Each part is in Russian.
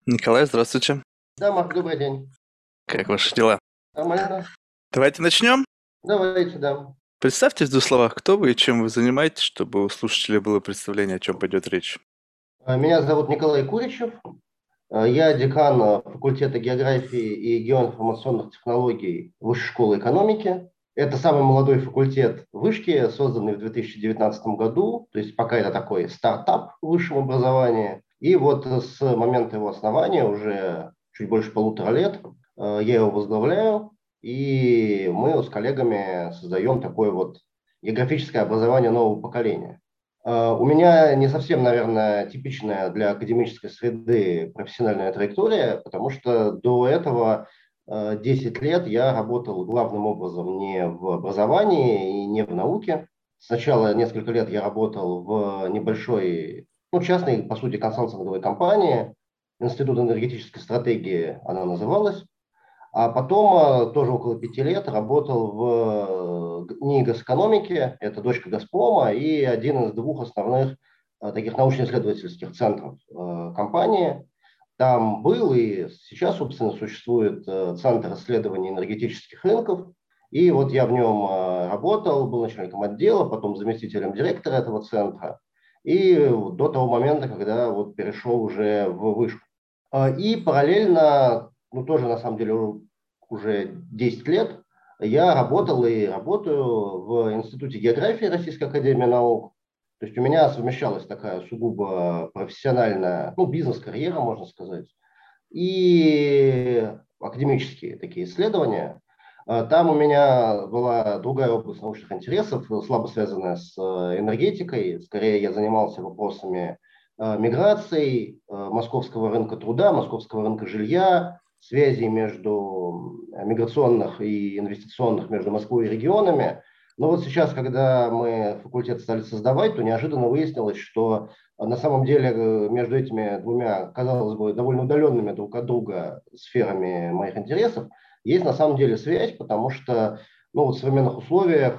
Николай, здравствуйте. Да, Марк, добрый день. Как ваши дела? Нормально? Давайте начнем. Давайте, да. Представьте в двух словах, кто вы и чем вы занимаетесь, чтобы у слушателей было представление, о чем пойдет речь. Меня зовут Николай Куричев. Я декан факультета географии и геоинформационных технологий Высшей школы экономики. Это самый молодой факультет вышки, созданный в 2019 году. То есть пока это такой стартап в высшем образовании. И вот с момента его основания, уже чуть больше 1,5 лет, я его возглавляю. И мы с коллегами создаем такое вот географическое образование нового поколения. У меня не совсем, наверное, типичная для академической среды профессиональная траектория, потому что до этого 10 лет я работал главным образом не в образовании и не в науке. Сначала несколько лет я работал в небольшой, ну, частной, по сути, консалтинговой компании, Институт энергетической стратегии она называлась. А потом, тоже около 5 лет, работал в НИИ госэкономики, это дочка Газпрома, и один из двух основных таких научно-исследовательских центров компании. Там был и сейчас, собственно, существует Центр исследований энергетических рынков. И вот я в нем работал, был начальником отдела, потом заместителем директора этого центра. И до того момента, когда вот перешел уже в вышку. И параллельно, ну тоже на самом деле уже 10 лет, я работал и работаю в Институте географии Российской академии наук. То есть у меня совмещалась такая сугубо профессиональная, ну, бизнес-карьера, можно сказать, и академические такие исследования. Там у меня была другая область научных интересов, слабо связанная с энергетикой. Скорее я занимался вопросами миграции, московского рынка труда, московского рынка жилья, связи между миграционных и инвестиционных между Москвой и регионами. Но вот сейчас, когда мы факультет стали создавать, то неожиданно выяснилось, что на самом деле между этими двумя, казалось бы, довольно удаленными друг от друга сферами моих интересов есть на самом деле связь, потому что ну, вот в современных условиях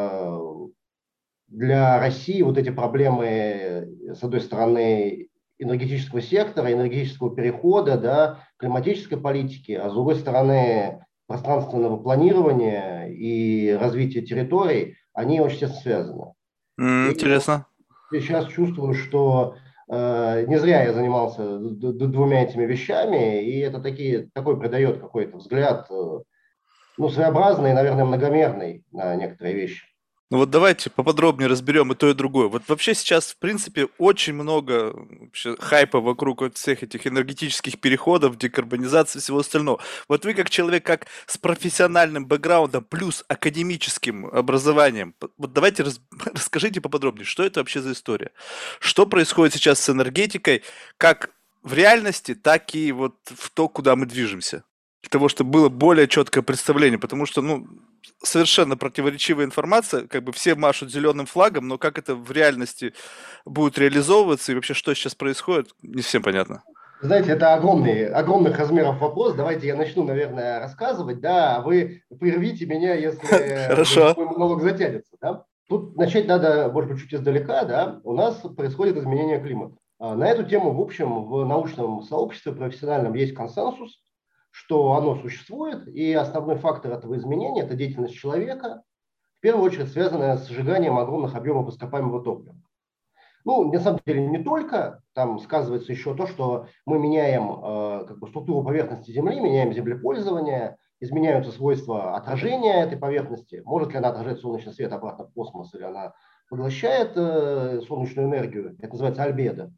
для России вот эти проблемы, с одной стороны, энергетического сектора, энергетического перехода, да, климатической политики, а с другой стороны, пространственного планирования и развития территорий, они очень тесно связаны. И вот Интересно. сейчас чувствую, что не зря я занимался двумя этими вещами, и это такой придает какой-то взгляд, ну, своеобразный, наверное, многомерный на некоторые вещи. Ну вот давайте поподробнее разберем и то, и другое. Вот вообще сейчас, в принципе, очень много вообще хайпа вокруг вот всех этих энергетических переходов, декарбонизации и всего остального. Вот вы как человек, как с профессиональным бэкграундом плюс академическим образованием, вот давайте расскажите поподробнее, что это вообще за история? Что происходит сейчас с энергетикой, как в реальности, так и вот в то, куда мы движемся? Для того, чтобы было более четкое представление, потому что, ну, совершенно противоречивая информация, как бы все машут зеленым флагом, но как это в реальности будет реализовываться и вообще что сейчас происходит, не всем понятно. Знаете, это огромных размеров вопрос. Давайте я начну, наверное, рассказывать, да, а вы прервите меня, если Хорошо. мой монолог затянется, да. Тут начать надо, может быть, чуть издалека, да. У нас происходит изменение климата. На эту тему, в общем, в научном сообществе профессиональном есть консенсус, что оно существует, и основной фактор этого изменения – это деятельность человека, в первую очередь связанная с сжиганием огромных объемов ископаемого топлива. Ну, на самом деле не только, там сказывается еще то, что мы меняем как бы структуру поверхности Земли, меняем землепользование, изменяются свойства отражения этой поверхности. Может ли она отражать солнечный свет обратно в космос, или она поглощает солнечную энергию, это называется альбедо.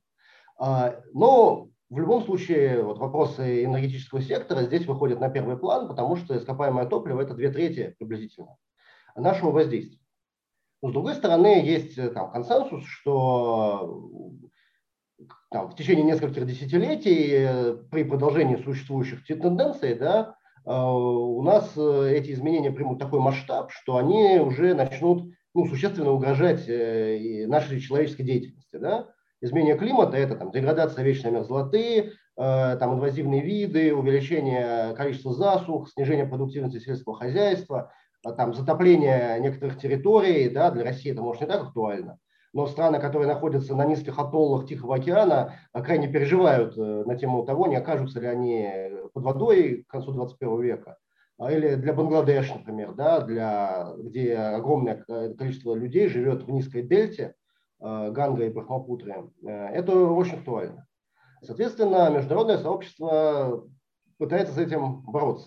Но в любом случае вот вопросы энергетического сектора здесь выходят на первый план, потому что ископаемое топливо – это 2/3 приблизительно нашего воздействия. Но, с другой стороны, есть там консенсус, что там, в течение нескольких десятилетий при продолжении существующих тенденций, да, у нас эти изменения примут такой масштаб, что они уже начнут ну, существенно угрожать нашей человеческой деятельности. Да? Изменение климата – это там, деградация вечной мерзлоты, там, инвазивные виды, увеличение количества засух, снижение продуктивности сельского хозяйства, там, затопление некоторых территорий. Да, для России это может не так актуально. но страны, которые находятся на низких атоллах Тихого океана, крайне переживают на тему того, не окажутся ли они под водой к концу 21 века. Или для Бангладеш, например, да, где огромное количество людей живет в низкой дельте Ганга и Брахмапутры. Это очень актуально. Соответственно, международное сообщество пытается с этим бороться.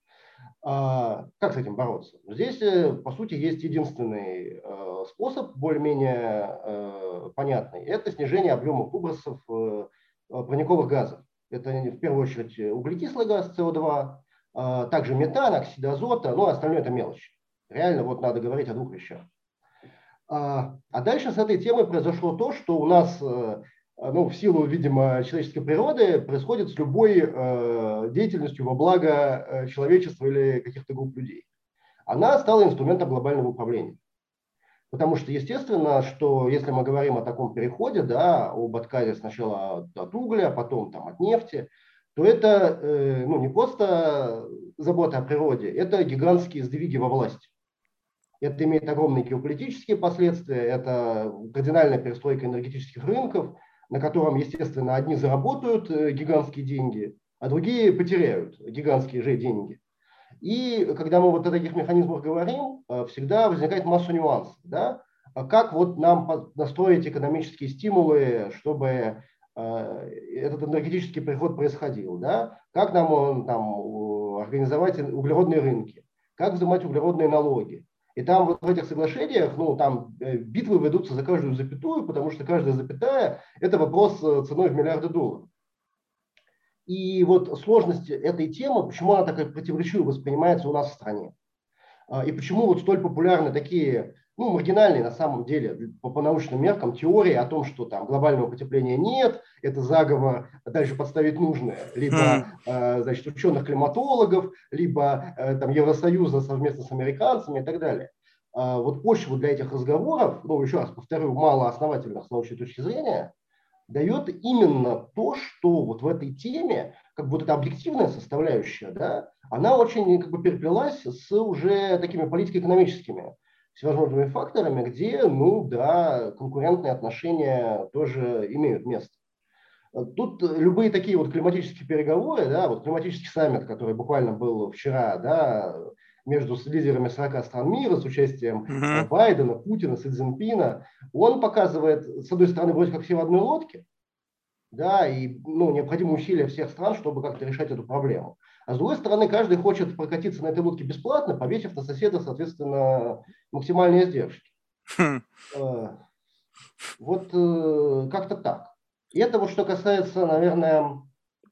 Как с этим бороться? Здесь, по сути, есть единственный способ, более-менее понятный. Это снижение объемов выбросов парниковых газов. Это в первую очередь углекислый газ СО2, также метан, оксид азота, ну, остальное это мелочь. Реально вот надо говорить о двух вещах. А дальше с этой темой произошло то, что у нас, ну, в силу, видимо, человеческой природы происходит с любой деятельностью во благо человечества или каких-то групп людей. Она стала инструментом глобального управления. Потому что, естественно, что если мы говорим о таком переходе, да, об отказе сначала от угля, потом там, от нефти, то это ну, не просто забота о природе, это гигантские сдвиги во власти. Это имеет огромные геополитические последствия, это кардинальная перестройка энергетических рынков, на котором, естественно, одни заработают гигантские деньги, а другие потеряют гигантские же деньги. И когда мы вот о таких механизмах говорим, всегда возникает масса нюансов. Да? Как вот нам настроить экономические стимулы, чтобы этот энергетический переход происходил? Да? Как нам там, организовать углеродные рынки? Как взимать углеродные налоги? И там вот в этих соглашениях, ну, там битвы ведутся за каждую запятую, потому что каждая запятая – это вопрос ценой в миллиарды долларов. И вот сложность этой темы, почему она так противоречиво воспринимается у нас в стране. И почему вот столь популярны такие, ну, маргинальные на самом деле, по научным меркам, теории о том, что там глобального потепления нет, это заговор, дальше подставить нужное, либо, значит, ученых-климатологов, либо там Евросоюза совместно с американцами и так далее. Вот почву для этих разговоров, ну, еще раз повторю, малоосновательных с научной точки зрения, дает именно то, что вот в этой теме, как бы вот эта объективная составляющая, да, она очень как бы переплелась с уже такими политико-экономическими всевозможными факторами, где, ну да, конкурентные отношения тоже имеют место. Тут любые такие вот климатические переговоры, да, вот климатический саммит, который буквально был вчера, да, между лидерами 40 стран мира с участием Байдена, Путина, Си Цзиньпина, он показывает, с одной стороны, вроде как все в одной лодке, да, и ну, необходимы усилия всех стран, чтобы как-то решать эту проблему. А с другой стороны, каждый хочет прокатиться на этой лодке бесплатно, повесив на соседа, соответственно, максимальные издержки. Вот как-то так. И это вот что касается, наверное,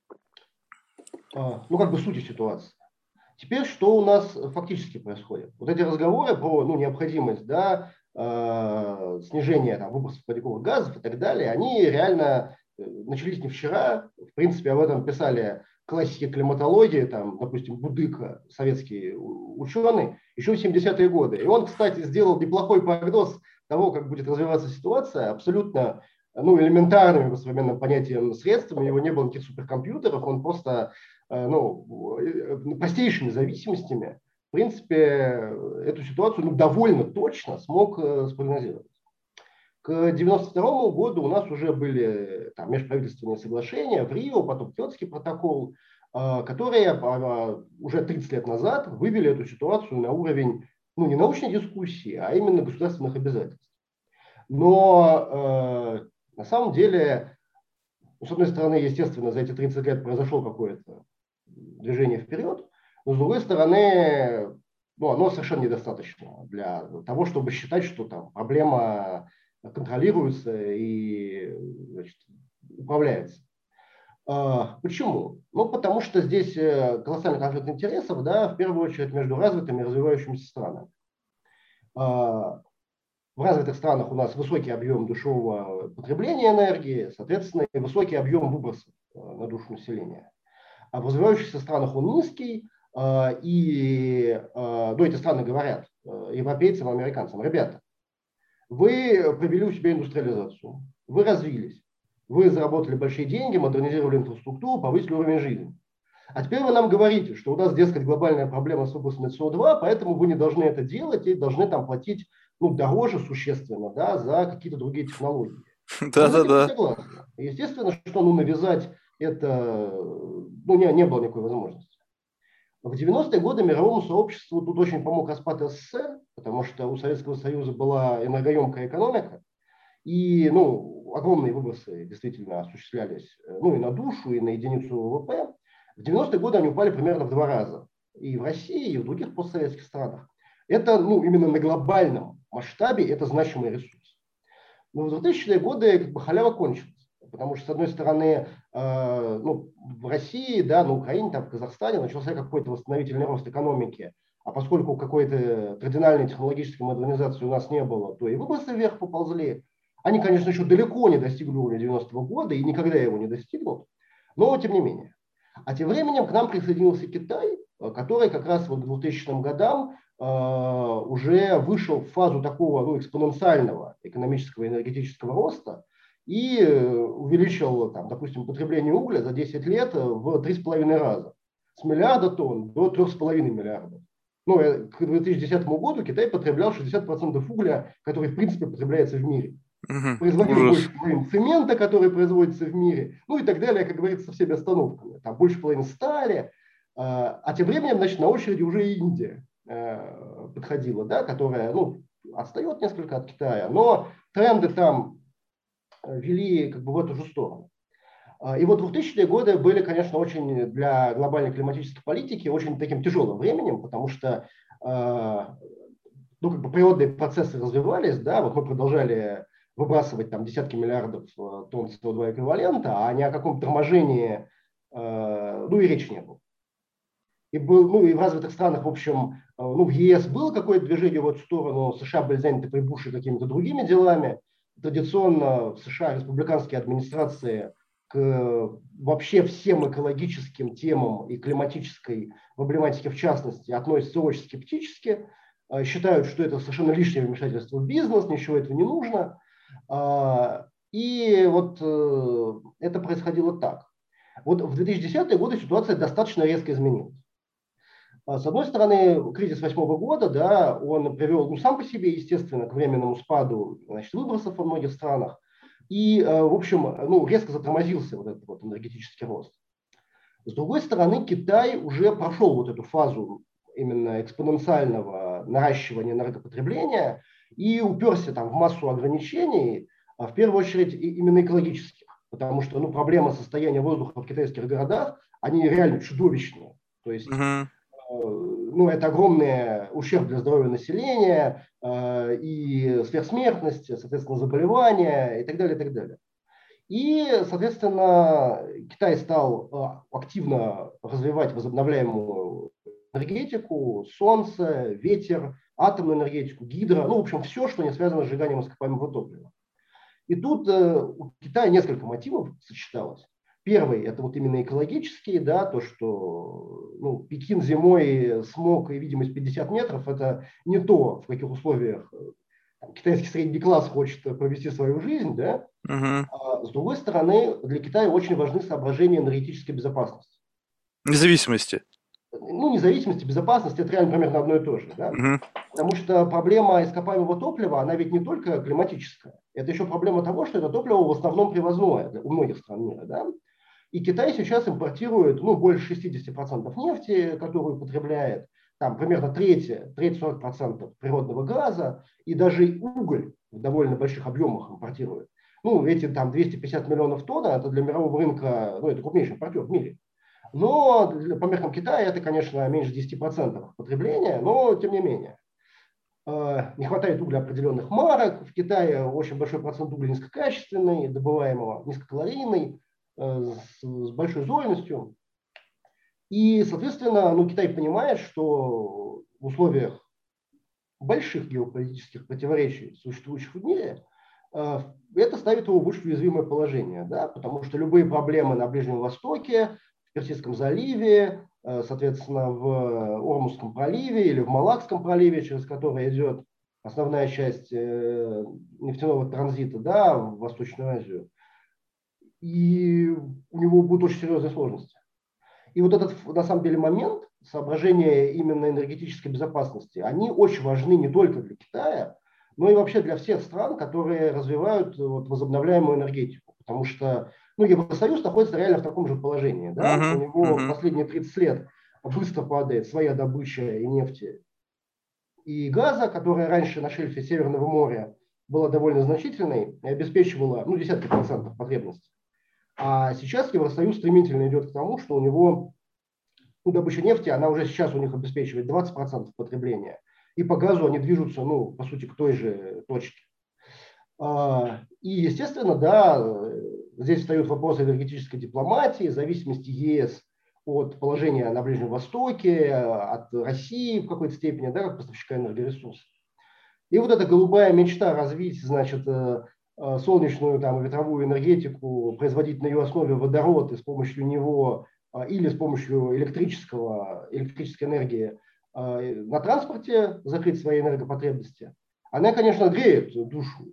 ну как бы сути ситуации. Теперь что у нас фактически происходит? Вот эти разговоры про ну, необходимость, да, снижения там, выбросов парниковых газов и так далее, они реально начались не вчера. В принципе, об этом писали классики климатологии, там, допустим, Будыка, советский ученый, еще в 70-е годы. И он, кстати, сделал неплохой прогноз того, как будет развиваться ситуация, абсолютно ну, элементарными по современным понятиям средствами. У него не было никаких суперкомпьютеров, он просто ну, простейшими зависимостями, в принципе, эту ситуацию ну, довольно точно смог спрогнозировать. К 1992 году у нас уже были там, межправительственные соглашения в Рио, потом Киотский протокол, которые уже 30 лет назад вывели эту ситуацию на уровень ну, не научной дискуссии, а именно государственных обязательств. Но на самом деле, с одной стороны, естественно, за эти 30 лет произошло какое-то движение вперед, но с другой стороны, ну, оно совершенно недостаточно для того, чтобы считать, что там проблема контролируется и значит, управляется. Почему? Ну, потому что здесь колоссальный конфликт интересов, да, в первую очередь между развитыми и развивающимися странами. В развитых странах у нас высокий объем душевого потребления энергии, соответственно, и высокий объем выбросов на душу населения. А в развивающихся странах он низкий, и ну, эти страны говорят европейцам, американцам: ребята, вы провели у себя индустриализацию, вы развились, вы заработали большие деньги, модернизировали инфраструктуру, повысили уровень жизни. А теперь вы нам говорите, что у нас, дескать, глобальная проблема с выбросами СО2, поэтому вы не должны это делать и должны там платить ну, дороже существенно, да, за какие-то другие технологии. Мы с этим не Да-да-да. согласны. Естественно, что ну, навязать это ну, не было никакой возможности. В 90-е годы мировому сообществу тут очень помог распад СССР, потому что у Советского Союза была энергоемкая экономика, и ну, огромные выбросы действительно осуществлялись ну, и на душу, и на единицу ВВП. В 90-е годы они упали примерно в 2 раза. И в России, и в других постсоветских странах. Это ну, именно на глобальном масштабе это значимый ресурс. Но в 2000-е годы как бы халява кончилась. Потому что, с одной стороны, ну, в России, да, на Украине, там, в Казахстане начался какой-то восстановительный рост экономики. А поскольку какой-то кардинальной технологической модернизации у нас не было, то и выбросы вверх поползли. Они, конечно, еще далеко не достигли уровня 90-го года и никогда его не достигнут, но тем не менее. А тем временем к нам присоединился Китай, который как раз вот к 2000 годам уже вышел в фазу такого ну, экспоненциального экономического и энергетического роста и увеличил, там, допустим, потребление угля за 10 лет в 3,5 раза. С миллиарда тонн до 3,5 миллиардов. Ну, к 2010 году Китай потреблял 60% угля, который, в принципе, потребляется в мире. Мгм. Производил Ужас. больше половины цемента, который производится в мире, ну и так далее, как говорится, со всеми остановками. Там больше половины стали. А тем временем, значит, на очереди уже и Индия подходила, да, которая ну, отстает несколько от Китая, но тренды там вели как бы в эту же сторону. И вот 2000-е годы были, конечно, очень для глобальной климатической политики очень таким тяжелым временем, потому что ну, как бы природные процессы развивались, да, вот мы продолжали выбрасывать там десятки миллиардов тонн СО2 эквивалента, а ни о каком торможении ну и речи не было. И, был, ну, и в развитых странах, в общем, ну, в ЕС было какое-то движение в эту сторону, США были заняты при Буше какими-то другими делами. Традиционно в США республиканские администрации к вообще всем экологическим темам и климатической проблематике в частности относятся очень скептически, считают, что это совершенно лишнее вмешательство в бизнес, ничего этого не нужно. И вот это происходило так. Вот в 2010-е годы ситуация достаточно резко изменилась. С одной стороны, кризис 2008 года, да, он привел, ну, сам по себе, естественно, к временному спаду, значит, выбросов во многих странах. И, в общем, ну, резко затормозился вот этот вот энергетический рост. С другой стороны, Китай уже прошел вот эту фазу именно экспоненциального наращивания энергопотребления и уперся там в массу ограничений, в первую очередь именно экологических. Потому что ну, проблема состояния воздуха в китайских городах, они реально чудовищные. То есть Мгм. ну, это огромный ущерб для здоровья населения и сверхсмертность, соответственно, заболевания и так далее, и так далее. И, соответственно, Китай стал активно развивать возобновляемую энергетику, солнце, ветер, атомную энергетику, гидро, ну, в общем, все, что не связано с сжиганием ископаемого топлива. И тут у Китая несколько мотивов сочеталось. Первый – это вот именно экологический, да, то, что ну, Пекин зимой, смог и видимость 50 метров – это не то, в каких условиях там, китайский средний класс хочет провести свою жизнь, да. Мгм. А с другой стороны, для Китая очень важны соображения энергетической безопасности. Независимости. Ну, независимости, безопасности – это реально примерно одно и то же, да. Мгм. Потому что проблема ископаемого топлива, она ведь не только климатическая. Это еще проблема того, что это топливо в основном привозное у многих стран мира. Да? И Китай сейчас импортирует ну, больше 60% нефти, которую потребляет, там примерно треть 40% природного газа, и даже уголь в довольно больших объемах импортирует. Ну, эти там 250 миллионов тонн, это для мирового рынка, ну, это крупнейший импортер в мире. Но по меркам Китая это, конечно, меньше 10% потребления, но тем не менее. Не хватает угля определенных марок. В Китае очень большой процент угля низкокачественный, добываемого, низкокалорийный, с большой зольностью. И, соответственно, ну, Китай понимает, что в условиях больших геополитических противоречий, существующих в мире, это ставит его в очень уязвимое положение, да, потому что любые проблемы на Ближнем Востоке, в Персидском заливе, соответственно, в Ормузском проливе или в Малакском проливе, через который идет основная часть нефтяного транзита, да, в Восточную Азию, и у него будут очень серьезные сложности. И вот этот, на самом деле, момент, соображения именно энергетической безопасности, они очень важны не только для Китая, но и вообще для всех стран, которые развивают вот возобновляемую энергетику. Потому что Евросоюз находится реально в таком же положении. Да? У Мгм, него мгм. последние 30 лет быстро падает своя добыча и нефти, и газа, которая раньше на шельфе Северного моря была довольно значительной и обеспечивала десятки процентов потребностей. А сейчас Евросоюз стремительно идет к тому, что у него добыча нефти, она уже сейчас у них обеспечивает 20% потребления. И по газу они движутся, по сути, к той же точке. И, естественно, да, здесь встают вопросы энергетической дипломатии, зависимости ЕС от положения на Ближнем Востоке, от России в какой-то степени, да, как поставщика энергоресурсов. И вот эта голубая мечта развить, значит, солнечную там, ветровую энергетику, производить на ее основе водород и с помощью него или с помощью электрической энергии на транспорте закрыть свои энергопотребности, она, конечно, греет душу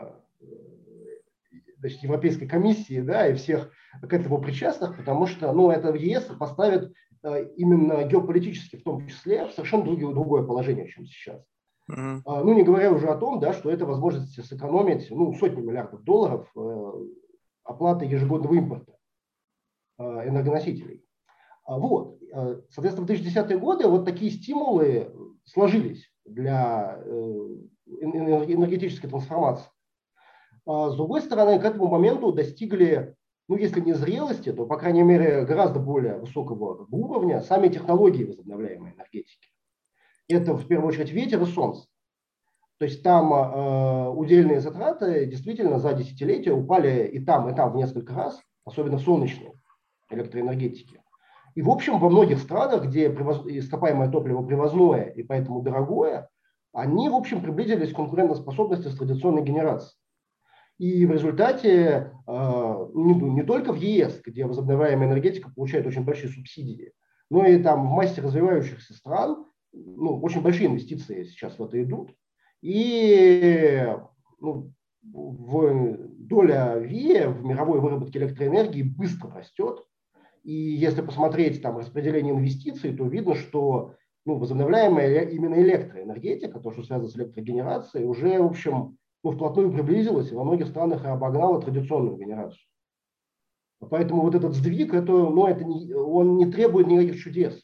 значит, Европейской комиссии, да, и всех к этому причастных, потому что это в ЕС поставит именно геополитически в том числе в совершенно другое положение, чем сейчас. Мгм. Не говоря уже о том, да, что это возможность сэкономить сотни миллиардов долларов оплаты ежегодного импорта энергоносителей. Вот. Соответственно, в 2010-е годы вот такие стимулы сложились для энергетической трансформации. С другой стороны, к этому моменту достигли, если не зрелости, то, по крайней мере, гораздо более высокого уровня сами технологии возобновляемой энергетики. Это, в первую очередь, ветер и солнце. То есть там удельные затраты действительно за десятилетия упали и там в несколько раз, особенно в солнечной электроэнергетике. И, в общем, во многих странах, где ископаемое топливо привозное и поэтому дорогое, они, в общем, приблизились к конкурентоспособности с традиционной генерацией. И в результате не только в ЕС, где возобновляемая энергетика получает очень большие субсидии, но и там в массе развивающихся стран очень большие инвестиции сейчас в это идут. И доля ВИЭ в мировой выработке электроэнергии быстро растет. И если посмотреть там распределение инвестиций, то видно, что возобновляемая именно электроэнергетика, то, что связано с электрогенерацией, уже, в общем, вплотную приблизилась и во многих странах обогнала традиционную генерацию. Поэтому вот этот сдвиг, он не требует никаких чудес.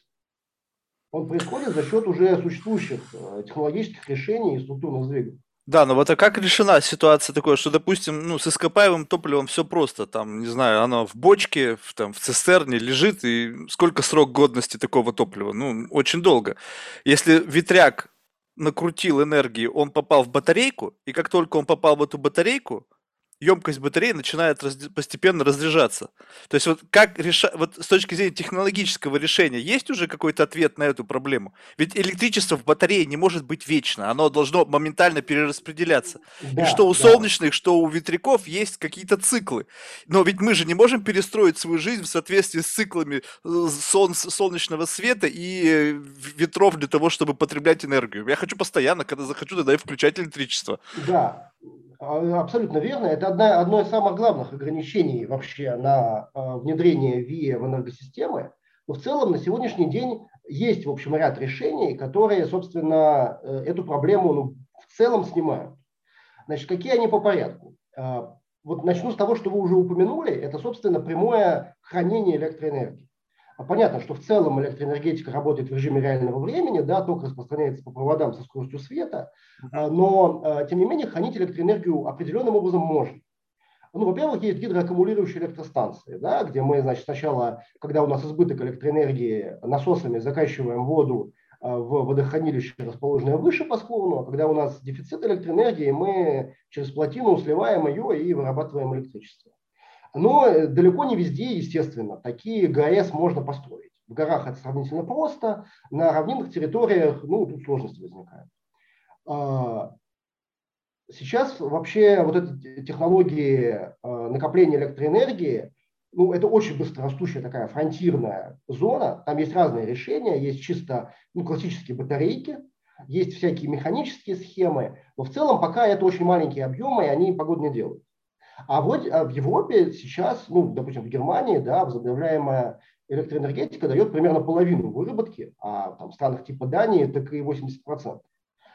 Он происходит за счет уже существующих технологических решений и структурных сдвигов. Да, но вот а как решена ситуация такое, что, допустим, с ископаемым топливом все просто, там, не знаю, оно в бочке, в цистерне лежит, и сколько срок годности такого топлива? Очень долго. Если ветряк накрутил энергии, он попал в батарейку, и как только он попал в эту батарейку, емкость батареи начинает постепенно разряжаться. То есть вот вот с точки зрения технологического решения есть уже какой-то ответ на эту проблему? Ведь электричество в батарее не может быть вечно, оно должно моментально перераспределяться. И что Да, у да, солнечных, что у ветряков есть какие-то циклы. Но ведь мы же не можем перестроить свою жизнь в соответствии с циклами солнечного света и ветров для того, чтобы потреблять энергию. Я хочу постоянно, когда захочу, тогда и включать электричество. да, абсолютно верно. Это одно из самых главных ограничений вообще на внедрение ВИЭ в энергосистемы. Но в целом на сегодняшний день есть, в общем, ряд решений, которые, собственно, эту проблему в целом снимают. Значит, какие они по порядку? Вот начну с того, что вы уже упомянули. Это, собственно, прямое хранение электроэнергии. Понятно, что в целом электроэнергетика работает в режиме реального времени, да, ток распространяется по проводам со скоростью света, Мгм. но, тем не менее, хранить электроэнергию определенным образом можно. Во-первых, есть гидроаккумулирующие электростанции, да, где мы, значит, сначала, когда у нас избыток электроэнергии, насосами закачиваем воду в водохранилище, расположенное выше по склону, а когда у нас дефицит электроэнергии, мы через плотину сливаем ее и вырабатываем электричество. Но далеко не везде, естественно, такие ГАЭС можно построить. В горах это сравнительно просто, на равнинных территориях, тут сложности возникают. А, Сейчас вообще вот эти технологии накопления электроэнергии, это очень быстрорастущая такая фронтирная зона. Там есть разные решения, есть чисто классические батарейки, есть всякие механические схемы, но в целом пока это очень маленькие объемы, и они погоду не делают. А вот в Европе сейчас, допустим, в Германии, да, возобновляемая электроэнергетика дает примерно половину выработки, а там, в странах типа Дании так и 80%.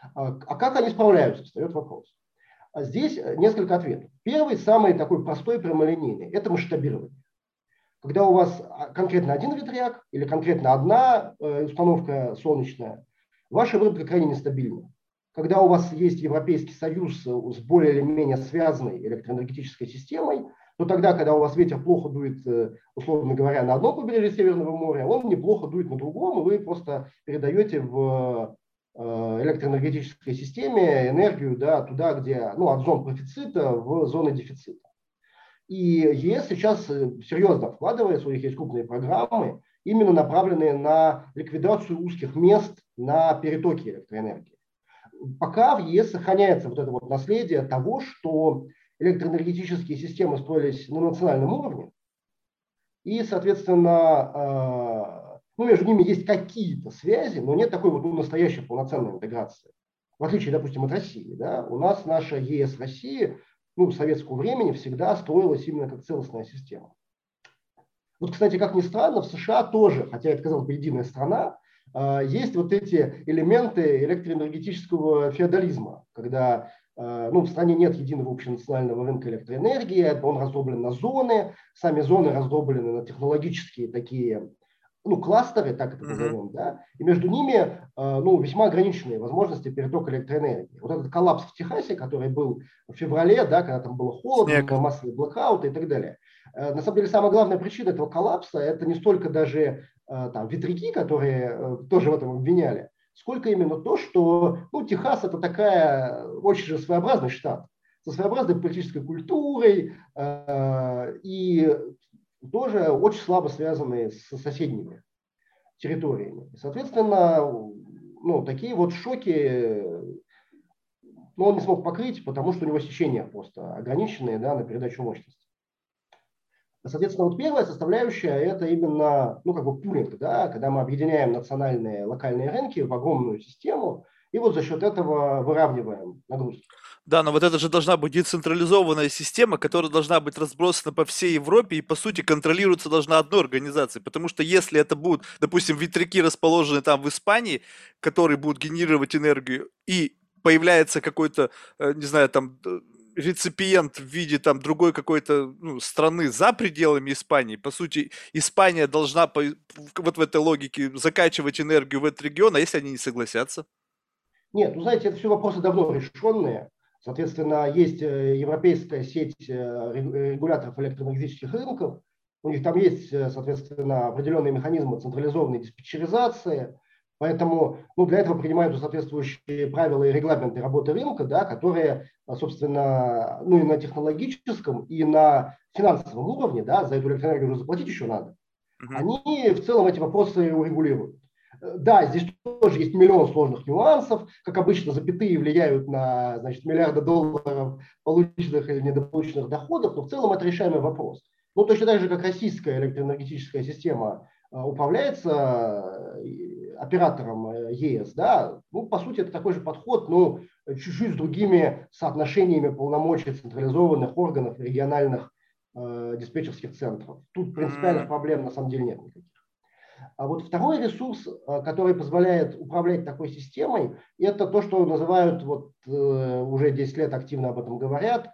А как они справляются, встает вопрос. Здесь несколько ответов. Первый, самый такой простой, прямолинейный, это масштабирование. Когда у вас конкретно один ветряк или конкретно одна установка солнечная, ваша выработка крайне нестабильна. Когда у вас есть Европейский Союз с более или менее связанной электроэнергетической системой, то тогда, когда у вас ветер плохо дует, условно говоря, на одном побережье Северного моря, он неплохо дует на другом, и вы просто передаете в электроэнергетической системе энергию, да, туда, где, ну, от зон профицита в зоны дефицита. И ЕС сейчас серьезно вкладывается, у них есть крупные программы, именно направленные на ликвидацию узких мест на перетоке электроэнергии. Пока в ЕС сохраняется вот это вот наследие того, что электроэнергетические системы строились на национальном уровне, и, соответственно, ну, между ними есть какие-то связи, но нет такой вот настоящей полноценной интеграции. В отличие, допустим, от России. Да? У нас наша ЕС России, ну, советского времени всегда строилась именно как целостная система. Вот, кстати, как ни странно, в США тоже, хотя это, казалось бы, единая страна, есть вот эти элементы электроэнергетического феодализма, когда ну, в стране нет единого общенационального рынка электроэнергии, он раздроблен на зоны, сами зоны раздроблены на технологические такие, ну, кластеры, так это назовем, да, и между ними ну, весьма ограниченные возможности перетока электроэнергии. Вот этот коллапс в Техасе, который был в феврале, да, когда там было холодно, Снег. массовые блэкауты и так далее. На самом деле, самая главная причина этого коллапса – это не столько даже там, ветряки, которые тоже в этом обвиняли, сколько именно то, что ну, Техас – это такая очень же своеобразный штат, со своеобразной политической культурой и тоже очень слабо связанные с соседними территориями. Соответственно, ну, такие вот шоки ну, он не смог покрыть, потому что у него сечения просто ограниченные, да, на передачу мощности. Соответственно, вот первая составляющая – это именно, ну, как бы пулинг, да, когда мы объединяем национальные, локальные рынки в огромную систему, и вот за счет этого выравниваем нагрузки. Да, но вот это же должна быть децентрализованная система, которая должна быть разбросана по всей Европе и, по сути, контролируется должна одной организацией. Потому что если это будут, допустим, ветряки, расположены там в Испании, которые будут генерировать энергию, и появляется какой-то, не знаю, там реципиент в виде там другой какой-то ну, страны за пределами Испании. По сути, Испания должна вот в этой логике закачивать энергию в этот регион, а если они не согласятся? Нет, ну, знаете, это все вопросы давно решенные. Соответственно, есть европейская сеть регуляторов электроэнергетических рынков. У них там есть, соответственно, определенные механизмы централизованной диспетчеризации. Поэтому ну, для этого принимаются соответствующие правила и регламенты работы рынка, да, которые, собственно, ну, и на технологическом, и на финансовом уровне, да, за эту электроэнергию уже заплатить еще надо, Мгм. они в целом эти вопросы урегулируют. Да, здесь тоже есть миллион сложных нюансов. Как обычно, запятые влияют на, значит, миллиарды долларов полученных или недополученных доходов, но в целом это решаемый вопрос. Ну, точно так же, как российская электроэнергетическая система управляется оператором ЕС, да, ну, по сути, это такой же подход, но чуть-чуть с другими соотношениями полномочий централизованных органов и региональных диспетчерских центров. Тут принципиальных проблем на самом деле нет никаких. А вот второй ресурс, который позволяет управлять такой системой, это то, что называют, вот уже 10 лет активно об этом говорят,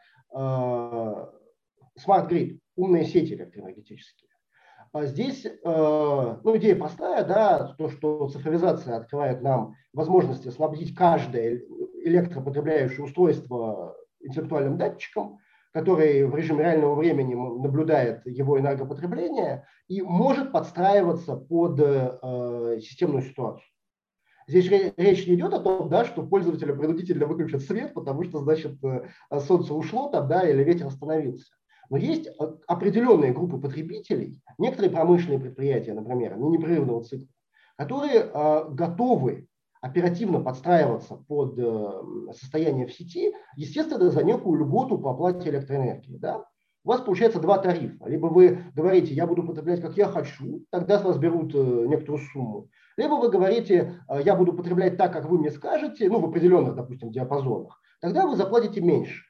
smart grid, умные сети электроэнергетические. Здесь ну, идея простая, да, то, что цифровизация открывает нам возможности снабдить каждое электропотребляющее устройство интеллектуальным датчиком, который в режиме реального времени наблюдает его энергопотребление и может подстраиваться под системную ситуацию. Здесь речь не идет о том, да, что пользователя принудительно выключат свет, потому что, значит, солнце ушло там, да, или ветер остановился. Но есть определенные группы потребителей, некоторые промышленные предприятия, например, непрерывного цикла, которые готовы оперативно подстраиваться под состояние в сети, естественно, за некую льготу по оплате электроэнергии. Да? У вас получается два тарифа. Либо вы говорите, я буду потреблять, как я хочу, тогда с вас берут некоторую сумму. Либо вы говорите, я буду потреблять так, как вы мне скажете, ну, в определенных, допустим, диапазонах, тогда вы заплатите меньше.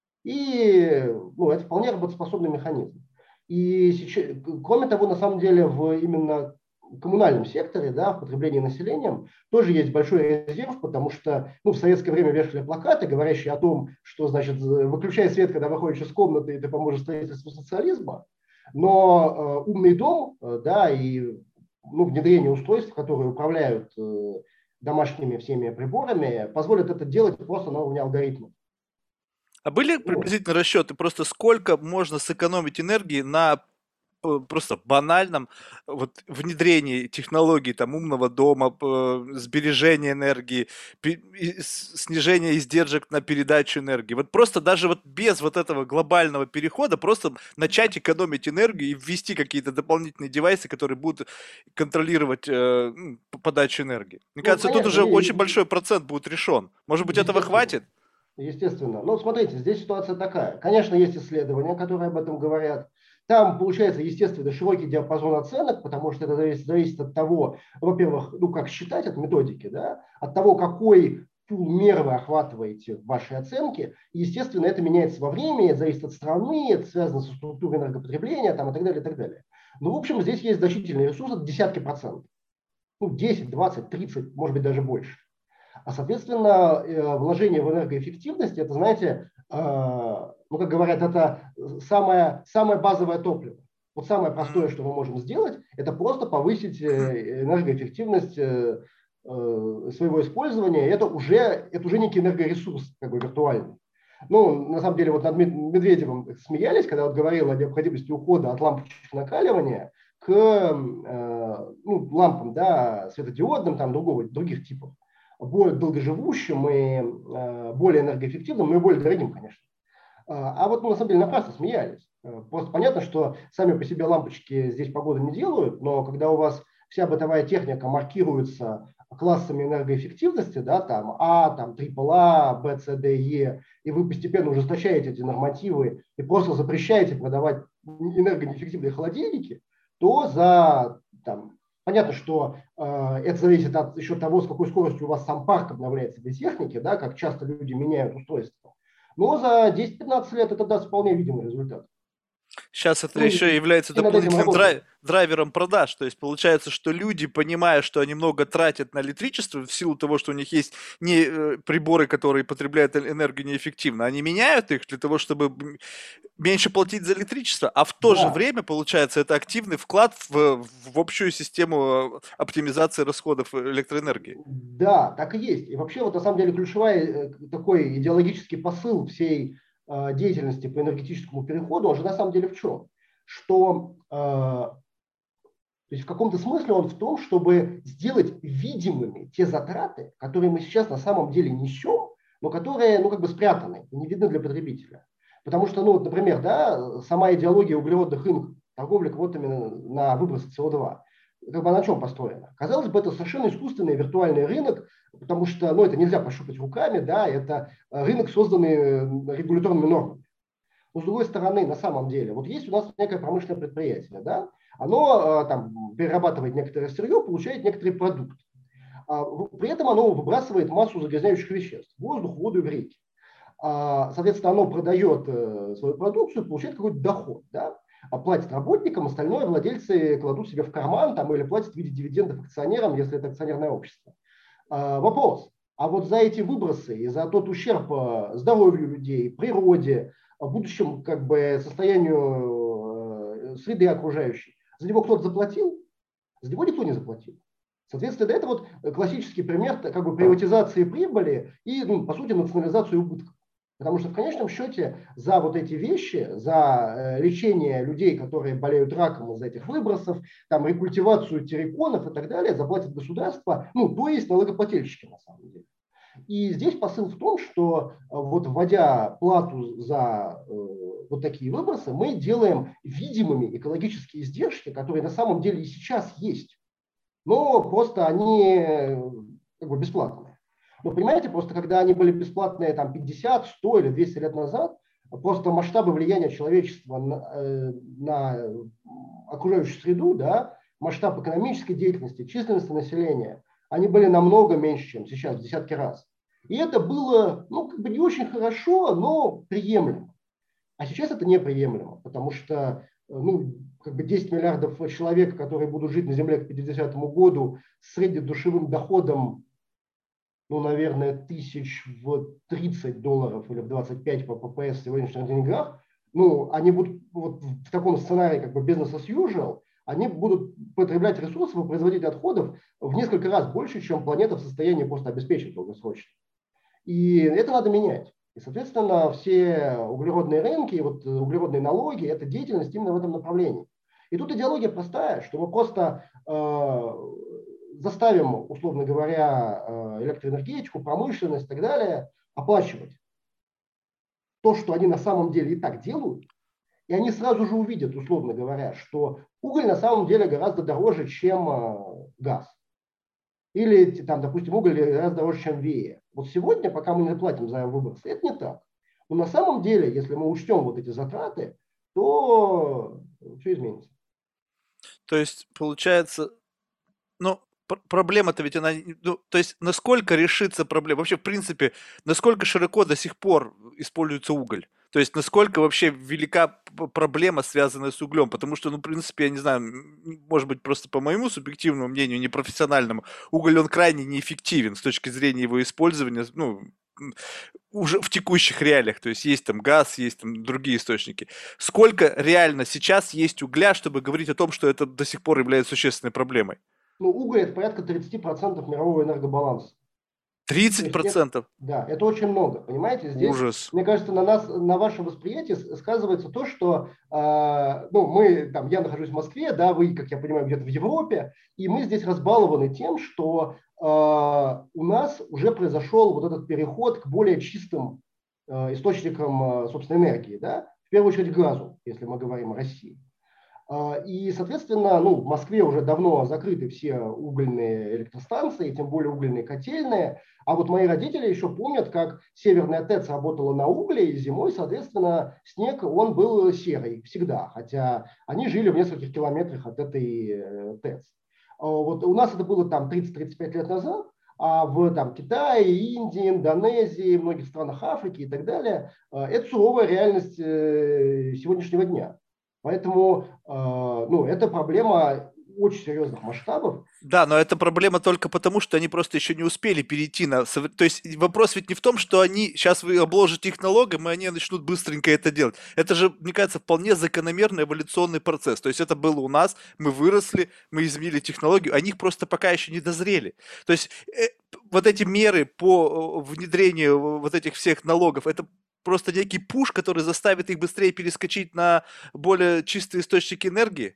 И ну, это вполне работоспособный механизм. И сейчас, кроме того, на самом деле, именно коммунальном секторе, да, в потреблении населением, тоже есть большой резерв, потому что в советское время вешали плакаты, говорящие о том, что, значит, выключай свет, когда выходишь из комнаты, и ты поможешь строительству социализма. Но умный дом, да, и внедрение устройств, которые управляют домашними всеми приборами, позволят это делать просто на уровне алгоритмов. А были Вот. приблизительно расчеты, просто сколько можно сэкономить энергии на просто банальном вот внедрении технологий там умного дома, сбережения энергии, снижения издержек на передачу энергии. Вот просто даже вот без вот этого глобального перехода просто начать экономить энергию и ввести какие-то дополнительные девайсы, которые будут контролировать подачу энергии. Мне кажется, тут Конечно, уже очень большой процент будет решен. Может быть, этого естественно. хватит? Естественно. Ну, смотрите, здесь ситуация такая. Конечно, есть исследования, которые об этом говорят. Там получается, естественно, широкий диапазон оценок, потому что это зависит от того, во-первых, как считать от методики, да, от того, какой пул мер вы охватываете в вашей оценке. И, естественно, это меняется во времени, это зависит от страны, это связано со структурой энергопотребления там, и так далее, и так далее. Но, в общем, здесь есть значительный ресурс, это десятки процентов. 10, 20, 30, может быть, даже больше. А, соответственно, вложение в энергоэффективность, это, знаете, как говорят, это самое базовое топливо. Вот самое простое, что мы можем сделать, это просто повысить энергоэффективность своего использования. Это уже некий энергоресурс, как бы виртуальный. На самом деле, вот над Медведевым смеялись, когда он говорил о необходимости ухода от лампочек накаливания к лампам, да, светодиодным, там, других типов, более долгоживущим и более энергоэффективным, но и более дорогим, конечно. А вот мы на самом деле напрасно смеялись. Просто понятно, что сами по себе лампочки здесь погоду не делают, но когда у вас вся бытовая техника маркируется классами энергоэффективности, да, там А, там AAA, B, C, D, E, и вы постепенно ужесточаете эти нормативы и просто запрещаете продавать энергонеэффективные холодильники, то понятно, что это зависит от еще того, с какой скоростью у вас сам парк обновляется этой техники, да, как часто люди меняют устройства. Но за 10-15 лет это даст вполне видимый результат. Сейчас это еще И является над этим дополнительным работаем. драйвером продаж. То есть получается, что люди, понимая, что они много тратят на электричество в силу того, что у них есть приборы, которые потребляют энергию неэффективно, они меняют их для того, чтобы меньше платить за электричество, а в то же Да, время, получается, это активный вклад в общую систему оптимизации расходов электроэнергии. да, так и есть. И вообще, вот на самом деле, ключевой такой идеологический посыл всей деятельности по энергетическому переходу, он же на самом деле в чем? Что то есть в каком-то смысле он в том, чтобы сделать видимыми те затраты, которые мы сейчас на самом деле несем, но которые, как бы спрятаны и не видны для потребителя. Потому что, например, да, сама идеология углеродных рынков, торговля квотами на выбросы СО2, как бы на чем построена? Казалось бы, это совершенно искусственный виртуальный рынок, потому что, это нельзя пощупать руками, да, это рынок, созданный регуляторными нормами. Но с другой стороны, на самом деле, вот есть у нас некое промышленное предприятие, да, оно там перерабатывает некоторое сырье, получает некоторый продукт. При этом оно выбрасывает массу загрязняющих веществ, воздух, воду и в реки. Соответственно, оно продает свою продукцию, получает какой-то доход, да, платит работникам, остальное владельцы кладут себе в карман там, или платят в виде дивидендов акционерам, если это акционерное общество. Вопрос. А вот за эти выбросы и за тот ущерб здоровью людей, природе, будущему как бы состоянию среды окружающей, за него кто-то заплатил? За него никто не заплатил. Соответственно, это вот классический пример как бы приватизации прибыли и, по сути, национализации убытков. Потому что в конечном счете за вот эти вещи, за лечение людей, которые болеют раком из-за этих выбросов, там, рекультивацию терриконов и так далее, заплатит государство, то есть налогоплательщики на самом деле. И здесь посыл в том, что вот вводя плату за вот такие выбросы, мы делаем видимыми экологические издержки, которые на самом деле и сейчас есть, но просто они как бы бесплатные. Но понимаете, просто когда они были бесплатные там 50, 100 или 200 лет назад, просто масштабы влияния человечества на окружающую среду, да, масштаб экономической деятельности, численности населения, они были намного меньше, чем сейчас, в десятки раз. И это было, как бы не очень хорошо, но приемлемо. А сейчас это неприемлемо, потому что как бы 10 миллиардов человек, которые будут жить на Земле к 50 году с среднедушевым доходом, ну, наверное, тысяч в $30 или в 25 по ППС в сегодняшних деньгах, ну, они будут вот в таком сценарии как бы business as usual, они будут потреблять ресурсов и производить отходов в несколько раз больше, чем планета в состоянии просто обеспечить долгосрочно. И это надо менять. И, соответственно, все углеродные рынки, вот углеродные налоги – это деятельность именно в этом направлении. И тут идеология простая, что мы просто заставим, условно говоря, электроэнергетику, промышленность и так далее оплачивать то, что они на самом деле и так делают, и они сразу же увидят, условно говоря, что уголь на самом деле гораздо дороже, чем газ. Или, там, допустим, уголь гораздо дороже, чем ВИЭ. Вот сегодня, пока мы не платим за выбросы, это не так. Но на самом деле, если мы учтем вот эти затраты, то все изменится. То есть, получается, ну, проблема-то ведь она, ну, то есть, насколько решится проблема? Вообще, в принципе, насколько широко до сих пор используется уголь? То есть, насколько вообще велика проблема, связанная с углем? Потому что, ну, в принципе, я не знаю, может быть, просто по моему субъективному мнению, непрофессиональному, уголь, он крайне неэффективен с точки зрения его использования, ну, уже в текущих реалиях. То есть, есть там газ, есть там другие источники. Сколько реально сейчас есть угля, чтобы говорить о том, что это до сих пор является существенной проблемой? Ну, уголь – это порядка 30% мирового энергобаланса. То Тридцать есть это, процентов. да, это очень много, понимаете? Здесь, Ужас. мне кажется, на нас, на ваше восприятие сказывается то, что, ну, мы, там, я нахожусь в Москве, да, вы, как я понимаю, где-то в Европе, и мы здесь разбалованы тем, что у нас уже произошел вот этот переход к более чистым источникам, собственно, энергии, да, в первую очередь газу, если мы говорим о России. И, соответственно, ну, в Москве уже давно закрыты все угольные электростанции, тем более угольные котельные. А вот мои родители еще помнят, как Северная ТЭЦ работала на угле, и зимой, соответственно, снег, он был серый всегда, хотя они жили в нескольких километрах от этой ТЭЦ. Вот у нас это было там 30-35 лет назад, а в там, Китае, Индии, Индонезии, многих странах Африки и так далее, это суровая реальность сегодняшнего дня. Поэтому ну, это проблема очень серьезных масштабов. Да, но это проблема только потому, что они просто еще не успели перейти на... То есть вопрос ведь не в том, что они сейчас вы обложите их налогом, и они начнут быстренько это делать. Это же, мне кажется, вполне закономерный эволюционный процесс. То есть это было у нас, мы выросли, мы изменили технологию, они их просто пока еще не дозрели. То есть вот эти меры по внедрению вот этих всех налогов, это просто некий пуш, который заставит их быстрее перескочить на более чистые источники энергии.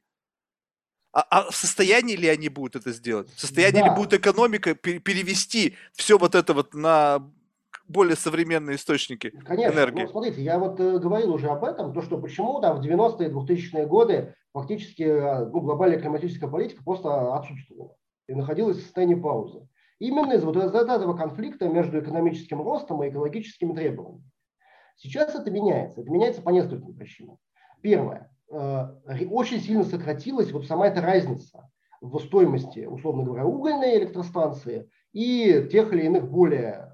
А в состоянии ли они будут это сделать? В состоянии ли будет Да, экономика перевести все вот это вот на более современные источники конечно. Ну, энергии? смотрите, я вот говорил уже об этом, то, что почему там в 90-е, 2000-е годы фактически ну, глобальная климатическая политика просто отсутствовала и находилась в состоянии паузы. Именно из-за этого конфликта между экономическим ростом и экологическими требованиями. Сейчас это меняется. Это меняется по нескольким причинам. Первое. Очень сильно сократилась вот сама эта разница в стоимости, условно говоря, угольной электростанции и тех или иных более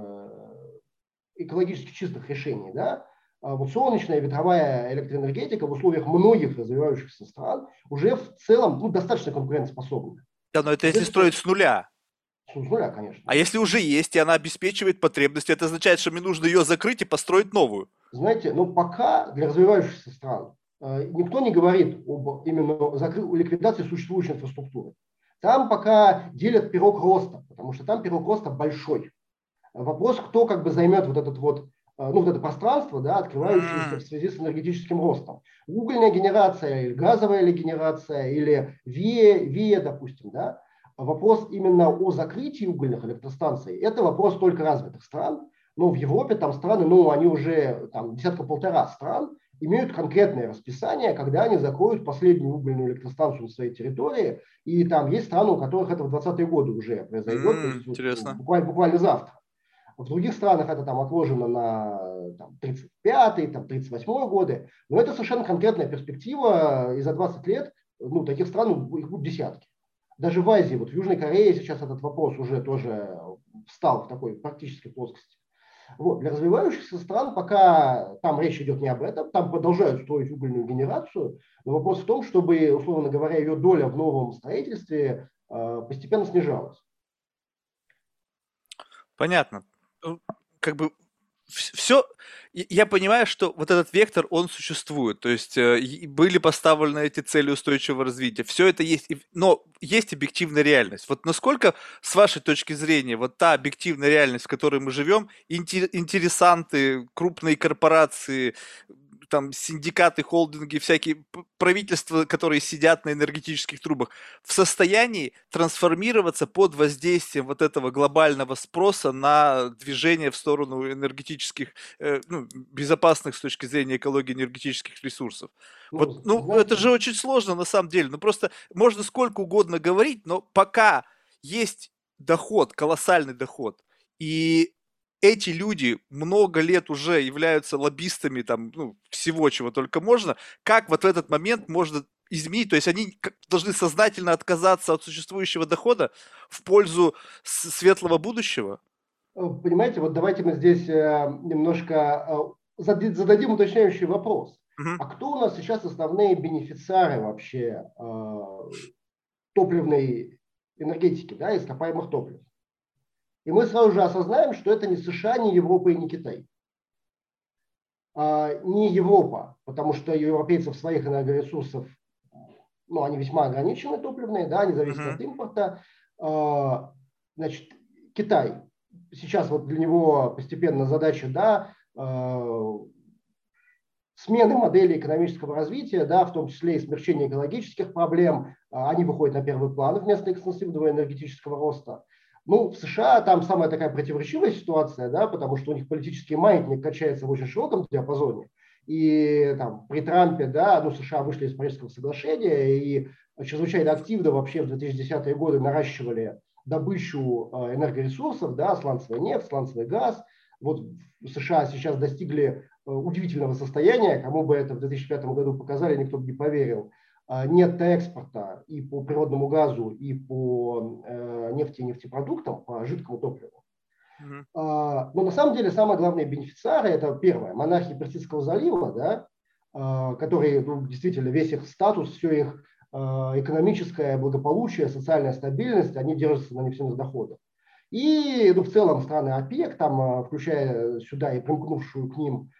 экологически чистых решений. Да? Вот солнечная и ветровая электроэнергетика в условиях многих развивающихся стран уже в целом ну, достаточно конкурентоспособна. Да, но это если Соответственно, строить с нуля. с нуля, конечно. А если уже есть, и она обеспечивает потребности, это означает, что мне нужно ее закрыть и построить новую. Знаете, но пока для развивающихся стран никто не говорит об именно ликвидации существующей инфраструктуры. Там пока делят пирог роста, потому что там пирог роста большой. Вопрос, кто как бы займет вот этот вот, ну, вот это пространство, да, открывающееся в связи с энергетическим ростом. Угольная генерация, или газовая ли генерация, или ВИЭ, допустим, да. Вопрос именно о закрытии угольных электростанций – это вопрос только развитых стран. Но в Европе там страны, ну, они уже там десятка-полтора стран имеют конкретное расписание, когда они закроют последнюю угольную электростанцию на своей территории. И там есть страны, у которых это в 20-е годы уже произойдет, то есть вот, Интересно. буквально завтра. В других странах это там отложено на там, 35-й, там, 38-й годы. Но это совершенно конкретная перспектива. И за 20 лет ну, таких стран их будут десятки. Даже в Азии, вот в Южной Корее сейчас этот вопрос уже тоже встал в такой практической плоскости. Вот. Для развивающихся стран пока там речь идет не об этом, там продолжают строить угольную генерацию, но вопрос в том, чтобы, условно говоря, ее доля в новом строительстве постепенно снижалась. Понятно. Как бы все, я понимаю, что вот этот вектор, он существует, то есть были поставлены эти цели устойчивого развития, все это есть, но есть объективная реальность. Вот насколько, с вашей точки зрения, вот та объективная реальность, в которой мы живем, интересанты, крупные корпорации, там синдикаты, холдинги, всякие правительства, которые сидят на энергетических трубах, в состоянии трансформироваться под воздействием вот этого глобального спроса на движение в сторону энергетических, ну, безопасных с точки зрения экологии энергетических ресурсов. Вот, Ну, ну, это знаете, же очень сложно на самом деле. Ну, просто можно сколько угодно говорить, но пока есть доход, колоссальный доход, и эти люди много лет уже являются лоббистами там, ну, всего, чего только можно, как вот в этот момент можно изменить, то есть они должны сознательно отказаться от существующего дохода в пользу светлого будущего? понимаете, вот давайте мы здесь немножко зададим уточняющий вопрос. Мгм. А кто у нас сейчас основные бенефициары вообще топливной энергетики, да, ископаемых топлив? И мы сразу же осознаем, что это не США, не Европа и не Китай. Не Европа, потому что у европейцев своих энергоресурсов, ну, они весьма ограничены топливные, да, они зависят от Мгм. импорта. Значит, Китай. Сейчас вот для него постепенно задача, да, смены модели экономического развития, да, в том числе и смягчения экологических проблем, они выходят на первый план вместо экстенсивного энергетического роста. Ну, в США там самая такая противоречивая ситуация, да, потому что у них политический маятник качается в очень широком диапазоне. И там, при Трампе, да, ну, США вышли из Парижского соглашения и чрезвычайно активно вообще в 2010-е годы наращивали добычу энергоресурсов, да, сланцевая нефть, сланцевый газ. Вот в США сейчас достигли удивительного состояния, кому бы это в 2005 году показали, никто бы не поверил. Нет экспорта и по природному газу, и по нефти и нефтепродуктам, по жидкому топливу. Мгм. Но на самом деле самые главные бенефициары – это первое, монархии Персидского залива, да, которые, ну, действительно, весь их статус, все их экономическое благополучие, социальная стабильность, они держатся на нефтяных доходах. И, ну, в целом страны ОПЕК, там, включая сюда и примкнувшую к ним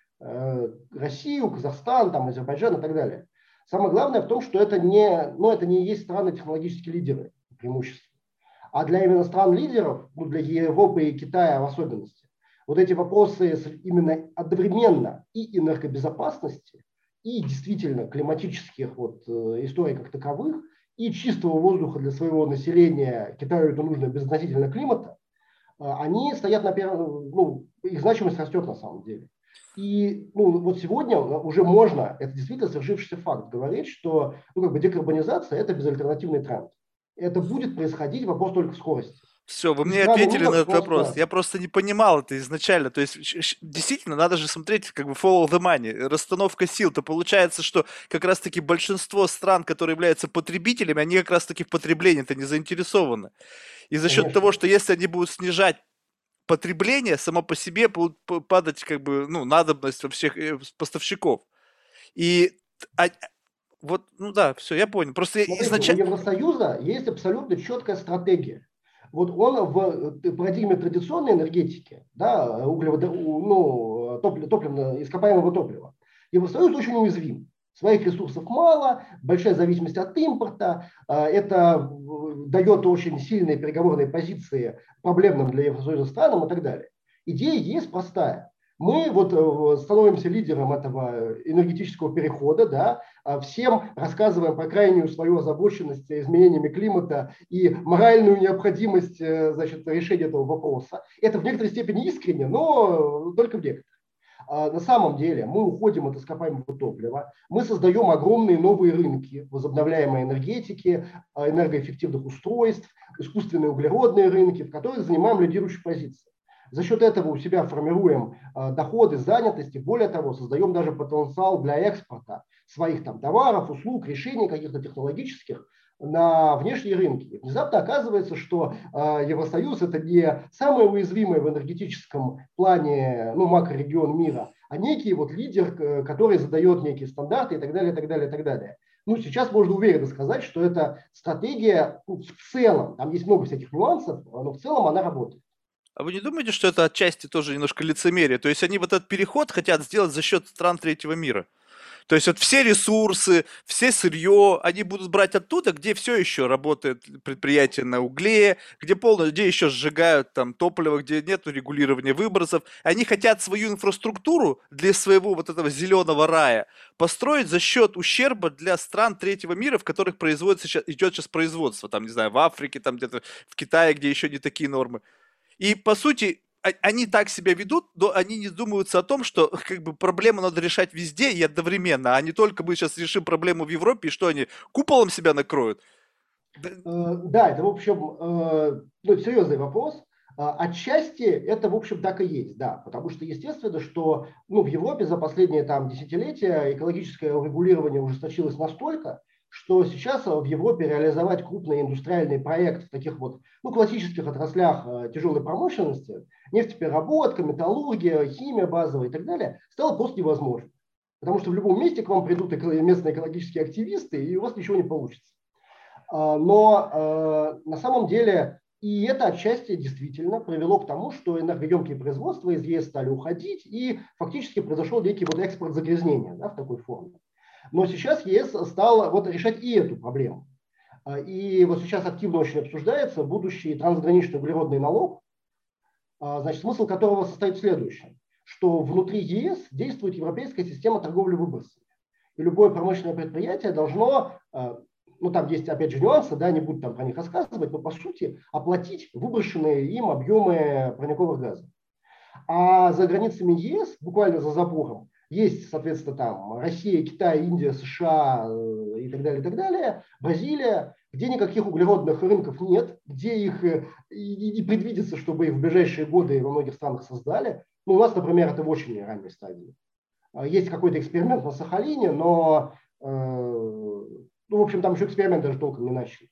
Россию, Казахстан, там, Азербайджан и так далее. Самое главное в том, что это не, ну, это не есть страны технологические лидеры преимущественно. А для именно стран-лидеров, ну, для Европы и Китая в особенности, вот эти вопросы именно одновременно и энергобезопасности, и действительно климатических вот историй как таковых, и чистого воздуха для своего населения, Китаю это нужно безотносительно климата, они стоят на первом, ну, их значимость растет на самом деле. И ну, вот сегодня уже можно, это действительно сложившийся факт, говорить, что ну, как бы декарбонизация – это безальтернативный тренд. Это будет происходить, вопрос только в скорости. Все, вы И мне страны ответили на мира этот вопрос. просто, Я просто не понимал это изначально. То есть, действительно, надо же смотреть, как бы, follow the money, расстановка сил. То получается, что как раз-таки большинство стран, которые являются потребителями, они как раз-таки в потреблении-то не заинтересованы. И за счет того, конечно. что если они будут снижать потребление, само по себе будет падать, как бы, ну, надобность во всех поставщиков. И вот, ну да, все, я понял. Просто Смотрите, у изначально... Евросоюза есть абсолютно четкая стратегия. Вот он в парадигме традиционной энергетики, да, ну, топливно, ископаемого топлива, Евросоюз очень уязвим. Своих ресурсов мало, большая зависимость от импорта. Это дает очень сильные переговорные позиции проблемным для Евросоюза странам и так далее. Идея есть простая. Мы вот становимся лидером этого энергетического перехода, да, всем рассказываем про крайнюю свою озабоченность изменениями климата и моральную необходимость, значит, решения этого вопроса. Это в некоторой степени искренне, но только в некоторой. На самом деле мы уходим от ископаемого топлива, мы создаем огромные новые рынки возобновляемой энергетики, энергоэффективных устройств, искусственные углеродные рынки, в которых занимаем лидирующие позиции. За счет этого у себя формируем доходы, занятости, более того, создаем даже потенциал для экспорта, своих там товаров, услуг, решений каких-то технологических на внешние рынки. И внезапно оказывается, что Евросоюз это не самое уязвимое в энергетическом плане макрорегион мира, а некий вот лидер, который задает некие стандарты и так далее, и так далее, и так далее. Сейчас можно уверенно сказать, что эта стратегия в целом, там есть много всяких нюансов, но в целом она работает. А вы не думаете, что это отчасти тоже немножко лицемерие? То есть они вот этот переход хотят сделать за счет стран третьего мира? То есть вот все ресурсы, все сырье, они будут брать оттуда, где все еще работает предприятие на угле, где еще сжигают там топливо, где нет регулирования выбросов. Они хотят свою инфраструктуру для своего вот этого зеленого рая построить за счет ущерба для стран третьего мира, в которых идет сейчас производство. Там, не знаю, в Африке, там где-то в Китае, где еще не такие нормы. И, по сути, они так себя ведут, но они не задумываются о том, что как бы проблему надо решать везде и одновременно, а не только мы сейчас решим проблему в Европе, и что они куполом себя накроют. Да, это, в общем, серьезный вопрос. Отчасти это, в общем, так и есть, да, потому что естественно, что в Европе за последние там десятилетия экологическое регулирование ужесточилось настолько, что сейчас в Европе реализовать крупный индустриальный проект в таких вот классических отраслях тяжелой промышленности, нефтепереработка, металлургия, химия базовая и так далее, стало просто невозможно. Потому что в любом месте к вам придут местные экологические активисты, и у вас ничего не получится. Но на самом деле и это отчасти действительно привело к тому, что энергоемкие производства из ЕС стали уходить, и фактически произошел некий вот экспорт загрязнения, да, в такой форме. Но сейчас ЕС стал вот решать и эту проблему. И вот сейчас активно очень обсуждается будущий трансграничный углеродный налог, значит, смысл которого состоит в следующем, что внутри ЕС действует европейская система торговли выбросами. И любое промышленное предприятие должно, там есть опять же нюансы, да, не буду там про них рассказывать, но по сути оплатить выброшенные им объемы парниковых газов. А за границами ЕС, буквально за забором, есть, соответственно, там Россия, Китай, Индия, США и так далее, Бразилия, где никаких углеродных рынков нет, где их и не предвидится, чтобы их в ближайшие годы во многих странах создали. У нас, например, это в очень ранней стадии. Есть какой-то эксперимент на Сахалине, но, в общем, там еще эксперимент даже толком не начали.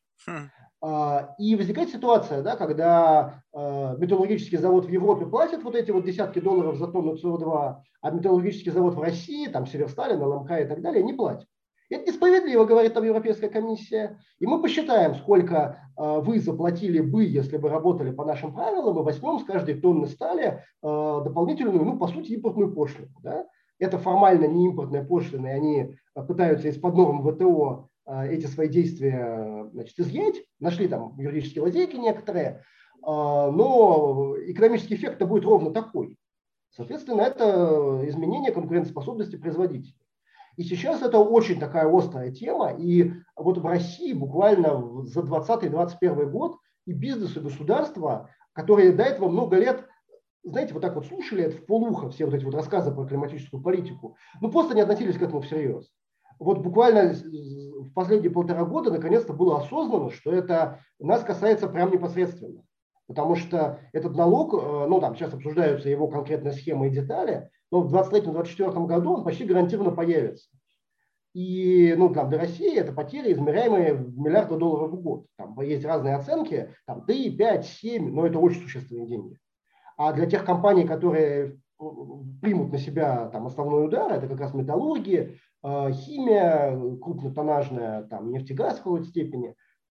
И возникает ситуация, да, когда металлургический завод в Европе платит вот эти вот десятки долларов за тонну СО2, а металлургический завод в России, там Северсталин, ЛМК и так далее, не платит. Это несправедливо, говорит там Европейская комиссия. И мы посчитаем, сколько вы заплатили бы, если бы работали по нашим правилам, и возьмем с каждой тонны стали дополнительную, по сути, импортную пошлину. Да? Это формально не импортная пошлина, и они пытаются из-под норм ВТО эти свои действия, значит, изъять, нашли там юридические лазейки некоторые, но экономический эффект будет ровно такой. Соответственно, это изменение конкурентоспособности производителей. И сейчас это очень такая острая тема, и вот в России буквально за 2020-2021 год и бизнес, и государство, которые до этого много лет, знаете, вот так вот слушали это вполуха, все вот эти вот рассказы про климатическую политику, просто не относились к этому всерьез. Вот буквально в последние 1,5 года наконец-то было осознано, что это нас касается прям непосредственно. Потому что этот налог, там сейчас обсуждаются его конкретные схемы и детали, но в 2023-2024 году он почти гарантированно появится. И для России это потери, измеряемые в миллиарды долларов в год. Там есть разные оценки, там 3, 5, 7, но это очень существенные деньги. А для тех компаний, которые примут на себя там основной удар, это как раз металлургия, химия, крупнотоннажная, там, нефтегаз в какой-то степени,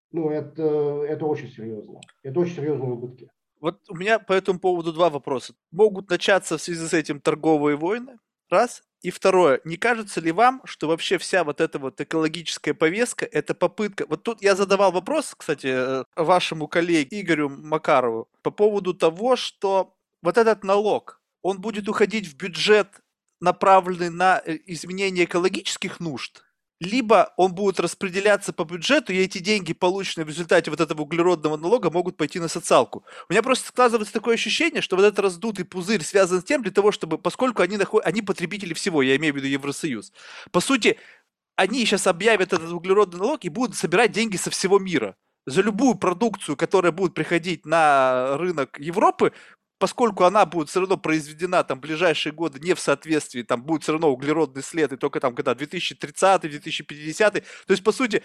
это очень серьезно. Это очень серьезные убытки. Вот у меня по этому поводу 2 вопроса. Могут начаться в связи с этим торговые войны? Раз. И второе. Не кажется ли вам, что вообще вся вот эта вот экологическая повестка, это попытка... Вот тут я задавал вопрос, кстати, вашему коллеге Игорю Макарову по поводу того, что вот этот налог, он будет уходить в бюджет, направленный на изменение экологических нужд, либо он будет распределяться по бюджету, и эти деньги, полученные в результате вот этого углеродного налога, могут пойти на социалку. У меня просто складывается такое ощущение, что вот этот раздутый пузырь связан с тем, для того, чтобы, поскольку они потребители всего, я имею в виду Евросоюз, по сути, они сейчас объявят этот углеродный налог и будут собирать деньги со всего мира. За любую продукцию, которая будет приходить на рынок Европы, поскольку она будет все равно произведена там в ближайшие годы не в соответствии, там будет все равно углеродный след, и только там когда 2030-2050, то есть, по сути,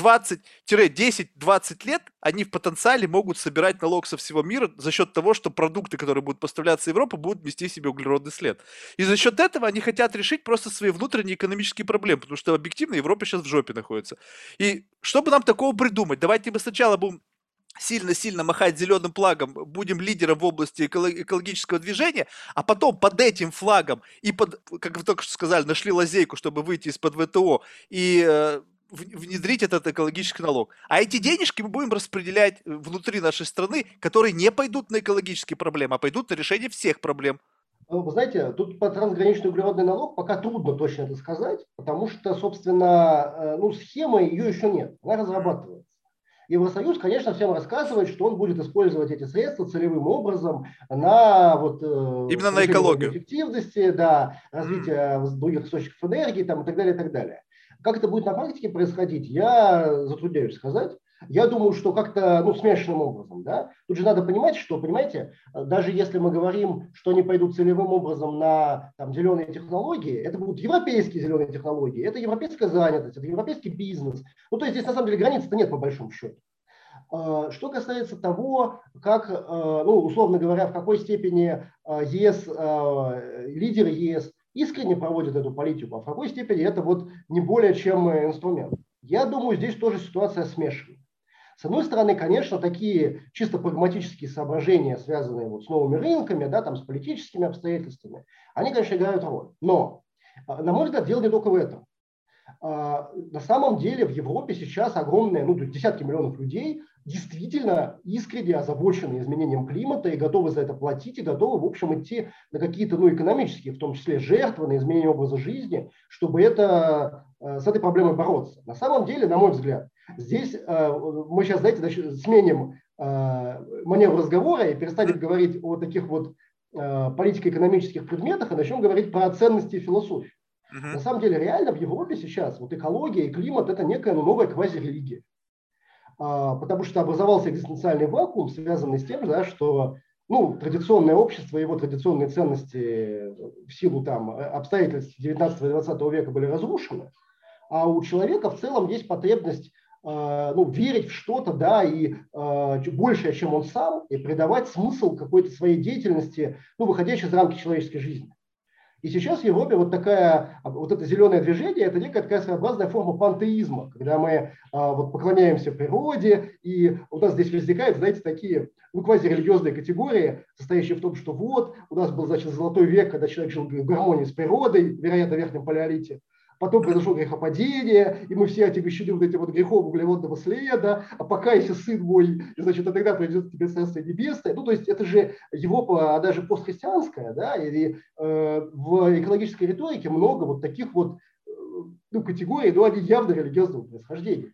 20-10-20 лет они в потенциале могут собирать налог со всего мира за счет того, что продукты, которые будут поставляться в Европу, будут нести в себе углеродный след. И за счет этого они хотят решить просто свои внутренние экономические проблемы, потому что объективно Европа сейчас в жопе находится. И чтобы нам такого придумать, давайте мы сначала будем сильно-сильно махать зеленым флагом, будем лидером в области экологического движения, а потом под этим флагом и под, как вы только что сказали, нашли лазейку, чтобы выйти из-под ВТО и внедрить этот экологический налог. А эти денежки мы будем распределять внутри нашей страны, которые не пойдут на экологические проблемы, а пойдут на решение всех проблем. Вы знаете, тут по трансграничный углеродный налог пока трудно точно это сказать, потому что, собственно, ну, схемы ее еще нет, она разрабатывается. Евросоюз, конечно, всем рассказывает, что он будет использовать эти средства целевым образом на вот, Именно на повышение уровня экологию. эффективности, да, развитие других источников энергии там, и так далее, и так далее. Как это будет на практике происходить, я затрудняюсь сказать. Я думаю, что как-то ну, смешанным образом. Да? Тут же надо понимать, что, понимаете, даже если мы говорим, что они пойдут целевым образом на там, зеленые технологии, это будут европейские зеленые технологии, это европейская занятость, это европейский бизнес. Ну, то есть здесь на самом деле границ-то нет по большому счету. Что касается того, как, ну, условно говоря, в какой степени ЕС, лидеры ЕС искренне проводят эту политику, а в какой степени это вот не более чем инструмент. Я думаю, здесь тоже ситуация смешана. С одной стороны, конечно, такие чисто прагматические соображения, связанные вот с новыми рынками, да, там, с политическими обстоятельствами, они, конечно, играют роль. Но, на мой взгляд, дело не только в этом. На самом деле в Европе сейчас огромное, ну, десятки миллионов людей действительно искренне озабочены изменением климата и готовы за это платить, и готовы, в общем, идти на какие-то, ну, экономические, в том числе, жертвы, на изменение образа жизни, чтобы с этой проблемой бороться. На самом деле, на мой взгляд, здесь мы сейчас, знаете, сменим манеру разговора и перестанем говорить о таких вот политико-экономических предметах и начнем говорить про ценности и философию. На самом деле, реально в Европе сейчас вот экология и климат – это некая новая квазирелигия. Потому что образовался экзистенциальный вакуум, связанный с тем, да, что ну, традиционное общество, его традиционные ценности в силу там, обстоятельств 19 и 20 века были разрушены, а у человека в целом есть потребность ну, верить в что-то, да, и большее, чем он сам, и придавать смысл какой-то своей деятельности, ну, выходящей за рамки человеческой жизни. И сейчас в Европе вот это зеленое движение, это некая такая своеобразная форма пантеизма, когда мы вот поклоняемся природе, и у нас здесь возникают, знаете, такие ну, квазирелигиозные категории, состоящие в том, что вот у нас был, значит, золотой век, когда человек жил в гармонии с природой, вероятно, в верхнем палеолите. Потом произошло грехопадение, и мы все отягощены вот этим вот грехом углеводного следа, а покайся, сын мой, и, значит, и тогда придет тебе Царствие Небесное. Ну, то есть это же Европа, даже постхристианская, да, и в экологической риторике много вот таких вот ну, категорий, но они явно религиозного происхождения.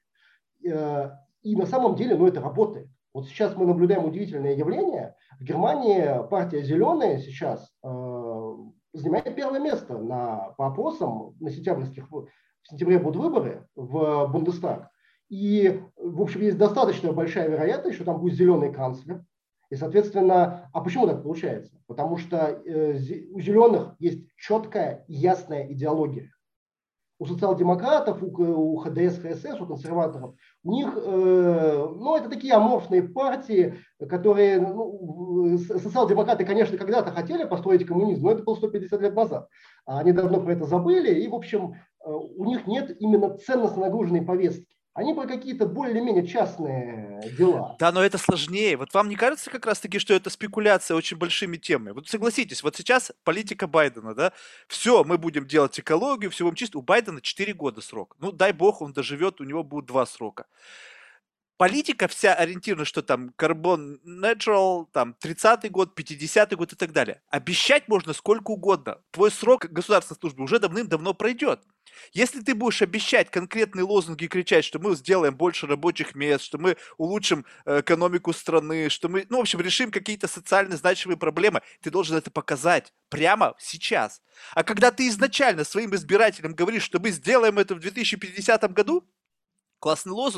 И на самом деле, ну, это работает. Вот сейчас мы наблюдаем удивительное явление. В Германии партия «Зеленая» сейчас занимает первое место по опросам на сентябрьских. В сентябре будут выборы в Бундестаг. И, в общем, есть достаточно большая вероятность, что там будет зеленый канцлер. И, соответственно, а почему так получается? Потому что у зеленых есть четкая, ясная идеология. У социал-демократов, у ХДС, ХСС, у консерваторов, у них, ну, это такие аморфные партии, которые, ну, социал-демократы, конечно, когда-то хотели построить коммунизм, но это было 150 лет назад. Они давно про это забыли, и, в общем, у них нет именно ценностно нагруженной повестки. Они про какие-то более-менее частные дела. Да, но это сложнее. Вот вам не кажется как раз-таки, что это спекуляция очень большими темами? Вот согласитесь, вот сейчас политика Байдена, да, все, мы будем делать экологию, все будем чисто. У Байдена 4 года срок. Ну, дай бог, он доживет, у него будет 2 срока. Политика вся ориентирована, что там carbon neutral, там 30-й год, 50-й год и так далее. Обещать можно сколько угодно. Твой срок государственной службы уже давным-давно пройдет. Если ты будешь обещать конкретные лозунги и кричать, что мы сделаем больше рабочих мест, что мы улучшим экономику страны, что мы, ну, в общем, решим какие-то социально значимые проблемы, ты должен это показать прямо сейчас. А когда ты изначально своим избирателям говоришь, что мы сделаем это в 2050 году, классный лозунг,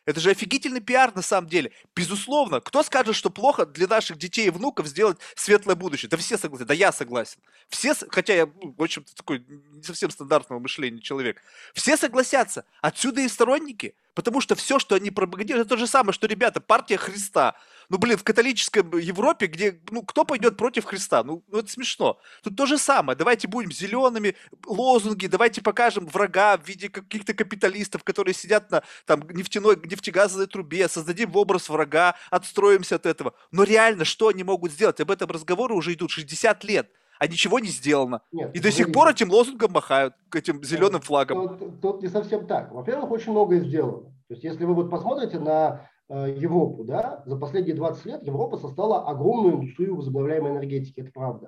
Это же офигительный пиар на самом деле. Безусловно, кто скажет, что плохо для наших детей и внуков сделать светлое будущее? Да все согласны, да я согласен. Хотя я, в общем-то, такой не совсем стандартного мышления человек. Все согласятся. Отсюда и сторонники. Потому что все, что они пропагандируют, это то же самое, что, ребята, партия Христа. Ну, блин, в католической Европе, где, ну, кто пойдет против Христа? Ну, это смешно. Тут то же самое. Давайте будем зелеными, лозунги, давайте покажем врага в виде каких-то капиталистов, которые сидят на там нефтегазовой трубе, создадим образ врага, отстроимся от этого. Но реально, что они могут сделать? Об этом разговоры уже идут 60 лет, а ничего не сделано. Нет, И до сих пор погодите. этим лозунгом махают, этим зеленым флагом. Тут не совсем так. Во-первых, очень многое сделано. То есть, если вы вот посмотрите на Европу, да, за последние 20 лет Европа создала огромную индустрию возобновляемой энергетики, это правда.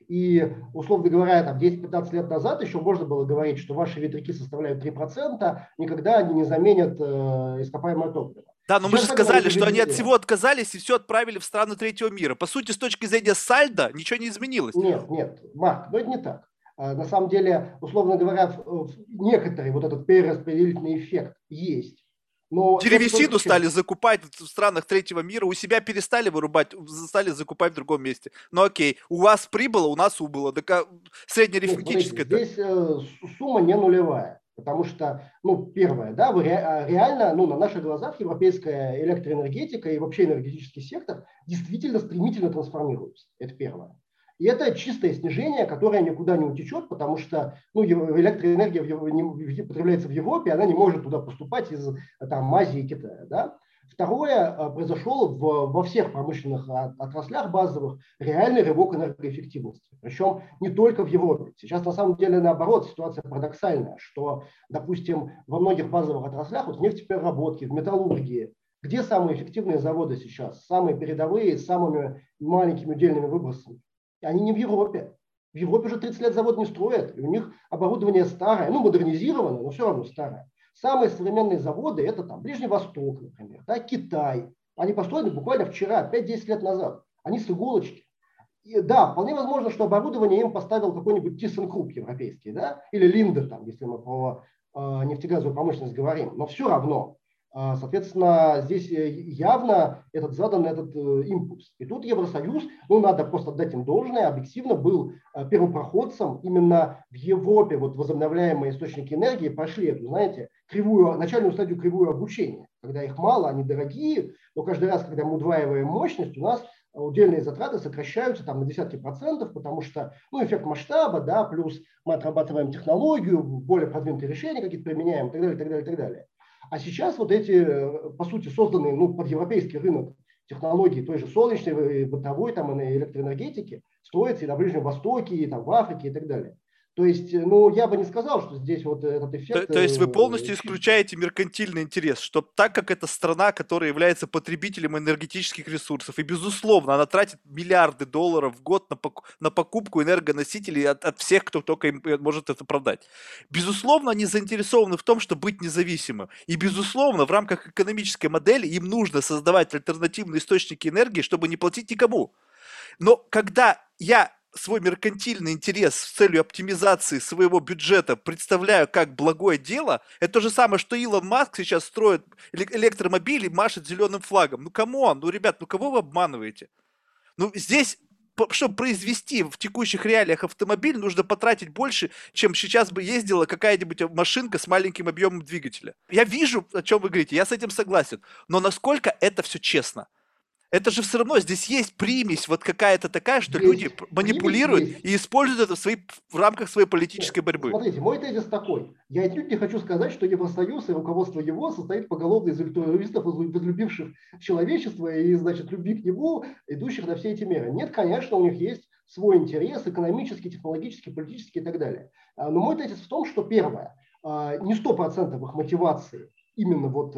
И, условно говоря, там 10-15 лет назад еще можно было говорить, что ваши ветряки составляют 3%, никогда они не заменят ископаемое топливо. Да, но мы Сейчас же так говорить сказали, уже что они от нельзя. всего отказались и все отправили в страны третьего мира. По сути, с точки зрения сальдо, ничего не изменилось. Нет, нет, Марк, но это не так. На самом деле, условно говоря, некоторый вот этот перераспределительный эффект есть. Но это только Деревесину стали часть. закупать в странах третьего мира, у себя перестали вырубать, стали закупать в другом месте. Ну окей, у вас прибыло, у нас убыло. Так Нет, смотрите, среднеарифметическое-то. здесь сумма не нулевая. Потому что, ну, первое, да, вы реально, ну, на наших глазах европейская электроэнергетика и вообще энергетический сектор действительно стремительно трансформируется. Это первое. И это чистое снижение, которое никуда не утечет, потому что, ну, электроэнергия потребляется в Европе, она не может туда поступать из там, Азии и Китая, да. Второе, произошел во всех промышленных отраслях базовых реальный рывок энергоэффективности. Причем не только в Европе. Сейчас на самом деле наоборот ситуация парадоксальная, что, допустим, во многих базовых отраслях, вот в нефтепереработке, в металлургии, где самые эффективные заводы сейчас, самые передовые, с самыми маленькими удельными выбросами? Они не в Европе. В Европе уже 30 лет завод не строят, и у них оборудование старое, ну, модернизированное, но все равно старое. Самые современные заводы – это там Ближний Восток, например, да, Китай. Они построены буквально вчера, 5-10 лет назад. Они с иголочки. И, да, вполне возможно, что оборудование им поставил какой-нибудь ThyssenKrupp европейский, да, или Линдер, там, если мы про нефтегазовую промышленность говорим. Но все равно, соответственно, здесь явно задан этот импульс. И тут Евросоюз, ну, надо просто отдать им должное, объективно был первопроходцем именно в Европе. Вот возобновляемые источники энергии прошли эту, знаете, начальную стадию кривую обучения. Когда их мало, они дорогие, но каждый раз, когда мы удваиваем мощность, у нас удельные затраты сокращаются там на десятки процентов, потому что, ну, эффект масштаба, да, плюс мы отрабатываем технологию, более продвинутые решения какие-то применяем и так далее, и так далее, и так далее. А сейчас вот эти, по сути, созданные, ну, под европейский рынок технологии той же солнечной, бытовой там, электроэнергетики строятся и на Ближнем Востоке, и там в Африке и так далее. То есть, ну, я бы не сказал, что здесь вот этот эффект... То есть вы полностью исключаете меркантильный интерес, что так как это страна, которая является потребителем энергетических ресурсов, и безусловно она тратит миллиарды долларов в год на покупку энергоносителей от всех, кто только им может это продать. Безусловно, они заинтересованы в том, чтобы быть независимым. И безусловно, в рамках экономической модели им нужно создавать альтернативные источники энергии, чтобы не платить никому. Но когда я свой меркантильный интерес с целью оптимизации своего бюджета представляю как благое дело, это то же самое, что Илон Маск сейчас строит электромобили и машет зеленым флагом. Ну, камон, ну, ребят, ну, кого вы обманываете? Ну, здесь, чтобы произвести в текущих реалиях автомобиль, нужно потратить больше, чем сейчас бы ездила какая-нибудь машинка с маленьким объемом двигателя. Я вижу, о чем вы говорите, я с этим согласен. Но насколько это все честно? Это же все равно, здесь есть примесь вот какая-то такая, что люди Есть, примесь манипулируют есть. и используют это в рамках своей Нет, политической борьбы. смотрите, мой тезис такой. Я отнюдь не хочу сказать, что Евросоюз и руководство его состоит поголовно из альтруистов, возлюбивших человечество и, значит, любви к нему, идущих на все эти меры. Нет, конечно, у них есть свой интерес, экономический, технологический, политический и так далее. Но мой тезис в том, что первое, не 100% их мотивации именно вот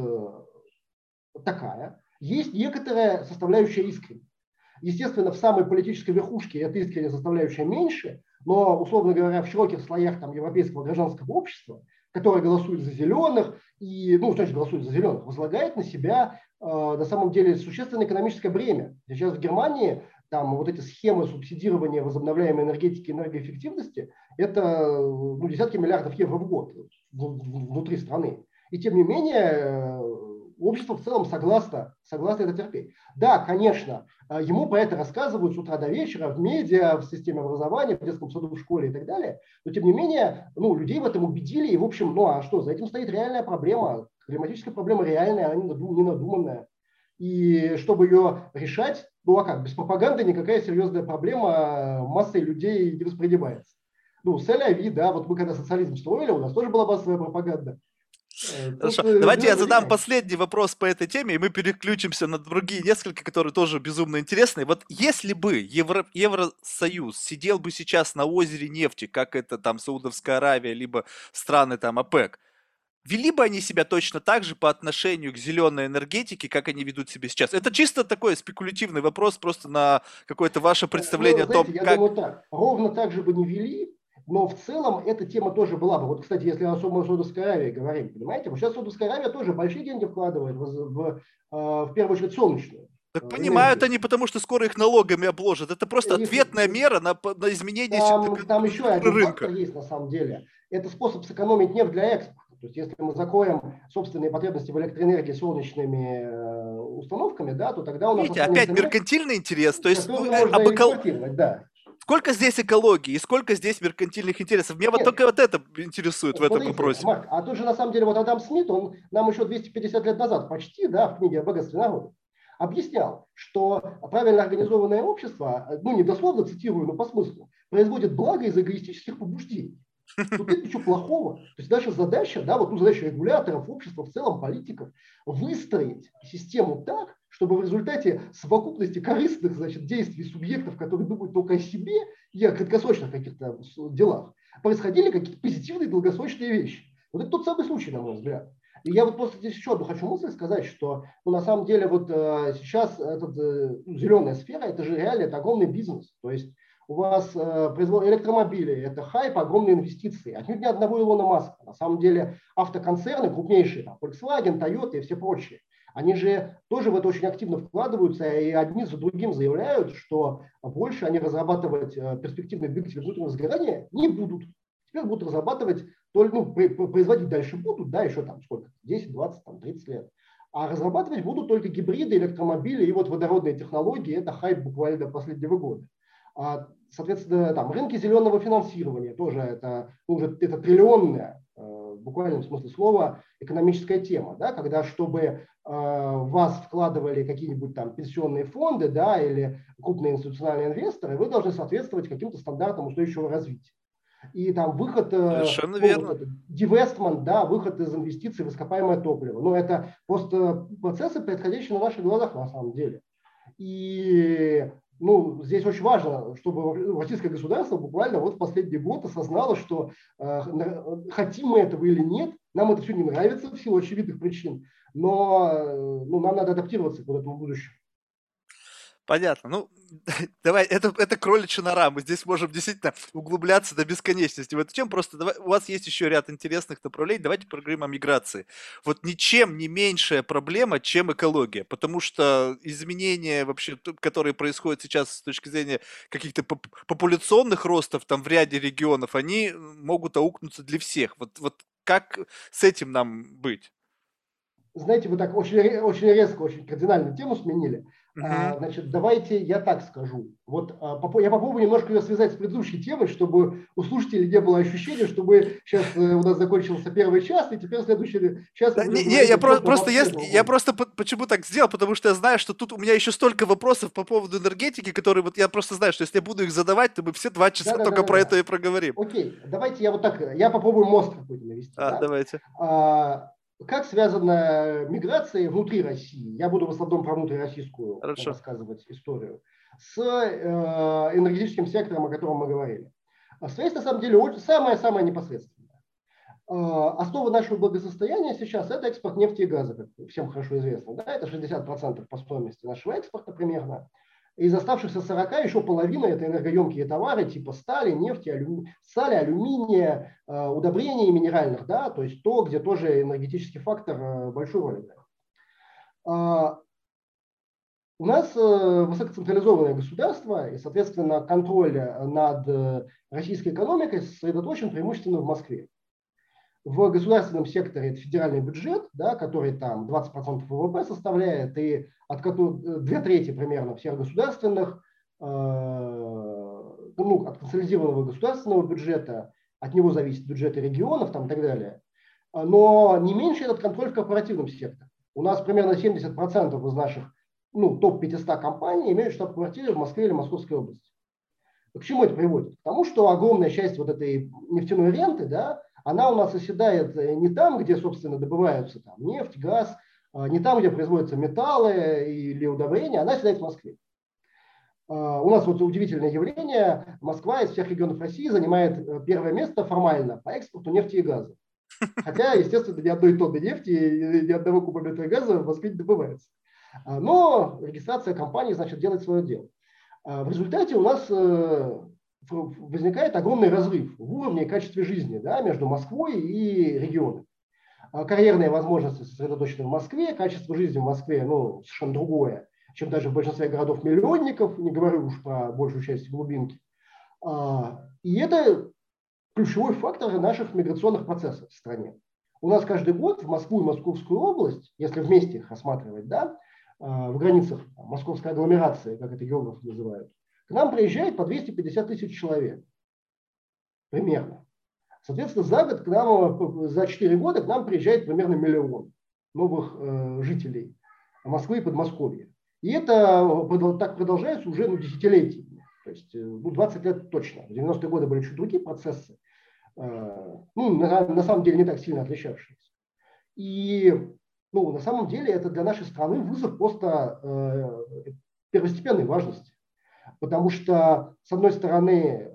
такая. Есть некоторая составляющая искренность. Естественно, в самой политической верхушке эта искренняя составляющая меньше, но, условно говоря, в широких слоях там, европейского гражданского общества, которое голосует за зеленых, и, ну, значит, голосует за зеленых, возлагает на себя на самом деле существенное экономическое бремя. Сейчас в Германии там вот эти схемы субсидирования возобновляемой энергетики и энергоэффективности, это десятки миллиардов евро в год внутри страны. И тем не менее, общество в целом согласно это терпеть. Да, конечно, ему про это рассказывают с утра до вечера в медиа, в системе образования, в детском саду, в школе и так далее. Но тем не менее, людей в этом убедили. И в общем, а что, за этим стоит реальная проблема. Климатическая проблема реальная, она не надуманная. И чтобы ее решать, а как, без пропаганды никакая серьезная проблема массой людей не воспринимается. Сель-ави, да, вот мы когда социализм строили, у нас тоже была массовая пропаганда. Хорошо. Давайте я задам последний вопрос по этой теме, и мы переключимся на другие несколько, которые тоже безумно интересные. Вот если бы Евросоюз сидел бы сейчас на озере нефти, как это там Саудовская Аравия, либо страны там ОПЕК, вели бы они себя точно так же по отношению к зеленой энергетике, как они ведут себя сейчас? Это чисто такой спекулятивный вопрос, просто на какое-то ваше представление о том, знаете, я как... думаю так, ровно так же бы не вели, но в целом эта тема тоже была бы. Вот, кстати, если о Саудовской Аравии говорим, понимаете, вот сейчас Саудовская Аравия тоже большие деньги вкладывает в первую очередь солнечную Так понимают энергию. они, потому что скоро их налогами обложат. Это просто ответная мера на изменение Там еще структуры один фактор рынка. есть на самом деле. Это способ сэкономить нефть для экспорта. То есть если мы закроем собственные потребности в электроэнергии солнечными установками, да, то тогда у нас Видите, опять останется нефть, меркантильный интерес. То есть которую можно экспортировать, да. сколько здесь экологии и сколько здесь меркантильных интересов? Меня вот Нет, только вот это интересует в этом смотрите, вопросе. Марк, а тут же на самом деле вот Адам Смит, он нам еще 250 лет назад почти, да, в книге о богатстве народа, объяснял, что правильно организованное общество, не дословно цитирую, но по смыслу, производит благо из эгоистических побуждений. Тут нет ничего плохого. То есть наша задача, да, задача регуляторов, общества, в целом политиков, выстроить систему так, чтобы в результате совокупности корыстных, действий субъектов, которые думают только о себе и о краткосрочных каких-то делах, происходили какие-то позитивные долгосрочные вещи. Вот это тот самый случай, на мой взгляд. И я просто здесь еще одну хочу мысль сказать, что на самом деле сейчас зеленая сфера, это же реально это огромный бизнес. То есть у вас электромобили, это хайп, огромные инвестиции. Отнюдь ни одного Илона Маска. На самом деле автоконцерны крупнейшие, там, Volkswagen, Toyota и все прочие, они же тоже в это очень активно вкладываются и одни за другим заявляют, что больше они разрабатывать перспективные двигатели внутреннего сгорания не будут. Теперь будут разрабатывать, производить дальше будут, да, еще там сколько, 10, 20, 30 лет. А разрабатывать будут только гибриды, электромобили и водородные технологии. Это хайп буквально до последнего года. Соответственно, там рынки зеленого финансирования тоже это триллионная, в буквальном смысле слова, экономическая тема, да, когда чтобы в вас вкладывали какие-нибудь там пенсионные фонды, да, или крупные институциональные инвесторы, вы должны соответствовать каким-то стандартам устойчивого развития. И там выход, Совершенно верно. divestment, да, выход из инвестиций в ископаемое топливо. Но это просто процессы, происходящие на наших глазах на самом деле. И здесь очень важно, чтобы российское государство буквально в последний год осознало, что хотим мы этого или нет, нам это все не нравится в силу очевидных причин, но нам надо адаптироваться к этому будущему. Понятно. Давай, это кроличья нора. Мы здесь можем действительно углубляться до бесконечности в эту тему. Просто у вас есть еще ряд интересных направлений. Давайте поговорим о миграции. Вот ничем не меньшая проблема, чем экология. Потому что изменения вообще, которые происходят сейчас с точки зрения каких-то популяционных ростов там в ряде регионов, они могут аукнуться для всех. Вот как с этим нам быть? Знаете, вы так очень резко, очень кардинально тему сменили. Значит, давайте я так скажу. Я попробую немножко ее связать с предыдущей темой, чтобы у слушателей не было ощущения, чтобы сейчас у нас закончился первый час, и теперь следующий час мы будем говорить я просто почему так сделал, потому что я знаю, что тут у меня еще столько вопросов по поводу энергетики, которые я просто знаю, что если я буду их задавать, то мы все 2 часа только про это и проговорим. Окей, давайте я попробую мост какой-то навести. Давайте. Как связана миграция внутри России, я буду в основном про внутрироссийскую рассказывать историю, с энергетическим сектором, о котором мы говорили. Связь на самом деле самая-самая непосредственная. Основа нашего благосостояния сейчас – это экспорт нефти и газа, как всем хорошо известно. Да? Это 60% по стоимости нашего экспорта примерно. Из оставшихся 40 еще половина – это энергоемкие товары типа стали, нефти, алюминия, удобрений минеральных, да, то есть то, где тоже энергетический фактор большую роль играет. У нас высокоцентрализованное государство, и, соответственно, контроль над российской экономикой сосредоточен преимущественно в Москве. В государственном секторе это федеральный бюджет, да, который там 20% ВВП составляет, и от которого 2/3 примерно всех государственных, ну, от консолидированного государственного бюджета, от него зависят бюджеты регионов там, и так далее. Но не меньше этот контроль в корпоративном секторе. У нас примерно 70% из наших топ-500 компаний имеют штаб-квартиры в Москве или Московской области. К чему это приводит? К тому, что огромная часть вот этой нефтяной ренты, да, она у нас оседает не там, где, собственно, добываются там, нефть, газ, не там, где производятся металлы или удобрения, она оседает в Москве. У нас вот удивительное явление. Москва из всех регионов России занимает первое место формально по экспорту нефти и газа. Хотя, естественно, ни одной тонны нефти и ни одного кубометра газа в Москве не добывается. Но регистрация компании, значит, делает свое дело. В результате у нас возникает огромный разрыв в уровне и качестве жизни, да, между Москвой и регионами. Карьерные возможности сосредоточены в Москве, качество жизни в Москве совершенно другое, чем даже в большинстве городов-миллионников, не говорю уж про большую часть глубинки. И это ключевой фактор наших миграционных процессов в стране. У нас каждый год в Москву и Московскую область, если вместе их рассматривать, да, в границах московской агломерации, как это географы называют, к нам приезжает по 250 тысяч человек. Примерно. Соответственно, за год к нам, за 4 года к нам приезжает примерно 1 миллион новых жителей Москвы и Подмосковья. И это так продолжается уже десятилетиями. То есть 20 лет точно. В 90-е годы были чуть другие процессы, на самом деле не так сильно отличавшиеся. И на самом деле это для нашей страны вызов просто первостепенной важности. Потому что, с одной стороны,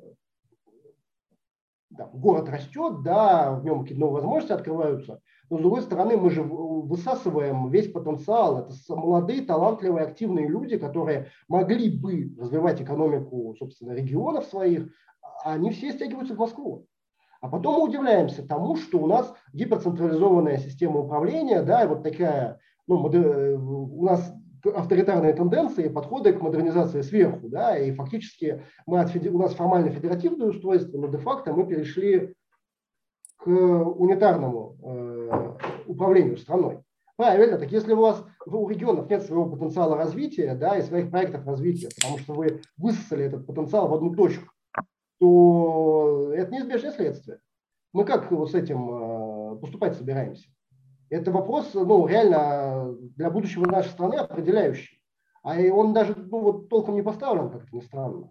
да, город растет, да, в нем какие-то новые возможности открываются, но с другой стороны мы же высасываем весь потенциал. Это молодые, талантливые, активные люди, которые могли бы развивать экономику, собственно, регионов своих, а они все стягиваются в Москву. А потом мы удивляемся тому, что у нас гиперцентрализованная система управления, да, и вот такая, у нас авторитарные тенденции, подходы к модернизации сверху, да, и фактически у нас формально федеративное устройство, но де-факто мы перешли к унитарному управлению страной. Правильно, так если у регионов нет своего потенциала развития, да, и своих проектов развития, потому что вы высосали этот потенциал в одну точку, то это неизбежное следствие. Мы как с этим поступать собираемся? Это вопрос, реально для будущего нашей страны определяющий. А и он даже толком не поставлен, как это ни странно.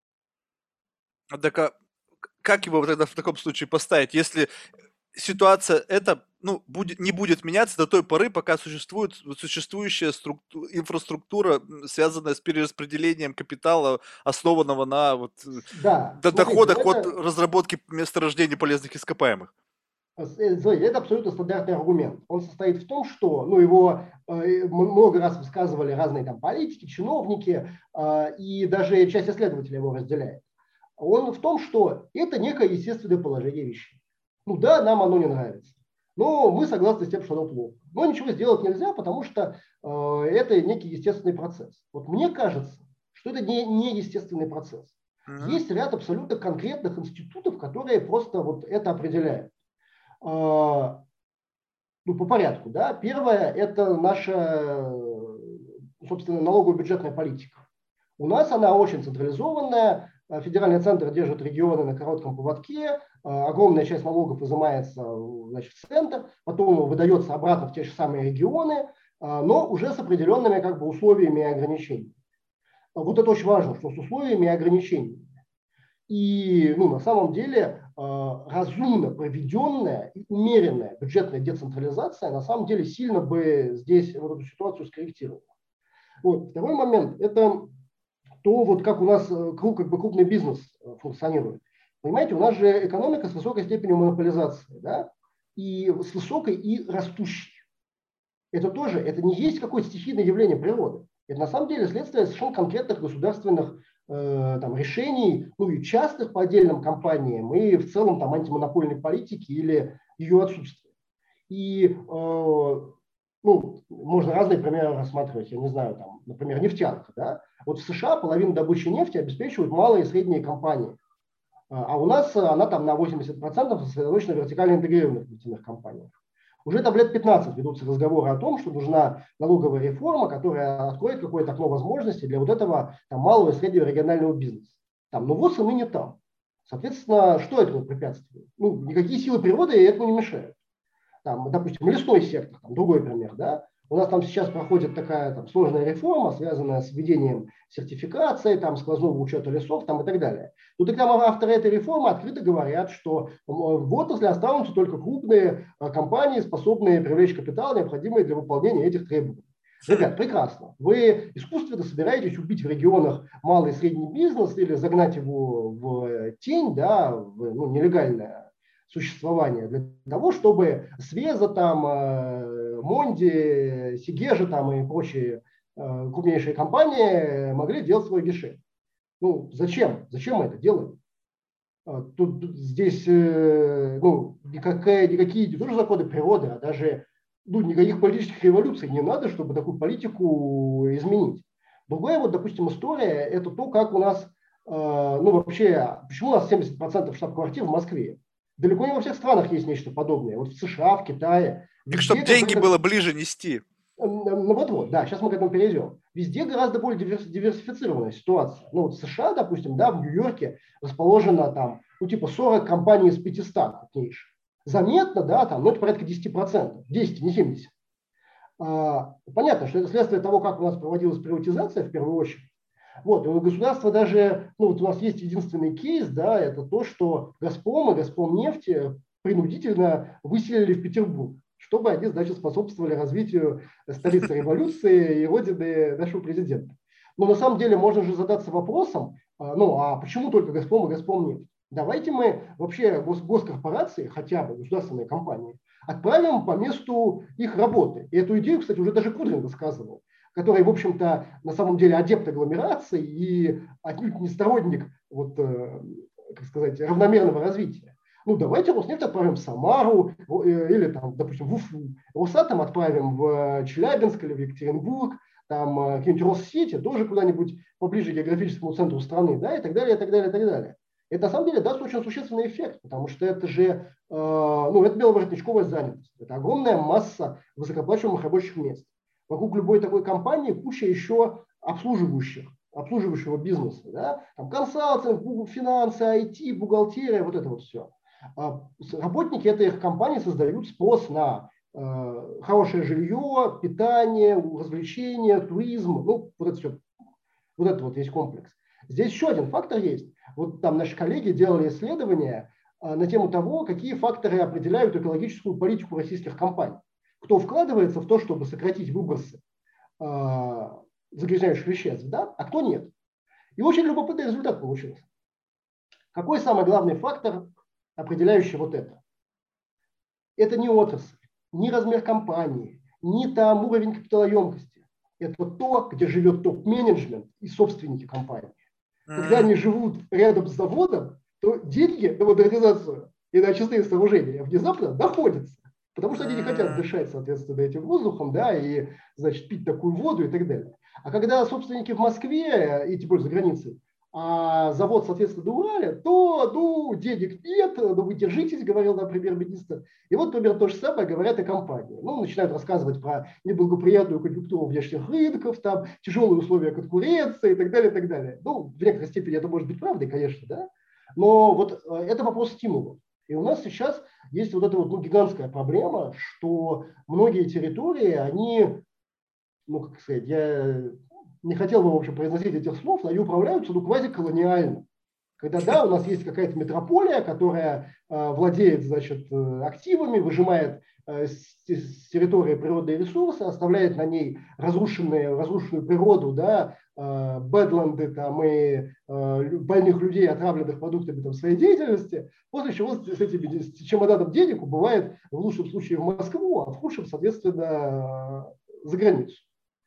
Так как его тогда в таком случае поставить, если ситуация эта не будет меняться до той поры, пока существует существующая инфраструктура, связанная с перераспределением капитала, основанного на Да, доходах от разработки месторождений полезных ископаемых? Это абсолютно стандартный аргумент. Он состоит в том, что его много раз высказывали разные там политики, чиновники, и даже часть исследователей его разделяет. Он в том, что это некое естественное положение вещей. Да, нам оно не нравится, но мы согласны с тем, что оно плохо. Но ничего сделать нельзя, потому что это некий естественный процесс. Вот мне кажется, что это не естественный процесс. Есть ряд абсолютно конкретных институтов, которые просто это определяют. По порядку. Да? Первое – это наша, собственно, налогово-бюджетная политика. У нас она очень централизованная. Федеральный центр держит регионы на коротком поводке. Огромная часть налогов изымается, значит, в центр, потом выдается обратно в те же самые регионы, но уже с определенными условиями и ограничениями. Вот это очень важно, что с условиями и ограничениями. И на самом деле разумно проведенная и умеренная бюджетная децентрализация на самом деле сильно бы здесь эту ситуацию скорректировала. Второй момент – это то, как у нас крупный бизнес функционирует. Понимаете, у нас же экономика с высокой степенью монополизации, да? И с высокой и растущей. Это не есть какое-то стихийное явление природы. Это на самом деле следствие совершенно конкретных государственных решений, и частных по отдельным компаниям, и в целом антимонопольной политики или ее отсутствия. И можно разные примеры рассматривать, я не знаю, например, нефтянка. Да? В США половину добычи нефти обеспечивают малые и средние компании. А у нас она там на 80% сосредоточена в вертикально интегрированных нефтяных компаниях. Уже там лет 15 ведутся разговоры о том, что нужна налоговая реформа, которая откроет какое-то окно возможностей для вот этого там, малого и среднего регионального бизнеса. Там, но ВОЗ и ныне там. Соответственно, что этому препятствует? Ну, никакие силы природы этому не мешают. Там, допустим, лесной сектор, там, другой пример, да, у нас там сейчас проходит такая там, сложная реформа, связанная с введением сертификации, там, сквозного учета лесов там, и так далее. Но тогда авторы этой реформы открыто говорят, что в отрасли останутся только крупные компании, способные привлечь капитал, необходимый для выполнения этих требований. Ребят, прекрасно. Вы искусственно собираетесь убить в регионах малый и средний бизнес или загнать его в тень, да, в нелегальное существования для того, чтобы Свеза, там, Монди, Сигежа там, и прочие крупнейшие компании могли делать свой гешефт. Ну, зачем? Зачем мы это делаем? Тут здесь никакие не только законы природы, а даже никаких политических революций не надо, чтобы такую политику изменить. Другая, вот, допустим, история – это то, как у нас, вообще, почему у нас 70% штаб-квартир в Москве? Далеко не во всех странах есть нечто подобное. Вот в США, в Китае, Так, чтобы везде деньги было конкретно. ближе нести. Ну вот, да, сейчас мы к этому перейдем. Везде гораздо более диверсифицированная ситуация. Ну вот в США, допустим, да, в Нью-Йорке расположено там, 40 компаний из 500 крупнейших. Заметно, да, там, это порядка 10%, 10, не 70. Понятно, что это следствие того, как у нас проводилась приватизация в первую очередь. Вот, и у государства даже, у нас есть единственный кейс, да, это то, что «Газпром» и «Газпромнефть» принудительно выселили в Петербург, чтобы они, значит, способствовали развитию столицы революции и родины нашего президента. Но на самом деле можно же задаться вопросом, а почему только «Газпром» и «Газпромнефть»? Давайте мы вообще госкорпорации, хотя бы государственные компании, отправим по месту их работы. И эту идею, кстати, уже даже Кудрин высказывал, который, в общем-то, на самом деле адепт агломерации и отнюдь не сторонник равномерного развития. Давайте Роснефть отправим в Самару или, там, допустим, в Уфу. Росатом отправим в Челябинск или в Екатеринбург, там какие-нибудь Россети, тоже куда-нибудь поближе к географическому центру страны, да, и так далее, и так далее, и так далее. Это на самом деле даст очень существенный эффект, потому что это же это беловоротничковая занятость. Это огромная масса высокооплачиваемых рабочих мест. Вокруг любой такой компании куча еще обслуживающего бизнеса. Да? Там консалтинг, финансы, IT, бухгалтерия, вот это вот все. Работники этой компании создают спрос на хорошее жилье, питание, развлечения, туризм, вот это все, вот это вот весь комплекс. Здесь еще один фактор есть. Вот там наши коллеги делали исследования на тему того, какие факторы определяют экологическую политику российских компаний. Кто вкладывается в то, чтобы сократить выбросы загрязняющих веществ, да, а кто нет. И очень любопытный результат получился. Какой самый главный фактор, определяющий вот это? Это не отрасль, не размер компании, не там уровень капиталоемкости. Это то, где живет топ-менеджмент и собственники компании. Когда они живут рядом с заводом, то деньги на модернизацию и на очистные сооружения внезапно находятся. Потому что они не хотят дышать, соответственно, этим воздухом, да, и, значит, пить такую воду и так далее. А когда собственники в Москве и тем более за границей, а завод, соответственно, на Урале, то, денег нет, вы держитесь, говорил нам премьер-министр. И вот примерно то же самое говорят и компании. Начинают рассказывать про неблагоприятную конъюнктуру внешних рынков, там, тяжелые условия конкуренции и так далее, и так далее. В некоторой степени это может быть правдой, конечно, да, но вот это вопрос стимула. И у нас сейчас есть вот эта вот гигантская проблема, что многие территории, они, как сказать, я не хотел бы, в общем, произносить этих слов, но они управляются, квазиколониально. Когда, да, у нас есть какая-то метрополия, которая владеет, значит, активами, выжимает с территории природные ресурсы, оставляет на ней разрушенную природу, да, бэдленды там, и больных людей, отравленных продуктами там, своей деятельности, после чего с этим чемоданом денег убывает в лучшем случае в Москву, а в худшем, соответственно, за границу.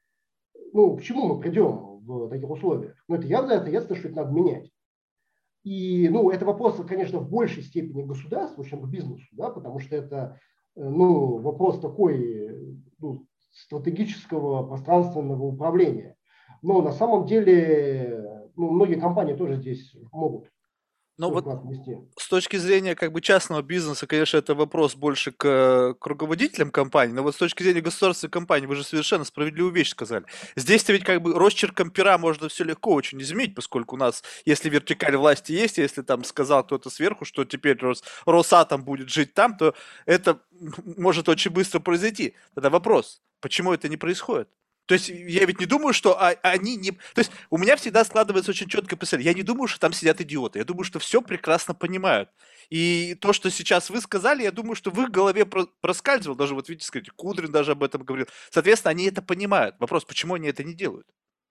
К чему мы придем в таких условиях? Это явно ответственно, что это надо менять. И, это вопрос, конечно, в большей степени государству, чем к бизнесу, да, потому что это, вопрос такой, стратегического пространственного управления. Но на самом деле, многие компании тоже здесь могут. Но свой вот вклад внести. с точки зрения как бы частного бизнеса, конечно, это вопрос больше к руководителям компании, но вот с точки зрения государственной компании, вы же совершенно справедливую вещь сказали. Здесь-то ведь как бы росчерком пера можно все легко очень изменить, поскольку у нас, если вертикаль власти есть, если там сказал кто-то сверху, что теперь Росатом будет жить там, то это может очень быстро произойти. Тогда вопрос, почему это не происходит? То есть я ведь не думаю, что они не... То есть у меня всегда складывается очень четкое представление. Я не думаю, что там сидят идиоты. Я думаю, что все прекрасно понимают. И то, что сейчас вы сказали, я думаю, что в их голове проскальзывало. Даже вот видите, сказать, Кудрин даже об этом говорил. Соответственно, они это понимают. Вопрос, почему они это не делают?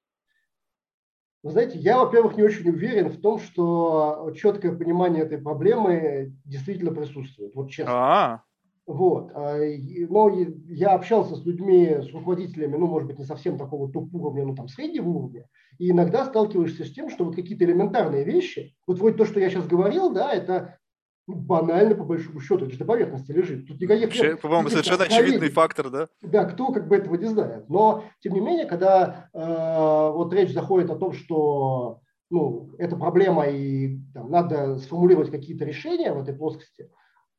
Вы знаете, я, во-первых, не очень уверен в том, что четкое понимание этой проблемы действительно присутствует. Вот честно. А, Вот. Но я общался с людьми, с руководителями, ну, может быть, не совсем такого топ-уровня, но там среднего уровня, и иногда сталкиваешься с тем, что вот какие-то элементарные вещи, вот вроде то, что я сейчас говорил, да, это ну, банально по большому счету, это же на поверхности лежит. Тут никаких вообще, нет по-моему, каких-то совершенно очевидный откровений. фактор, да? Да, кто как бы этого не знает. Но, тем не менее, когда вот речь заходит о том, что ну, это проблема и там, надо сформулировать какие-то решения в этой плоскости,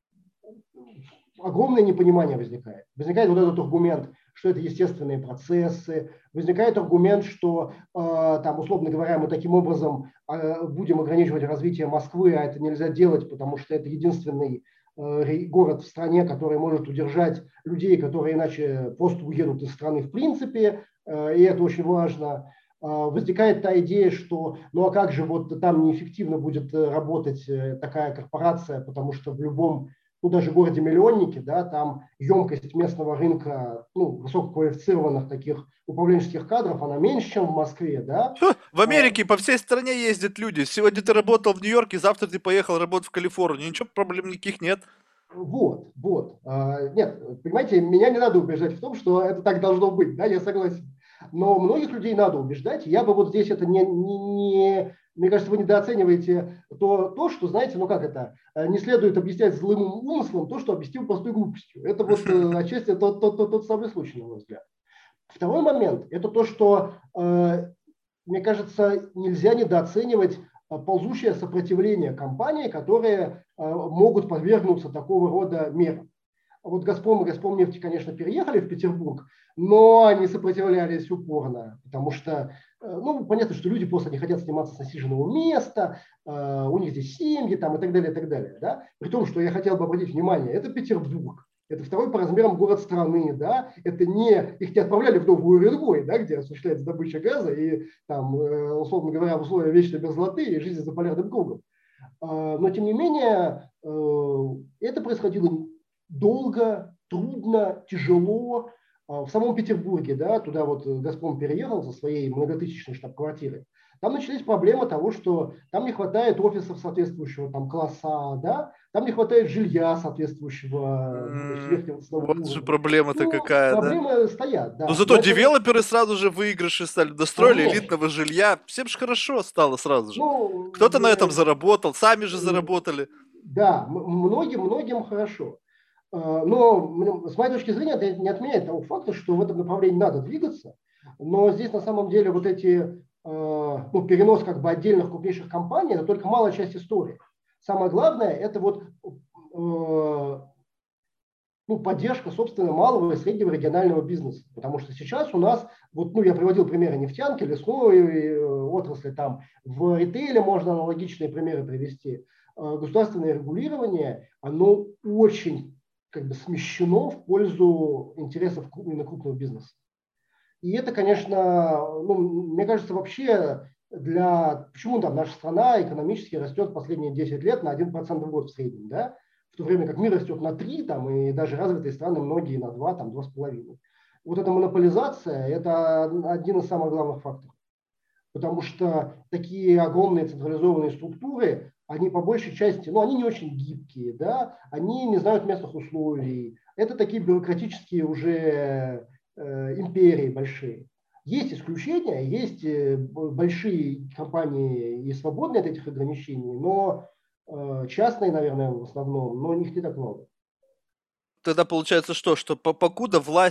огромное непонимание возникает. Возникает вот этот аргумент, что это естественные процессы, возникает аргумент, что там, условно говоря, мы таким образом будем ограничивать развитие Москвы, а это нельзя делать, потому что это единственный город в стране, который может удержать людей, которые иначе просто уедут из страны в принципе, и это очень важно. Возникает та идея, что ну а как же вот там неэффективно будет работать такая корпорация, потому что в любом ну, даже в городе-миллионнике, да, там емкость местного рынка, ну, высококвалифицированных таких управленческих кадров, она меньше, чем в Москве, да. В Америке по всей стране ездят люди. Сегодня ты работал в Нью-Йорке, завтра ты поехал работать в Калифорнию. Ничего, проблем никаких нет. Вот, вот. Нет, понимаете, меня не надо убеждать в том, что это так должно быть, да, я согласен. Но многих людей надо убеждать. Я бы вот здесь это мне кажется, вы недооцениваете что, знаете, ну как это, не следует объяснять злым умыслом то, что объяснил простой глупостью. Это вот отчасти тот самый случай, на мой взгляд. Второй момент – это то, что, мне кажется, нельзя недооценивать ползущее сопротивление компаний, которые могут подвергнуться такого рода мерам. Вот «Газпром» и «Газпромнефть», конечно, переехали в Петербург, но они сопротивлялись упорно, потому что, ну, понятно, что люди просто не хотят сниматься с насиженного места, у них здесь семьи там, и так далее, и так далее. Да? При том, что я хотел бы обратить внимание, это Петербург. Это второй по размерам город страны, да, это не, их не отправляли в Новую Уренгой, да, где осуществляется добыча газа и там, условно говоря, в условиях вечной мерзлоты и жизни за полярным кругом. Но, тем не менее, это происходило долго, трудно, тяжело. В самом Петербурге, да, туда вот «Газпром» переехал со своей многотысячной штаб-квартиры. Там начались проблемы того, что там не хватает офисов соответствующего там, класса, да, там не хватает жилья соответствующего верхнего ценового Вот же уровня. проблема-то Ну, какая, да? проблемы стоят, Но да. зато Но это, девелоперы сразу же выигрыши стали, достроили конечно, элитного жилья. Всем же хорошо стало сразу же. ну, Кто-то на этом заработал, сами же заработали. да, многим хорошо. Но с моей точки зрения это не отменяет того факта, что в этом направлении надо двигаться. Но здесь на самом деле вот эти ну, перенос как бы отдельных крупнейших компаний, это только малая часть истории. Самое главное это вот ну, поддержка, собственно, малого и среднего регионального бизнеса. Потому что сейчас у нас, вот, ну, я приводил примеры нефтянки, лесной отрасли, там в ритейле можно аналогичные примеры привести. Государственное регулирование, оно очень как бы смещено в пользу интересов именно крупного бизнеса. И это, конечно, ну, мне кажется, вообще почему там наша страна экономически растет последние 10 лет на 1% в год в среднем, да? В то время как мир растет на 3, там, и даже развитые страны многие на 2, там, 2,5. Вот эта монополизация – это один из самых главных факторов. Потому что такие огромные централизованные структуры, они по большей части, ну, они не очень гибкие, да, они не знают местных условий. Это такие бюрократические уже империи большие. Есть исключения, есть большие компании и свободные от этих ограничений, но частные, наверное, в основном, но их не так много. Тогда получается что? Что покуда власть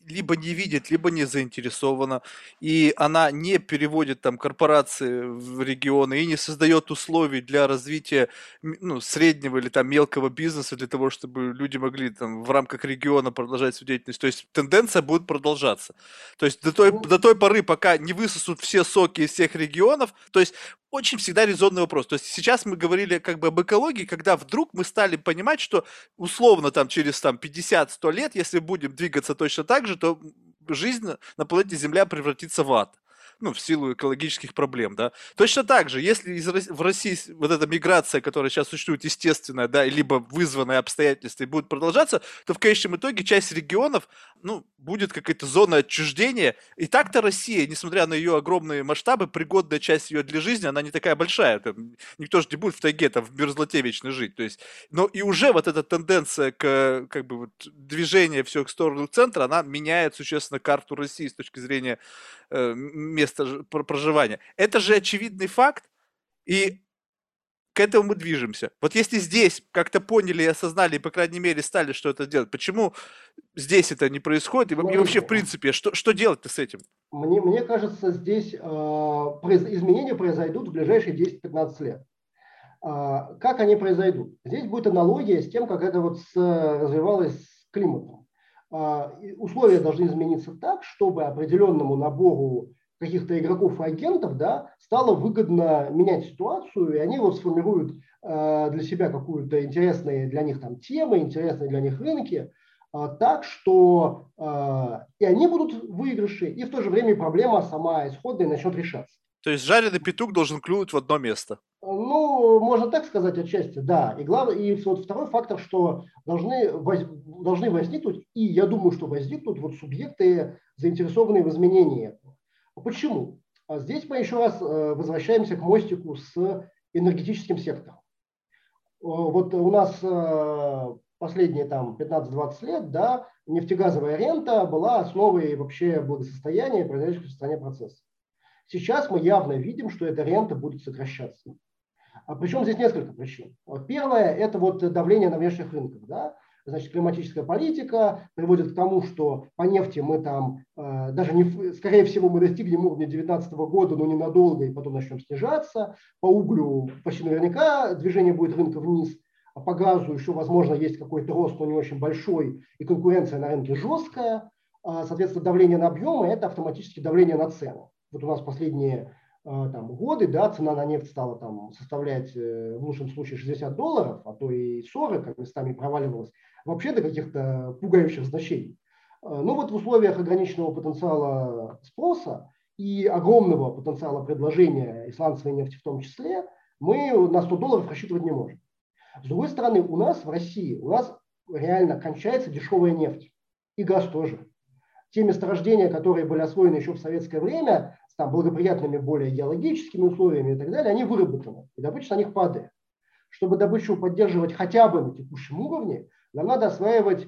либо не видит, либо не заинтересована, и она не переводит там корпорации в регионы и не создает условий для развития ну, среднего или там мелкого бизнеса для того, чтобы люди могли там в рамках региона продолжать свою деятельность. То есть тенденция будет продолжаться. То есть до той поры, пока не высосут все соки из всех регионов, то есть очень всегда резонный вопрос. То есть сейчас мы говорили как бы об экологии, когда вдруг мы стали понимать, что условно там через там 50-100 лет, если будем двигаться точно так же, то жизнь на планете Земля превратится в ад. Ну, в силу экологических проблем, да. Точно так же, если в России вот эта миграция, которая сейчас существует, естественная, да, либо вызванная обстоятельствами, будет продолжаться, то в конечном итоге часть регионов, ну, будет какая-то зона отчуждения. И так-то Россия, несмотря на ее огромные масштабы, пригодная часть ее для жизни, она не такая большая. Там, никто же не будет в тайге, там, в мерзлоте вечно жить. То есть, но и уже вот эта тенденция к, как бы, вот, движение все в сторону центра, она меняет существенно карту России с точки зрения места проживания. Это же очевидный факт, и к этому мы движемся. Вот если здесь как-то поняли и осознали, и, по крайней мере, стали что это делать, почему здесь это не происходит? И вообще, в Смотрите, принципе, что делать-то с этим? мне кажется, здесь изменения произойдут в ближайшие 10-15 лет. Как они произойдут? Здесь будет аналогия с тем, как это вот развивалось с климатом. Условия должны измениться так, чтобы определенному набору каких-то игроков и агентов, да, стало выгодно менять ситуацию, и они вот сформируют для себя какую-то интересные для них там темы, интересные для них рынки, так, что и они будут в выигрыше, и в то же время проблема сама исходная начнет решаться. То есть жареный петух должен клюнуть в одно место. Ну, можно так сказать отчасти, да. И главное, и вот второй фактор, что должны возникнуть, и я думаю, что возникнут вот субъекты, заинтересованные в изменении этого. Почему? Здесь мы еще раз возвращаемся к мостику с энергетическим сектором. Вот у нас последние там 15-20 лет, да, нефтегазовая рента была основой вообще благосостояния, происходящего в стране процесса. Сейчас мы явно видим, что эта рента будет сокращаться. Причем здесь несколько причин. Вот первое – это вот давление на внешних рынках. Да? Значит, климатическая политика приводит к тому, что по нефти мы там, даже не, скорее всего, мы достигнем уровня 2019 года, но ненадолго, и потом начнем снижаться. По углю почти наверняка движение будет рынка вниз. А по газу еще, возможно, есть какой-то рост, но не очень большой, и конкуренция на рынке жесткая. Соответственно, давление на объемы – это автоматически давление на цену. Вот у нас последние там, годы, да, цена на нефть стала там, составлять в лучшем случае $60, а то и 40, а местами проваливалась вообще до каких-то пугающих значений. Но вот в условиях ограниченного потенциала спроса и огромного потенциала предложения исландской нефти в том числе, мы на $100 рассчитывать не можем. С другой стороны, у нас в России, у нас реально кончается дешевая нефть. И газ тоже. Те месторождения, которые были освоены еще в советское время, с там, благоприятными более геологическими условиями и так далее, они выработаны. И добыча на них падает. Чтобы добычу поддерживать хотя бы на текущем уровне, нам надо осваивать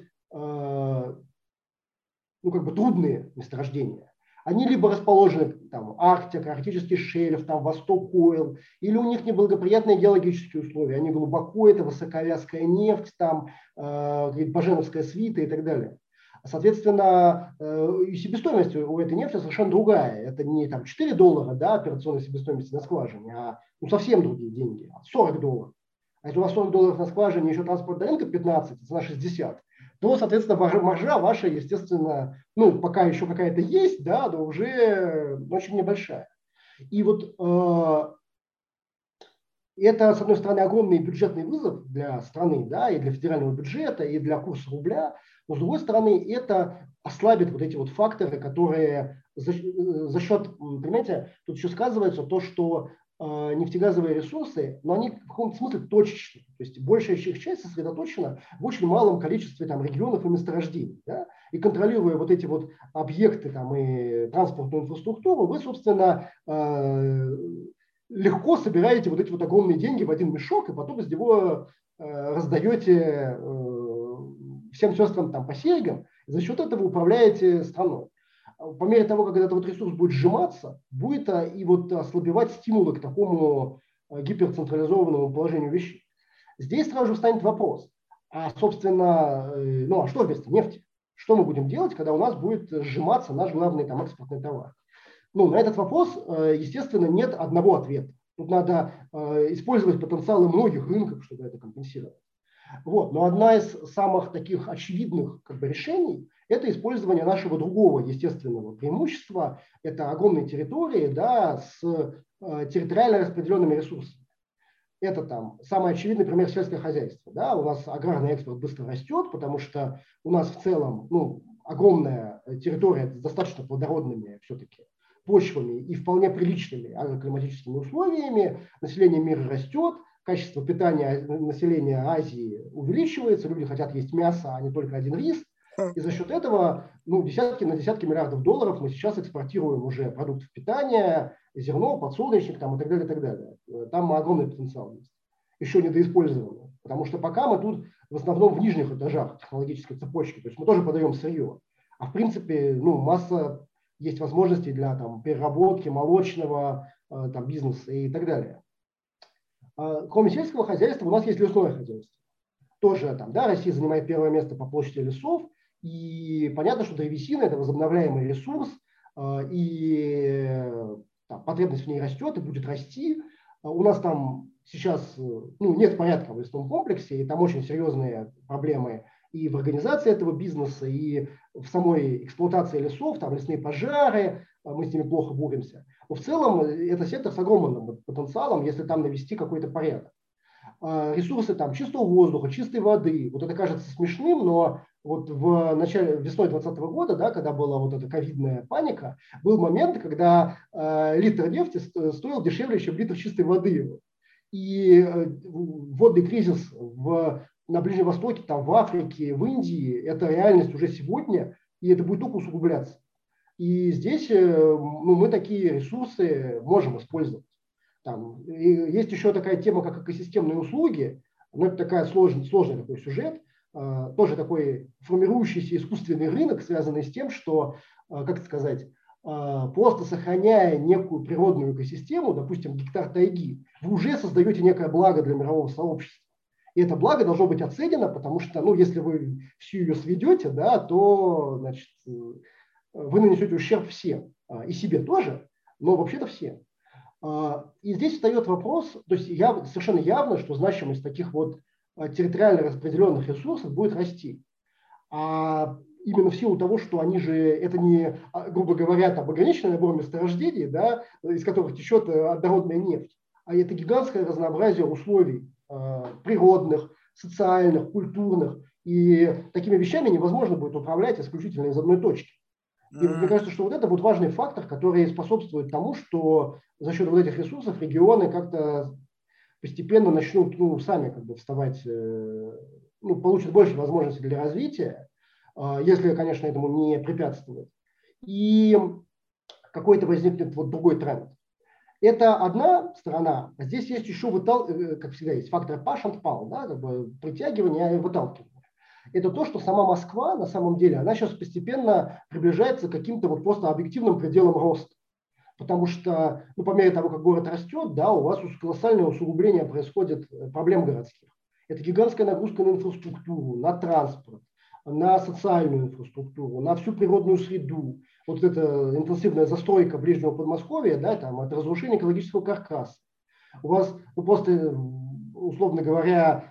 ну, как бы трудные месторождения. Они либо расположены там Арктика, Арктический шельф, там Восток Ойл, или у них неблагоприятные геологические условия. Они глубоко, это высоковязкая нефть, там Баженовская свита и так далее. Соответственно, и себестоимость у этой нефти совершенно другая. Это не там $4, да, операционной себестоимости на скважине, а ну, совсем другие деньги. $40. А если у вас $40 на скважине, еще транспортная рынка 15, цена 60, то, соответственно, маржа ваша, естественно, ну, пока еще какая-то есть, да, но уже очень небольшая. И вот это, с одной стороны, огромный бюджетный вызов для страны, да, и для федерального бюджета, и для курса рубля, но, с другой стороны, это ослабит вот эти вот факторы, которые за счет, понимаете, тут еще сказывается то, что нефтегазовые ресурсы, но они в каком-то смысле точечны. То есть большая их часть сосредоточена в очень малом количестве там, регионов и месторождений. Да? И контролируя вот эти вот объекты там, и транспортную инфраструктуру, вы, собственно, легко собираете вот эти вот огромные деньги в один мешок и потом из него раздаете всем сестрам там, по серьгам, и за счет этого управляете страной. По мере того, как этот вот ресурс будет сжиматься, будет и вот ослабевать стимулы к такому гиперцентрализованному положению вещей. Здесь сразу же встанет вопрос, а, собственно, ну а что вместо нефти? что мы будем делать, когда у нас будет сжиматься наш главный там, экспортный товар? Ну, на этот вопрос, естественно, нет одного ответа. Тут надо использовать потенциалы многих рынков, чтобы это компенсировать. Вот. Но одна из самых таких очевидных как бы, решений – это использование нашего другого естественного преимущества. Это огромные территории, да, с территориально распределенными ресурсами. Это там самый очевидный пример сельское хозяйство. Да? У нас аграрный экспорт быстро растет, потому что у нас в целом огромная территория с достаточно плодородными все-таки почвами и вполне приличными агроклиматическими условиями. Население мира растет, качество питания населения Азии увеличивается, люди хотят есть мясо, а не только один рис. И за счет этого десятки на десятки миллиардов долларов мы сейчас экспортируем уже продуктов питания, зерно, подсолнечник там, и так далее, и так далее. Там огромный потенциал есть, еще недоиспользованный. Потому что пока мы тут в основном в нижних этажах технологической цепочки, то есть мы тоже подаем сырье. А в принципе масса есть возможностей для там, переработки молочного там, бизнеса и так далее. Кроме сельского хозяйства у нас есть лесное хозяйство. Тоже там, да, Россия занимает первое место по площади лесов. И понятно, что древесина – это возобновляемый ресурс, и там, потребность в ней растет и будет расти. У нас там сейчас нет порядка в лесном комплексе, и там очень серьезные проблемы и в организации этого бизнеса, и в самой эксплуатации лесов, там лесные пожары, мы с ними плохо боремся. Но в целом это сектор с огромным потенциалом, если там навести какой-то порядок. Ресурсы там чистого воздуха, чистой воды. Вот это кажется смешным, но вот в начале весной 2020 года, да, когда была вот эта ковидная паника, был момент, когда литр нефти стоил дешевле, чем литр чистой воды. И водный кризис на Ближнем Востоке, там, в Африке, в Индии, это реальность уже сегодня, и это будет только усугубляться. И здесь мы такие ресурсы можем использовать. Там, и есть еще такая тема, как экосистемные услуги, но это такая сложный такой сюжет, тоже такой формирующийся искусственный рынок, связанный с тем, что, как сказать, просто сохраняя некую природную экосистему, допустим, гектар тайги, вы уже создаете некое благо для мирового сообщества. И это благо должно быть оценено, потому что, если вы всю ее сведете, да, то, значит, вы нанесете ущерб всем, и себе тоже, но вообще-то всем. И здесь встает вопрос, то есть совершенно явно, что значимость таких вот территориально распределенных ресурсов будет расти. А именно в силу того, что они же, это не, грубо говоря, там, ограниченный набор месторождений, да, из которых течет однородная нефть, а это гигантское разнообразие условий природных, социальных, культурных. И такими вещами невозможно будет управлять исключительно из одной точки. И мне кажется, что вот это вот важный фактор, который способствует тому, что за счет вот этих ресурсов регионы как-то постепенно начнут сами как бы вставать, получат больше возможностей для развития, если, конечно, этому не препятствовать. И какой-то возникнет вот другой тренд. Это одна сторона, а здесь есть еще, как всегда, есть фактор push and pull, да, как бы притягивание и выталкивание. Это то, что сама Москва, на самом деле, она сейчас постепенно приближается к каким-то вот просто объективным пределам роста. Потому что, по мере того, как город растет, да, у вас колоссальное усугубление происходит проблем городских. Это гигантская нагрузка на инфраструктуру, на транспорт, на социальную инфраструктуру, на всю природную среду. Вот эта интенсивная застройка ближнего Подмосковья, да, там, это разрушение экологического каркаса. У вас просто, условно говоря,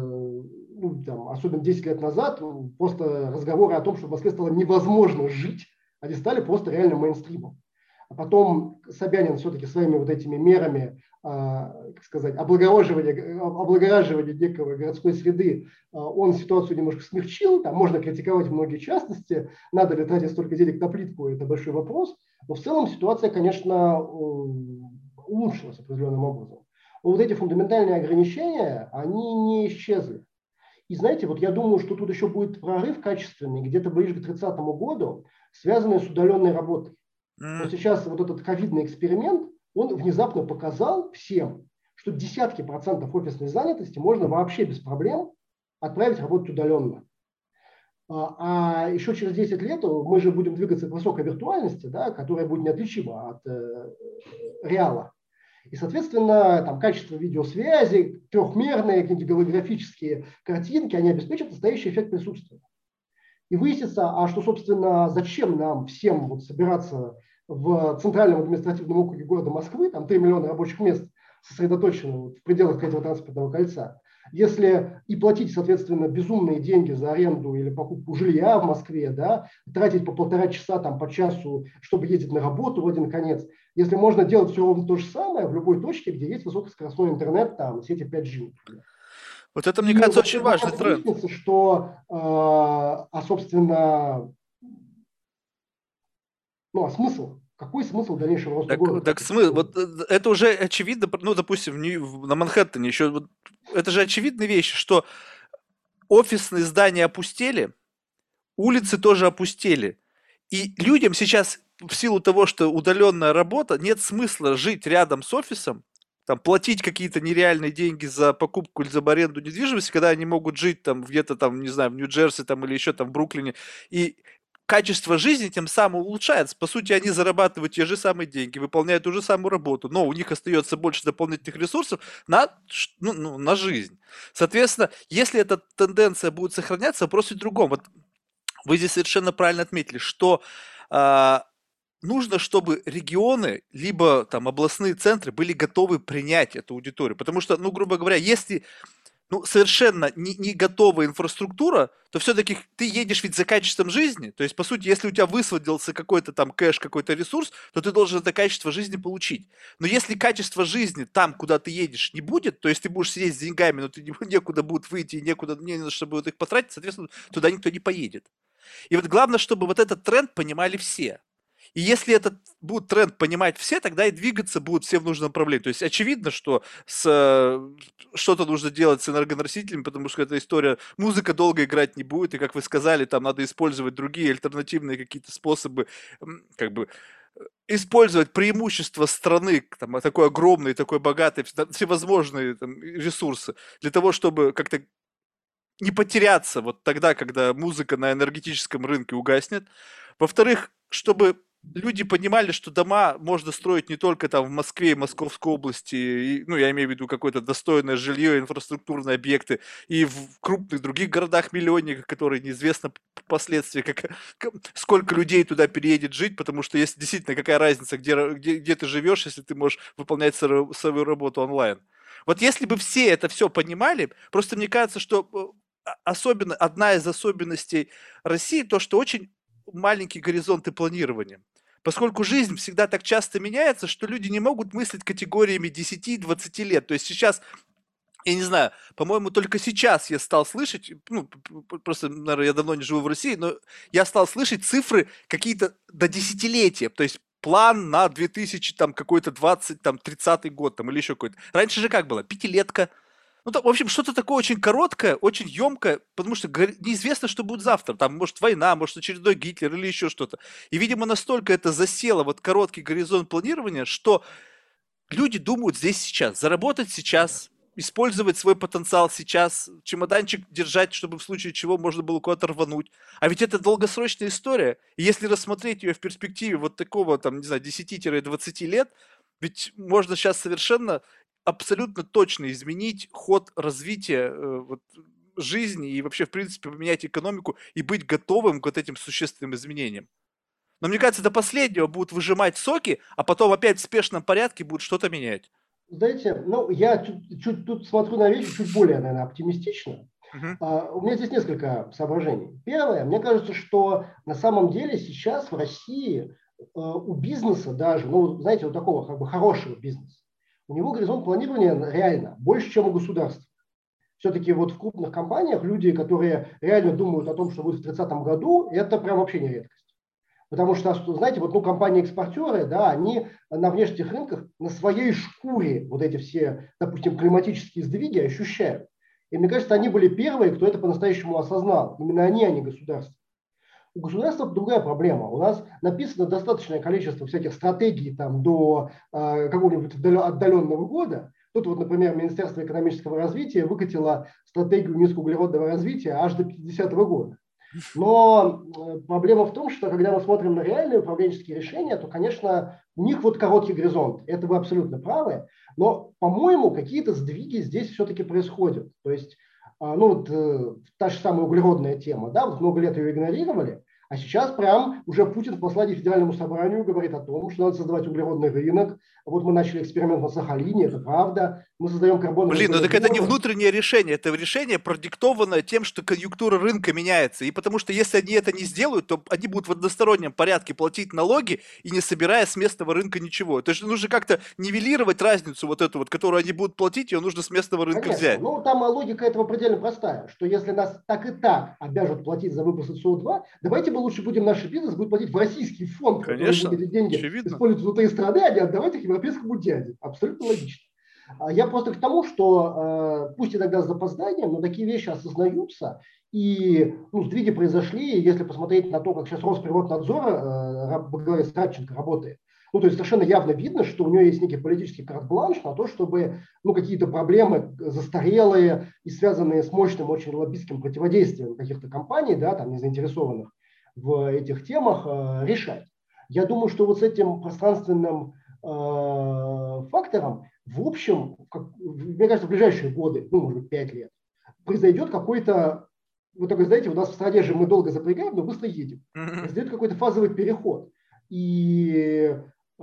особенно 10 лет назад, просто разговоры о том, что в Москве стало невозможно жить, они стали просто реально мейнстримом. А потом Собянин все-таки своими вот этими мерами, как сказать, облагораживания некого городской среды, он ситуацию немножко смягчил. Там можно критиковать многие частности, надо ли тратить столько денег на плитку, это большой вопрос. Но в целом ситуация, конечно, улучшилась определенным образом. Но вот эти фундаментальные ограничения, они не исчезли. И знаете, вот я думаю, что тут еще будет прорыв качественный, где-то ближе к 30 году, связанный с удаленной работой. Вот сейчас вот этот ковидный эксперимент, он внезапно показал всем, что десятки процентов офисной занятости можно вообще без проблем отправить работать удаленно. А еще через 10 лет мы же будем двигаться к высокой виртуальности, да, которая будет неотличима от реала. И, соответственно, там качество видеосвязи, трехмерные какие-то голографические картинки, они обеспечат настоящий эффект присутствия. И выяснится, а что, собственно, зачем нам всем вот собираться в Центральном административном округе города Москвы, там 3 миллиона рабочих мест сосредоточены вот в пределах третьего транспортного кольца, если и платить, соответственно, безумные деньги за аренду или покупку жилья в Москве, да, тратить по 1,5 часа, там, по часу, чтобы ездить на работу в один конец, если можно делать все ровно то же самое в любой точке, где есть высокоскоростной интернет, там, сети 5G, например. Вот это, мне И кажется, вот в очень этот важный момент тренд. выяснится, что, собственно, ну, а смысл? Какой смысл дальнейшего роста города? Вот это уже очевидно, ну, допустим, на Манхэттене еще, вот, это же очевидные вещи, что офисные здания опустели, улицы тоже опустели. И людям сейчас, в силу того, что удаленная работа, нет смысла жить рядом с офисом, там, платить какие-то нереальные деньги за покупку или за аренду недвижимости, когда они могут жить там где-то там, не знаю, в Нью-Джерси там или еще там в Бруклине, и качество жизни тем самым улучшается. По сути, они зарабатывают те же самые деньги, выполняют ту же самую работу, но у них остается больше дополнительных ресурсов на жизнь. Соответственно, если эта тенденция будет сохраняться, вопрос в другом. Вот вы здесь совершенно правильно отметили, что нужно, чтобы регионы, либо там областные центры были готовы принять эту аудиторию. Потому что, ну, грубо говоря, если совершенно не готовая инфраструктура, то все-таки ты едешь ведь за качеством жизни. То есть, по сути, если у тебя высвободился какой-то там кэш, какой-то ресурс, то ты должен это качество жизни получить. Но если качество жизни там, куда ты едешь, не будет, то есть ты будешь сидеть с деньгами, но ты некуда будет выйти, не на что будет их потратить, соответственно, туда никто не поедет. И вот главное, чтобы вот этот тренд понимали все. И если этот будет тренд понимать все, тогда и двигаться будут все в нужном направлении. То есть очевидно, что что-то нужно делать с энергоносителями, потому что эта история, музыка долго играть не будет, и, как вы сказали, там надо использовать другие альтернативные какие-то способы, как бы использовать преимущества страны, там, такой огромной, такой богатой, всевозможные там, ресурсы, для того, чтобы как-то не потеряться вот тогда, когда музыка на энергетическом рынке угаснет. Во-вторых, чтобы люди понимали, что дома можно строить не только там в Москве и Московской области, ну, я имею в виду какое-то достойное жилье, инфраструктурные объекты, и в крупных других городах-миллионниках, которые неизвестно впоследствии, сколько людей туда переедет жить, потому что если действительно какая разница, где ты живешь, если ты можешь выполнять свою работу онлайн. Вот если бы все это все понимали, просто мне кажется, что особенно одна из особенностей России то, что очень маленькие горизонты планирования. Поскольку жизнь всегда так часто меняется, что люди не могут мыслить категориями 10-20 лет. То есть сейчас, я не знаю, по-моему, только сейчас я стал слышать, ну, просто, наверное, я давно не живу в России, но я стал слышать цифры какие-то до десятилетия. То есть план на 2000, там, какой-то 20, там, 30-й год, там, или еще какой-то. Раньше же как было? Пятилетка. Ну, там, в общем, что-то такое очень короткое, очень емкое, потому что неизвестно, что будет завтра. Там, может, война, может, очередной Гитлер или еще что-то. И, видимо, настолько это засело, вот короткий горизонт планирования, что люди думают здесь сейчас, заработать сейчас, использовать свой потенциал сейчас, чемоданчик держать, чтобы в случае чего можно было куда-то рвануть. А ведь это долгосрочная история. И если рассмотреть ее в перспективе вот такого, там, не знаю, 10-20 лет, ведь можно сейчас совершенно абсолютно точно изменить ход развития вот, жизни и вообще, в принципе, поменять экономику и быть готовым к вот этим существенным изменениям. Но мне кажется, до последнего будут выжимать соки, а потом опять в спешном порядке будут что-то менять. Знаете, ну, я чуть тут смотрю на вещи чуть более, наверное, оптимистично. Угу. У меня здесь несколько соображений. Первое, мне кажется, что на самом деле сейчас в России у бизнеса даже, ну, знаете, у такого как бы хорошего бизнеса, у него горизонт планирования реально больше, чем у государства. Все-таки вот в крупных компаниях люди, которые реально думают о том, что будет в 30-м году, это прям вообще не редкость. Потому что, знаете, вот, ну, компании-экспортеры, да, они на внешних рынках на своей шкуре вот эти все, допустим, климатические сдвиги ощущают. И мне кажется, они были первые, кто это по-настоящему осознал. Именно они, а не государство. У государства другая проблема. У нас написано достаточное количество всяких стратегий там, до какого-нибудь отдаленного года. Тут вот, например, Министерство экономического развития выкатило стратегию низкоуглеродного развития аж до 50-го года. Но проблема в том, что когда мы смотрим на реальные управленческие решения, то, конечно, у них вот короткий горизонт. Это вы абсолютно правы. Но, по-моему, какие-то сдвиги здесь все-таки происходят. То есть Ну, вот та же самая углеродная тема, да, вот много лет ее игнорировали, а сейчас прям уже Путин в послании Федеральному собранию говорит о том, что надо создавать углеродный рынок. Вот мы начали эксперимент на Сахалине, это правда. Мы создаем карбоновые Блин, ну так это не полигоны. внутреннее решение, это решение, продиктованное тем, что конъюнктура рынка меняется. И потому что если они это не сделают, то они будут в одностороннем порядке платить налоги и не собирая с местного рынка ничего. То есть нужно как-то нивелировать разницу вот эту вот, которую они будут платить, ее нужно с местного рынка Конечно. взять. Ну, там логика этого предельно простая, что если нас так и так обяжут платить за выпуск СО2, давайте мы лучше будем, наш бизнес будет платить в российский фонд, который будет Конечно, эти деньги очевидно. использовать внутри страны, а не отдавать их европейскому дяде. Абсолютно логично. Я просто к тому, что пусть иногда с запозданием, но такие вещи осознаются, и сдвиги произошли, если посмотреть на то, как сейчас Росприроднадзор во главе с Радченко работает. То есть совершенно явно видно, что у нее есть некий политический карт-бланш на то, чтобы какие-то проблемы застарелые и связанные с мощным очень лоббистским противодействием каких-то компаний, да, там не заинтересованных в этих темах, решать. Я думаю, что вот с этим пространственным фактором, в общем, мне кажется, в ближайшие годы, может быть, 5 лет, произойдет какой-то, вот такой, знаете, у нас в стране же мы долго запрягаем, но быстро едем. Произойдет какой-то фазовый переход. И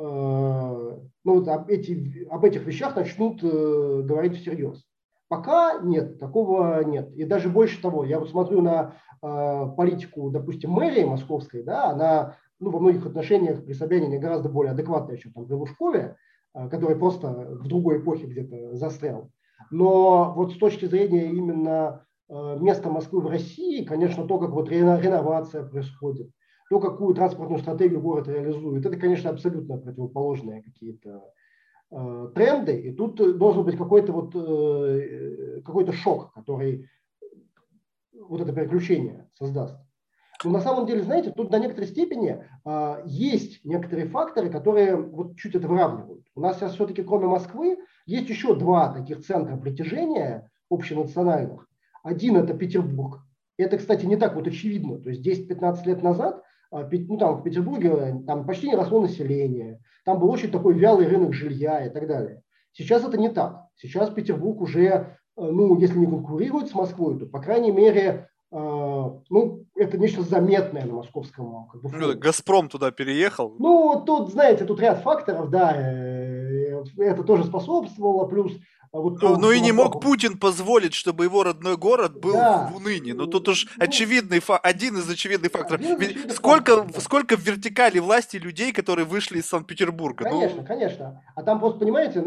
об этих вещах начнут говорить всерьез. Пока нет, такого нет. И даже больше того, я вот смотрю на политику, допустим, мэрии московской, да, она во многих отношениях при Собянине гораздо более адекватная, чем там при Лужкове, который просто в другой эпохе где-то застрял. Но вот с точки зрения именно места Москвы в России, конечно, то, как вот реновация происходит, то, какую транспортную стратегию город реализует, это, конечно, абсолютно противоположные какие-то тренды. И тут должен быть какой-то шок, который вот это переключение создаст. Но на самом деле, знаете, тут до некоторой степени есть некоторые факторы, которые вот чуть это выравнивают. У нас сейчас все-таки, кроме Москвы, есть еще два таких центра притяжения общенациональных. Один – это Петербург. Это, кстати, не так вот очевидно. То есть 10-15 лет назад там в Петербурге там почти не росло население, там был очень такой вялый рынок жилья и так далее. Сейчас это не так. Сейчас Петербург уже, если не конкурирует с Москвой, то, по крайней мере, это нечто заметное на московском фоне. Газпром туда переехал. Тут, знаете, тут ряд факторов, да, это тоже способствовало, плюс и не мог Путин позволить, чтобы его родной город был в унынии. Тут уж один из очевидных факторов. Сколько в вертикали власти людей, которые вышли из Санкт-Петербурга? Конечно. А там просто, понимаете,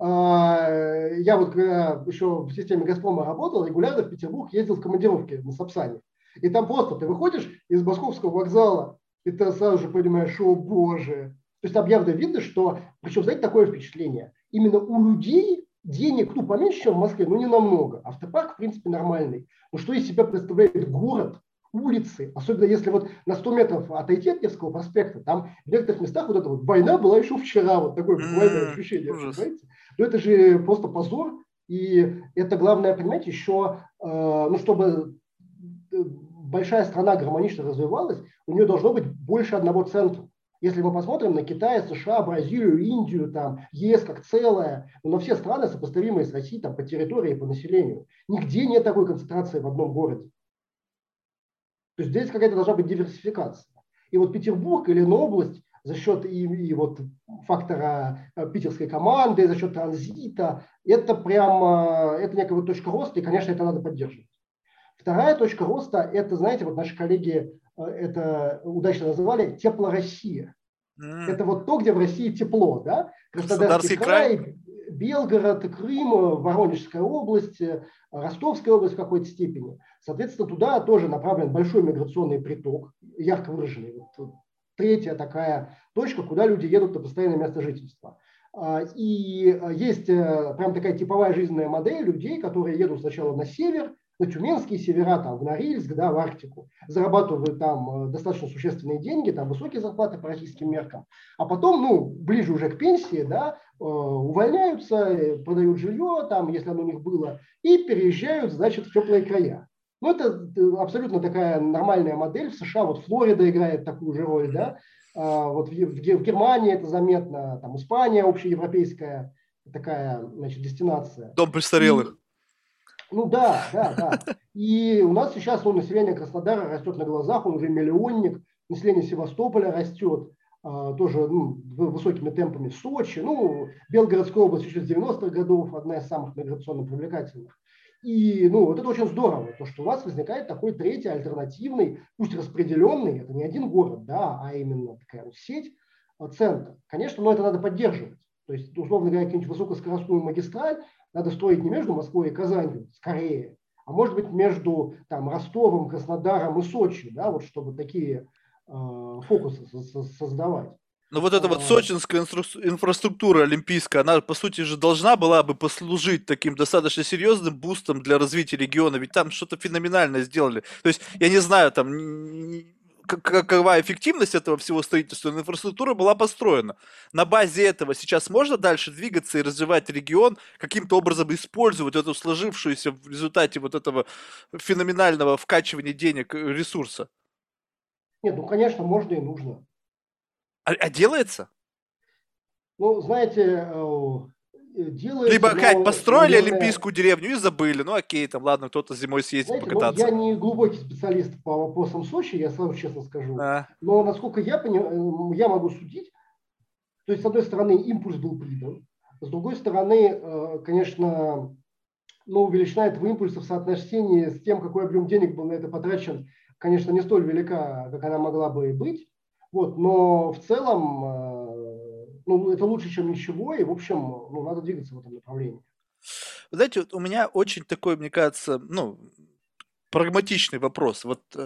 я вот еще в системе «Газпрома» работал, регулярно в Петербург ездил в командировки на Сапсане. И там просто ты выходишь из московского вокзала, и ты сразу же понимаешь, о боже. То есть там явно видно, что, причем, знаете, такое впечатление, именно у людей денег, поменьше, чем в Москве, но не намного. Автопарк, в принципе, нормальный. Но что из себя представляет город, улицы, особенно если вот на 100 метров отойти от Невского проспекта, там в некоторых местах вот эта вот война была еще вчера, вот такое буквальное ощущение, понимаете? Но это же просто позор, и это главное, понимаете, еще, чтобы большая страна гармонично развивалась, у нее должно быть больше одного центра. Если мы посмотрим на Китай, США, Бразилию, Индию, там, ЕС как целое, на все страны, сопоставимые с Россией там, по территории и по населению, нигде нет такой концентрации в одном городе. То есть здесь какая-то должна быть диверсификация. И вот Петербург или область за счет и вот фактора питерской команды, за счет транзита, это некая вот точка роста, и, конечно, это надо поддерживать. Вторая точка роста, это, знаете, вот наши коллеги это удачно называли тепло-Россия. Это вот то, где в России тепло, да? Краснодарский край, Белгород, Крым, Воронежская область, Ростовская область в какой-то степени. Соответственно, туда тоже направлен большой миграционный приток, ярко выраженный. Вот третья такая точка, куда люди едут на постоянное место жительства. И есть прям такая типовая жизненная модель людей, которые едут сначала на север, на Тюменские севера, там, в Норильск, да, в Арктику, зарабатывают там достаточно существенные деньги, там высокие зарплаты по российским меркам, а потом, ближе уже к пенсии, да, увольняются, продают жилье, там, если оно у них было, и переезжают, значит, в теплые края. Это абсолютно такая нормальная модель. В США вот Флорида играет такую же роль, да, вот в Германии это заметно, там Испания общеевропейская такая, значит, дестинация. Дом престарелых. Ну да, да, да. И у нас сейчас население Краснодара растет на глазах, он уже миллионник, население Севастополя растет тоже высокими темпами. Сочи, Белгородская область еще с 90-х годов, одна из самых миграционно привлекательных. И вот это очень здорово, то, что у нас возникает такой третий альтернативный, пусть распределенный, это не один город, да, а именно такая вот сеть, центр. Конечно, но это надо поддерживать. То есть, условно говоря, какую-нибудь высокоскоростную магистраль надо строить не между Москвой и Казанью, скорее, а может быть между Ростовом, Краснодаром и Сочи, да, вот чтобы такие фокусы создавать. Но вот эта вот сочинская инфраструктура олимпийская, она, по сути же, должна была бы послужить таким достаточно серьезным бустом для развития региона, ведь там что-то феноменальное сделали. То есть, я не знаю, там, какова эффективность этого всего строительства, но инфраструктура была построена. На базе этого сейчас можно дальше двигаться и развивать регион, каким-то образом использовать эту сложившуюся в результате вот этого феноменального вкачивания денег ресурса? Нет, конечно, можно и нужно. А делается? Знаете, делается... Либо опять построили наверное, олимпийскую деревню и забыли. Ну окей, там ладно, кто-то зимой съездит знаете, покататься. я не глубокий специалист по вопросам Сочи, я сразу честно скажу. А. Но насколько я понимаю, я могу судить, то есть, с одной стороны, импульс был придан, с другой стороны, конечно, величина этого импульса в соотносении с тем, какой объем денег был на это потрачен, конечно, не столь велика, как она могла бы быть. Но в целом, это лучше, чем ничего, и, в общем, надо двигаться в этом направлении. Знаете, вот у меня очень такой, мне кажется, прагматичный вопрос.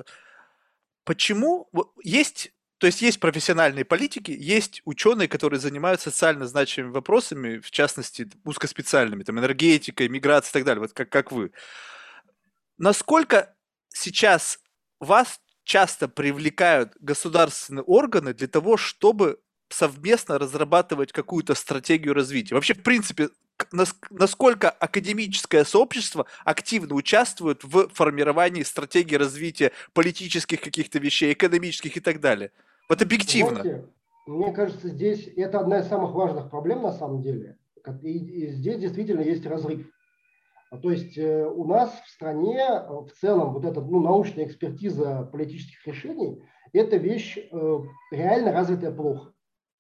Почему есть... То есть есть профессиональные политики, есть ученые, которые занимаются социально значимыми вопросами, в частности, узкоспециальными, там, энергетикой, миграцией и так далее, вот как вы. Насколько сейчас вас часто привлекают государственные органы для того, чтобы совместно разрабатывать какую-то стратегию развития? Вообще, в принципе, насколько академическое сообщество активно участвует в формировании стратегии развития политических каких-то вещей, экономических и так далее? Вот объективно. Знаете, мне кажется, здесь это одна из самых важных проблем на самом деле. И здесь действительно есть разрыв. То есть у нас в стране в целом вот эта научная экспертиза политических решений – это вещь реально развитая плохо.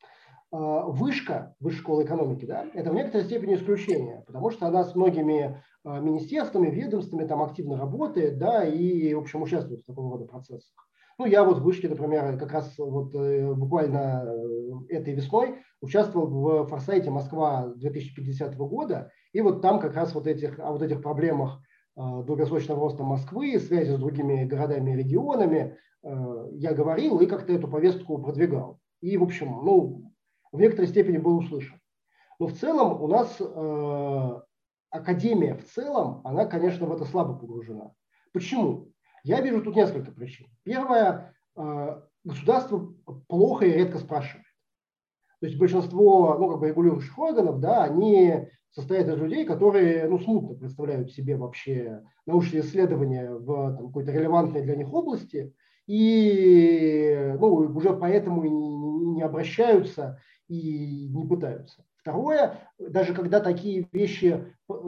Высшая школа экономики, да, это в некоторой степени исключение, потому что она с многими министерствами, ведомствами там активно работает, да, и, в общем, участвует в такого рода процессах. Я в вышке, например, как раз буквально этой весной участвовал в форсайте Москва 2050 года, и там как раз о этих проблемах долгосрочного роста Москвы, связи с другими городами и регионами я говорил и как-то эту повестку продвигал. И, в общем, в некоторой степени был услышан. Но в целом у нас академия в целом, она, конечно, в это слабо погружена. Почему? Я вижу тут несколько причин. Первое, государство плохо и редко спрашивает. То есть большинство регулирующих органов, да, они состоят из людей, которые смутно представляют себе вообще научные исследования в какой-то релевантной для них области, и уже поэтому и не обращаются и не пытаются. Второе, даже когда такие вещи,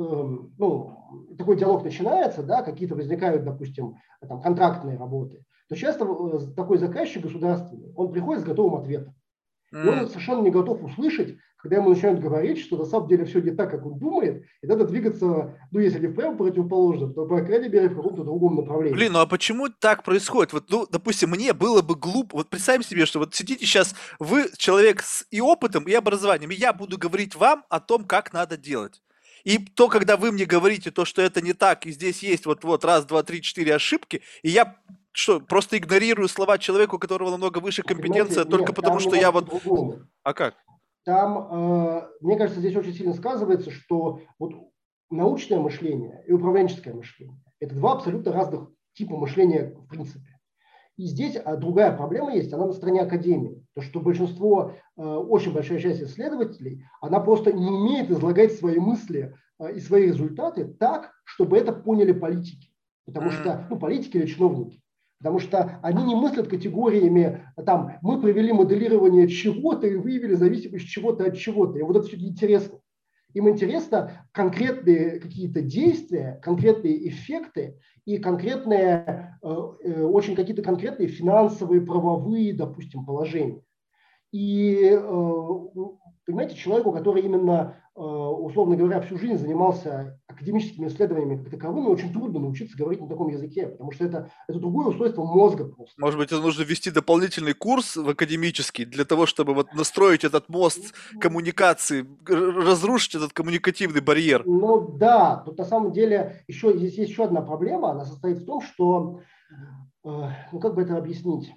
такой диалог начинается, да, какие-то возникают, допустим, контрактные работы, то часто такой заказчик государственный, он приходит с готовым ответом. И он совершенно не готов услышать, когда ему начинают говорить, что на самом деле все не так, как он думает, и надо двигаться, если не в прямо противоположном, то, по крайней мере, в каком-то другом направлении. Блин, а почему так происходит? Допустим, мне было бы глупо, представим себе, что сидите сейчас вы, человек с и опытом, и образованием, и я буду говорить вам о том, как надо делать. И то, когда вы мне говорите то, что это не так, и здесь есть раз, два, три, четыре ошибки, и я просто игнорирую слова человека, у которого намного выше компетенция, только потому что я по-другому. А как? Там, мне кажется, здесь очень сильно сказывается, что научное мышление и управленческое мышление – это два абсолютно разных типа мышления в принципе. И здесь другая проблема есть, она на стороне академии. То, что большинство, очень большая часть исследователей, она просто не умеет излагать свои мысли и свои результаты так, чтобы это поняли политики. Потому что, политики или чиновники. Потому что они не мыслят категориями, мы провели моделирование чего-то и выявили зависимость чего-то от чего-то. И это все неинтересно. Им интересно конкретные какие-то действия, конкретные эффекты и конкретные, очень какие-то конкретные финансовые, правовые, допустим, положения. И, понимаете, человеку, который именно, условно говоря, всю жизнь занимался академическими исследованиями как таковыми, очень трудно научиться говорить на таком языке, потому что это другое устройство мозга просто. Может быть, нужно ввести дополнительный курс в академический для того, чтобы вот настроить этот мост коммуникации, разрушить этот коммуникативный барьер. Ну да, тут на самом деле здесь есть еще одна проблема, она состоит в том, что, ну как бы это объяснить,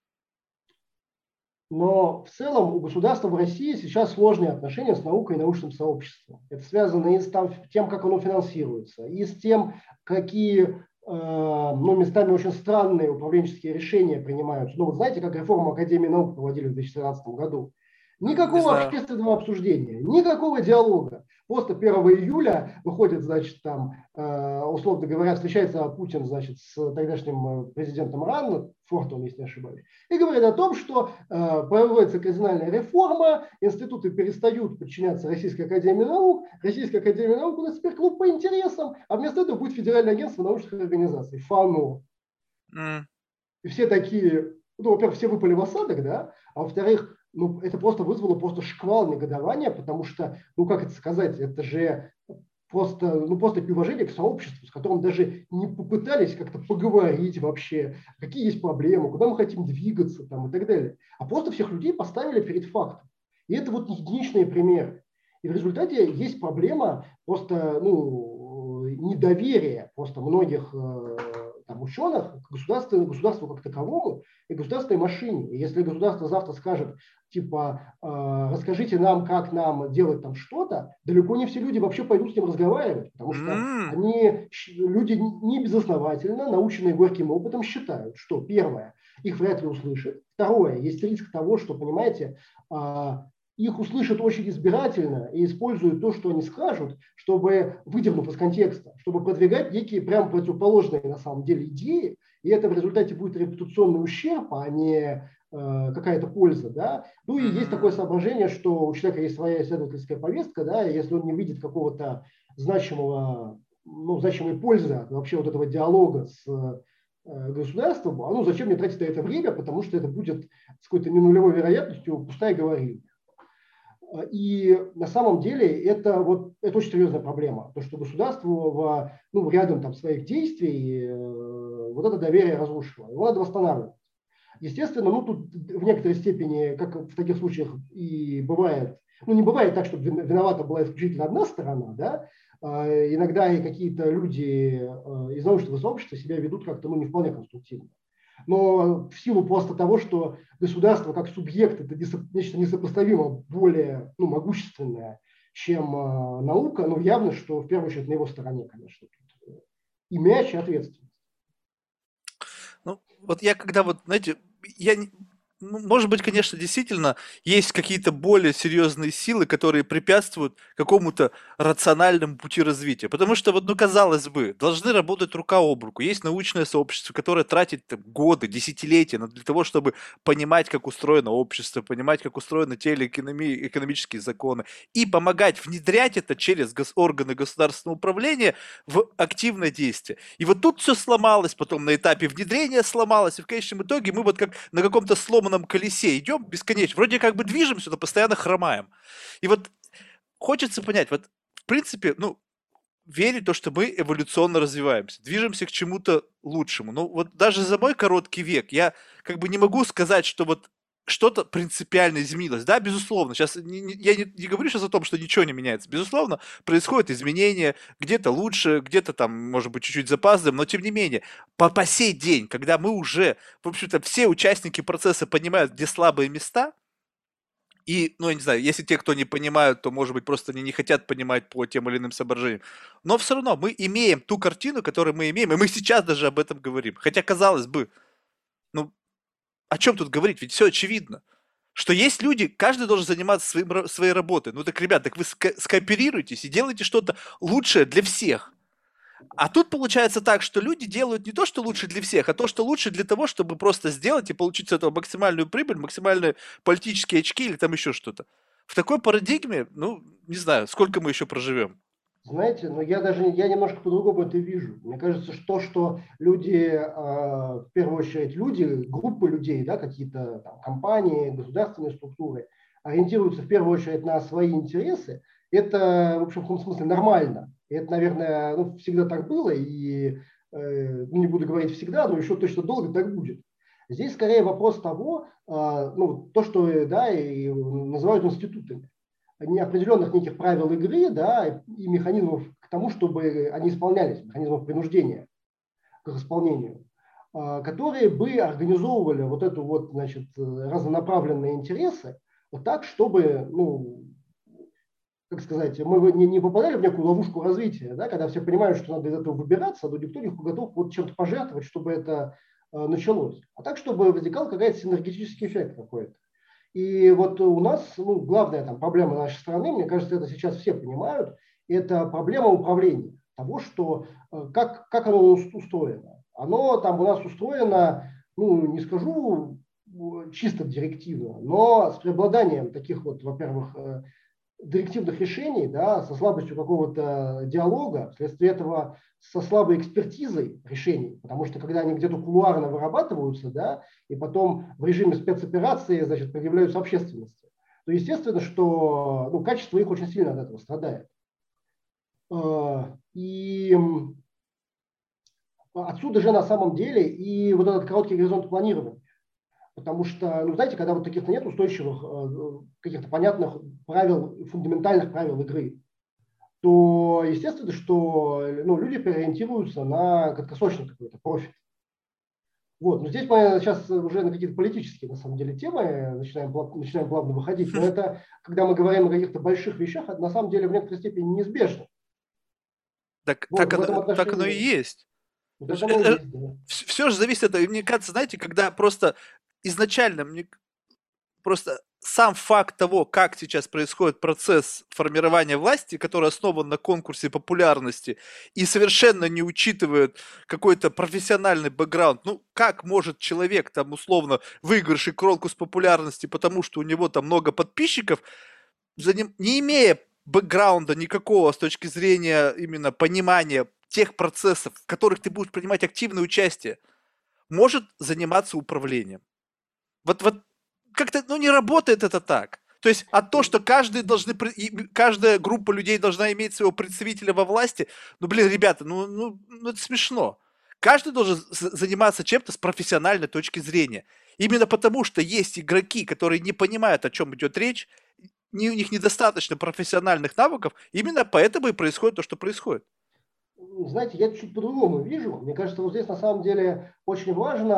но в целом у государства в России сейчас сложные отношения с наукой и научным сообществом. Это связано и с тем, как оно финансируется, и с тем, какие ну, местами очень странные управленческие решения принимаются. Ну, вот знаете, как реформу Академии наук проводили в 2013 году? Никакого общественного обсуждения, никакого диалога. Просто 1 июля выходит, значит, там, условно говоря, встречается Путин, значит, с тогдашним президентом РАН, Фортом, если не ошибаюсь, и говорит о том, что проводится кардинальная реформа, институты перестают подчиняться Российской Академии наук, Российская Академия наук у нас теперь клуб по интересам, а вместо этого будет Федеральное агентство научных организаций, ФАНО. И все такие, ну, во-первых, все выпали в осадок, да, а во-вторых, ну, это просто вызвало просто шквал негодования, потому что, ну, как это сказать, это же просто неуважение к сообществу, с которым даже не попытались как-то поговорить вообще, какие есть проблемы, куда мы хотим двигаться там, и так далее. А просто всех людей поставили перед фактом. И это вот единичные примеры. И в результате есть проблема просто, ну, недоверия просто многих там, ученых к государству как таковому и государственной машине. И если государство завтра скажет, типа, расскажите нам, как нам делать там что-то, далеко не все люди вообще пойдут с ним разговаривать, потому что люди не безосновательно, наученные горьким опытом, считают, что, первое, их вряд ли услышат, второе, есть риск того, что, понимаете, их услышат очень избирательно и используют то, что они скажут, чтобы, выдернув из контекста, чтобы продвигать некие прям противоположные на самом деле идеи, и это в результате будет репутационный ущерб, а не какая-то польза. Да? Ну и есть такое соображение, что у человека есть своя исследовательская повестка, да, и если он не видит какого-то значимой пользы от вообще вот этого диалога с государством, ну зачем мне тратить на это время, потому что это будет с какой-то не нулевой вероятностью пустая говорильня. И на самом деле это очень серьезная проблема, то что государство рядом там, своих действий вот это доверие разрушило, его надо восстанавливать. Естественно, ну тут в некоторой степени, как в таких случаях и бывает, ну не бывает так, чтобы виновата была исключительно одна сторона, да, иногда и какие-то люди из научного сообщества себя ведут как-то не вполне конструктивно. Но в силу просто того, что государство как субъект это нечто несопоставимо более могущественное, чем наука, но явно, что в первую очередь на его стороне, конечно, и мяч, и ответственность. Ну, вот я когда знаете, может быть, конечно, действительно есть какие-то более серьезные силы, которые препятствуют какому-то рациональному пути развития. Потому что, казалось бы, должны работать рука об руку. Есть научное сообщество, которое тратит годы, десятилетия для того, чтобы понимать, как устроено общество, понимать, как устроены те или иные экономические законы, и помогать внедрять это через органы государственного управления в активное действие. И вот тут все сломалось, потом на этапе внедрения сломалось, и в конечном итоге мы как на каком-то сломанном колесе идем бесконечно. Вроде как бы движемся, но постоянно хромаем. И хочется понять, в принципе, верить в то, что мы эволюционно развиваемся, движемся к чему-то лучшему. Даже за мой короткий век я не могу сказать, что что-то принципиально изменилось. Да, безусловно. Сейчас я не говорю сейчас о том, что ничего не меняется. Безусловно, происходят изменения, где-то лучше, где-то там, может быть, чуть-чуть запаздываем, но тем не менее, по сей день, когда мы уже, в общем-то, все участники процесса понимают, где слабые места, и, я не знаю, если те, кто не понимают, то, может быть, просто они не хотят понимать по тем или иным соображениям. Но все равно мы имеем ту картину, которую мы имеем, и мы сейчас даже об этом говорим. Хотя, казалось бы, о чем тут говорить? Ведь все очевидно. Что есть люди, каждый должен заниматься своей работой. Так, ребят, так вы скооперируйтесь и делайте что-то лучшее для всех. А тут получается так, что люди делают не то, что лучше для всех, а то, что лучше для того, чтобы просто сделать и получить с этого максимальную прибыль, максимальные политические очки или там еще что-то. В такой парадигме, ну, не знаю, сколько мы еще проживем. Знаете, но я немножко по-другому это вижу. Мне кажется, что люди, в первую очередь люди, группы людей, да, какие-то там компании, государственные структуры, ориентируются в первую очередь на свои интересы, это, в общем, в каком смысле нормально. И это, наверное, ну, всегда так было, и ну, не буду говорить всегда, но еще точно долго так будет. Здесь скорее вопрос того, ну, то, что да, и называют институтами определенных неких правил игры, да, и механизмов к тому, чтобы они исполнялись, механизмов принуждения к их исполнению, которые бы организовывали вот эту вот, значит, разнонаправленные интересы вот так, чтобы, ну, как сказать, мы не попадали в некую ловушку развития, да, когда все понимают, что надо из этого выбираться, но никто не готов вот чем-то пожертвовать, чтобы это началось. А так, чтобы возникал какой-то синергетический эффект какой-то. И вот у нас, ну, главная там проблема нашей страны, мне кажется, это сейчас все понимают, это проблема управления, того, что как оно устроено. Оно там у нас устроено, ну, не скажу чисто директивно, но с преобладанием таких вот, во-первых, директивных решений, да, со слабостью какого-то диалога, вследствие этого со слабой экспертизой решений, потому что когда они где-то кулуарно вырабатываются, да, и потом в режиме спецоперации, значит, предъявляются общественности, то естественно, что ну, качество их очень сильно от этого страдает. И отсюда же на самом деле и вот этот короткий горизонт планирования. Потому что, ну, знаете, когда вот таких нет устойчивых, каких-то понятных правил, фундаментальных правил игры, то естественно, что ну, люди переориентируются на краткосрочный какой-то профит. Вот. Но здесь мы сейчас уже на какие-то политические, на самом деле, темы начинаем плавно выходить. Но это, когда мы говорим о каких-то больших вещах, это на самом деле в некоторой степени неизбежно. Так, Вот, в этом так оно и отношении. есть. Вот так оно и есть, да. Все же зависит от этого. И мне кажется, знаете, когда просто изначально, просто сам факт того, как сейчас происходит процесс формирования власти, который основан на конкурсе популярности и совершенно не учитывает какой-то профессиональный бэкграунд. Ну, как может человек там условно выигравший конкурс популярности, потому что у него там много подписчиков, не имея бэкграунда никакого с точки зрения именно понимания тех процессов, в которых ты будешь принимать активное участие, может заниматься управлением. Вот как-то, ну, не работает это так. То есть, то, что каждая группа людей должна иметь своего представителя во власти, ну, блин, ребята, ну это смешно. Каждый должен заниматься чем-то с профессиональной точки зрения. Именно потому, что есть игроки, которые не понимают, о чем идет речь, у них недостаточно профессиональных навыков, именно поэтому и происходит то, что происходит. Знаете, я чуть по-другому вижу. Мне кажется, вот здесь на самом деле очень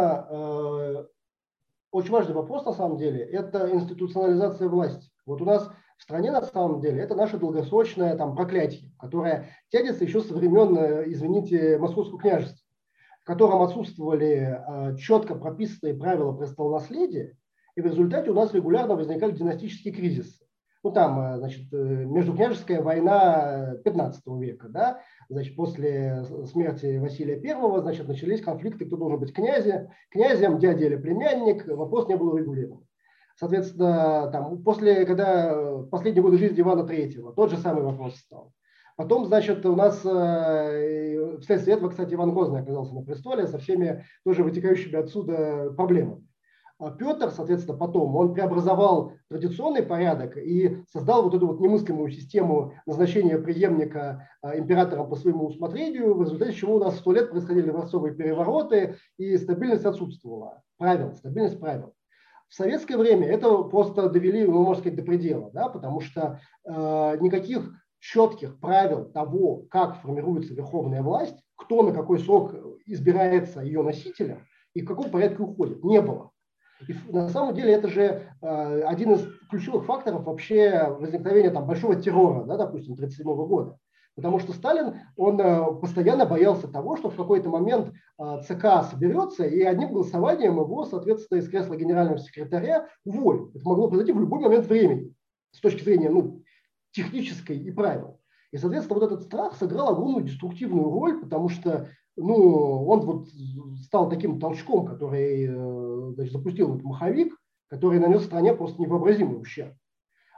важный вопрос на самом деле – это институционализация власти. Вот у нас в стране на самом деле это наше долгосрочное там проклятие, которое тянется еще со времен, извините, Московского княжества, в котором отсутствовали четко прописанные правила престолонаследия, и в результате у нас регулярно возникали династические кризисы. Ну, там, значит, междукняжеская война 15 века, да, значит, после смерти Василия I, значит, начались конфликты, кто должен быть князем, дядя или племянник, вопрос не был урегулирован. Соответственно, там, когда последние годы жизни Ивана III, тот же самый вопрос стал. Потом, значит, у нас вследствие этого, кстати, Иван Грозный оказался на престоле со всеми тоже вытекающими отсюда проблемами. А Петр, соответственно, потом, он преобразовал традиционный порядок и создал вот эту вот немыслимую систему назначения преемника императором по своему усмотрению, в результате чего у нас 100 лет происходили дворцовые перевороты и стабильность отсутствовала. Стабильность правил. В советское время это просто довели, ну, можно сказать, до предела, да, потому что никаких четких правил того, как формируется верховная власть, кто на какой срок избирается ее носителем и в каком порядке уходит, не было. И на самом деле это же один из ключевых факторов вообще возникновения там, большого террора, да, допустим, 1937 года. Потому что Сталин, он постоянно боялся того, что в какой-то момент ЦК соберется и одним голосованием его, соответственно, из кресла генерального секретаря уволят. Это могло произойти в любой момент времени с точки зрения технической и правил. И, соответственно, вот этот страх сыграл огромную деструктивную роль, потому что он вот стал таким толчком, который, значит, запустил этот маховик, который нанес стране просто невообразимый ущерб.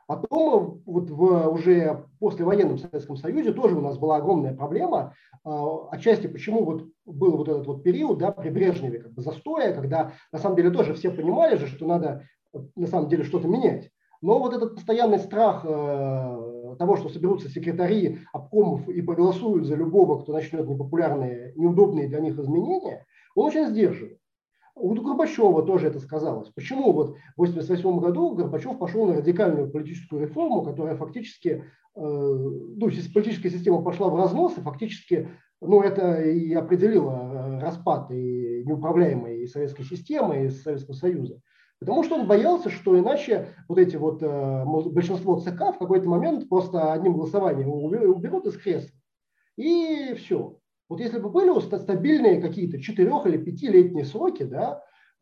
Потом вот в уже послевоенном Советском Союзе тоже у нас была огромная проблема. Отчасти почему вот был вот этот вот период, да, при Брежневе как бы застоя, когда на самом деле тоже все понимали же, что надо на самом деле что-то менять. Но вот этот постоянный страх того, что соберутся секретари обкомов и проголосуют за любого, кто начнет непопулярные, неудобные для них изменения, он очень сдерживает. У Горбачева тоже это сказалось. Почему вот в 1988 году Горбачев пошел на радикальную политическую реформу, которая фактически, ну, политическая система пошла в разнос, и фактически, ну, это и определило распад и неуправляемой советской системы, и Советского Союза. Потому что он боялся, что иначе вот эти вот большинство ЦК в какой-то момент просто одним голосованием уберут из кресла. И все. Вот если бы были стабильные какие-то 4- или 5-летние сроки, да,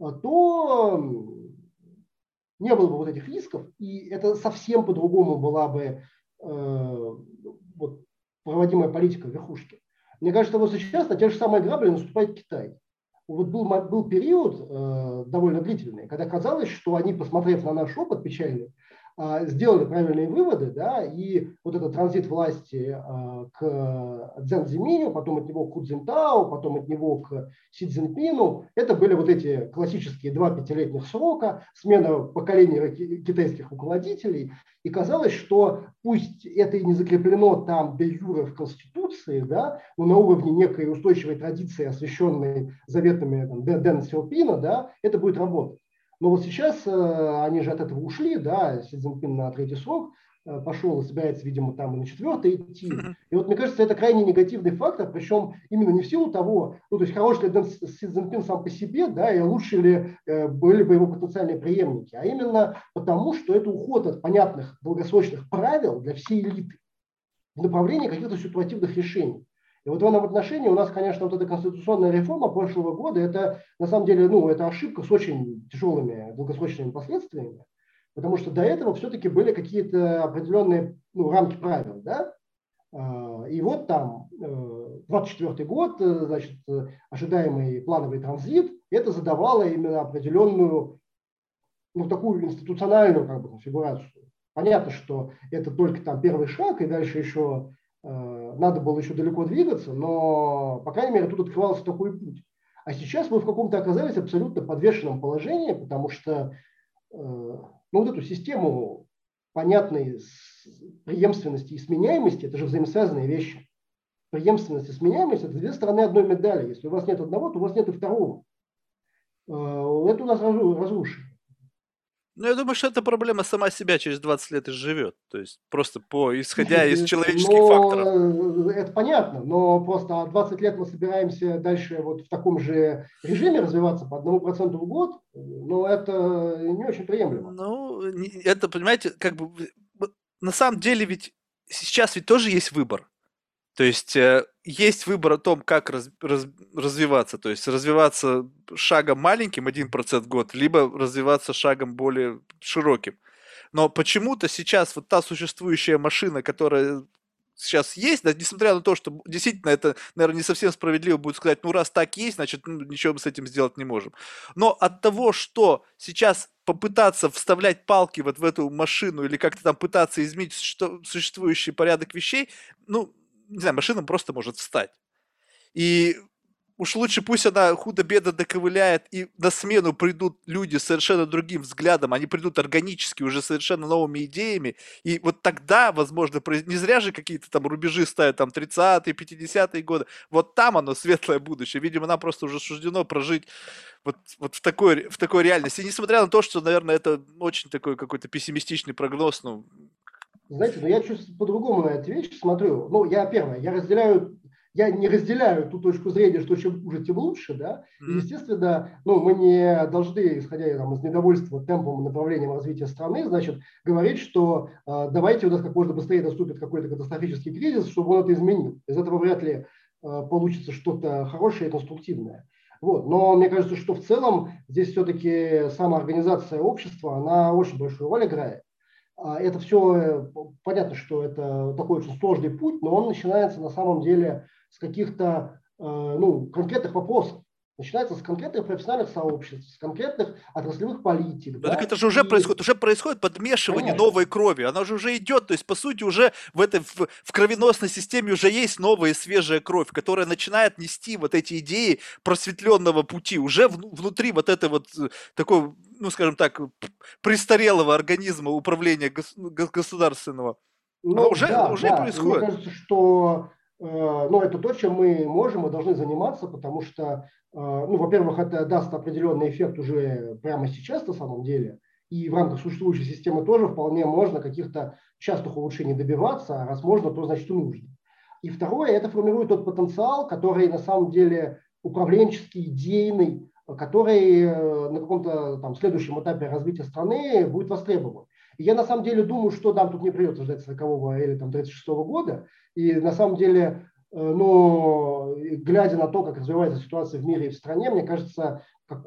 то не было бы вот этих рисков, и это совсем по-другому была бы вот, проводимая политика верхушки. Мне кажется, вот сейчас на те же самые грабли наступает Китай. Вот был период довольно длительный, когда казалось, что они, посмотрев на наш опыт печальный, сделали правильные выводы, да, и вот этот транзит власти к Цзэн Цзиминю, потом от него к Ху Цзиньтао, потом от него к Си Цзиньпину, это были вот эти классические 2 пятилетних срока, смена поколения китайских руководителей, и казалось, что пусть это и не закреплено там де юре в Конституции, да, но на уровне некой устойчивой традиции, освященной заветами Дэна Сяопина, да, это будет работать. Но вот сейчас они же от этого ушли, да, Си Цзиньпин на 3-й срок пошел и собирается, видимо, там и на 4-й идти. И вот мне кажется, это крайне негативный фактор, причем именно не в силу того, ну, то есть хороший ли Си Цзиньпин сам по себе, да, и лучше ли были бы его потенциальные преемники, а именно потому, что это уход от понятных долгосрочных правил для всей элиты в направлении каких-то ситуативных решений. И вот в этом отношении у нас, конечно, вот эта конституционная реформа прошлого года, это на самом деле, ну, это ошибка с очень тяжелыми долгосрочными последствиями, потому что до этого все-таки были какие-то определенные, ну, рамки правил, да. И вот там 24-й год, значит, ожидаемый плановый транзит, это задавало именно определенную, ну, такую институциональную как бы конфигурацию. Понятно, что это только там первый шаг, и дальше еще надо было еще далеко двигаться, но, по крайней мере, тут открывался такой путь. А сейчас мы в каком-то оказались абсолютно подвешенном положении, потому что ну, вот эту систему понятной преемственности и сменяемости, это же взаимосвязанные вещи. Преемственность и сменяемость – это две стороны одной медали. Если у вас нет одного, то у вас нет и второго. Это у нас разрушено. Ну, я думаю, что эта проблема сама себя через 20 лет изживет. То есть просто исходя из Слушайте, человеческих факторов. но это понятно, но просто 20 лет мы собираемся дальше вот в таком же режиме развиваться по 1% в год, но это не очень приемлемо. Ну, это, понимаете, как бы на самом деле ведь сейчас ведь тоже есть выбор. То есть есть выбор о том, как развиваться. То есть развиваться шагом маленьким, 1% в год, либо развиваться шагом более широким. Но почему-то сейчас вот та существующая машина, которая сейчас есть, да, несмотря на то, что действительно это, наверное, не совсем справедливо будет сказать, ну раз так есть, значит, ну, ничего мы с этим сделать не можем. Но от того, что сейчас попытаться вставлять палки вот в эту машину или как-то там пытаться изменить существующий порядок вещей, ну, не знаю, машина просто может встать. И уж лучше пусть она худо-бедно доковыляет, и на смену придут люди с совершенно другим взглядом, они придут органически, уже совершенно новыми идеями, и вот тогда, возможно, не зря же какие-то там рубежи ставят, там, 30-е, 50-е годы, вот там оно светлое будущее, видимо, нам просто уже суждено прожить вот в такой реальности, и несмотря на то, что, наверное, это очень такой какой-то пессимистичный прогноз, ну... Знаете, но я чуть по-другому на эту вещь смотрю. Ну, первое, я не разделяю ту точку зрения, что чем хуже, тем лучше, да. И, естественно, ну, мы не должны, исходя там, из недовольства темпом и направлением развития страны, значит, говорить, что давайте у нас как можно быстрее наступит какой-то катастрофический кризис, чтобы он это изменил. Из этого вряд ли получится что-то хорошее и конструктивное. Вот. Но мне кажется, что в целом здесь все-таки самоорганизация общества, она очень большую роль играет. Это все, понятно, что это такой очень сложный путь, но он начинается на самом деле с каких-то ну, конкретных вопросов. Начинается с конкретных профессиональных сообществ, с конкретных отраслевых политик. Ну так Да? это же уже происходит подмешивание Конечно. новой крови, она же уже идет, то есть по сути уже в кровеносной системе уже есть новая свежая кровь, которая начинает нести вот эти идеи просветленного пути, уже внутри вот этой вот такой, ну скажем так, престарелого организма управления государственного. Оно Ну уже, да, уже и да. И мне происходит. кажется, что ну, это то, чем мы можем и должны заниматься, потому что, ну, во-первых, это даст определенный эффект уже прямо сейчас на самом деле. И в рамках существующей системы тоже вполне можно каких-то частых улучшений добиваться, а раз можно, то значит и нужно. И второе, это формирует тот потенциал, который на самом деле управленческий, идейный, который на каком-то там следующем этапе развития страны будет востребован. И я на самом деле думаю, что нам тут не придется ждать 40-го или там 36-го года. И на самом деле, ну, глядя на то, как развивается ситуация в мире и в стране, мне кажется,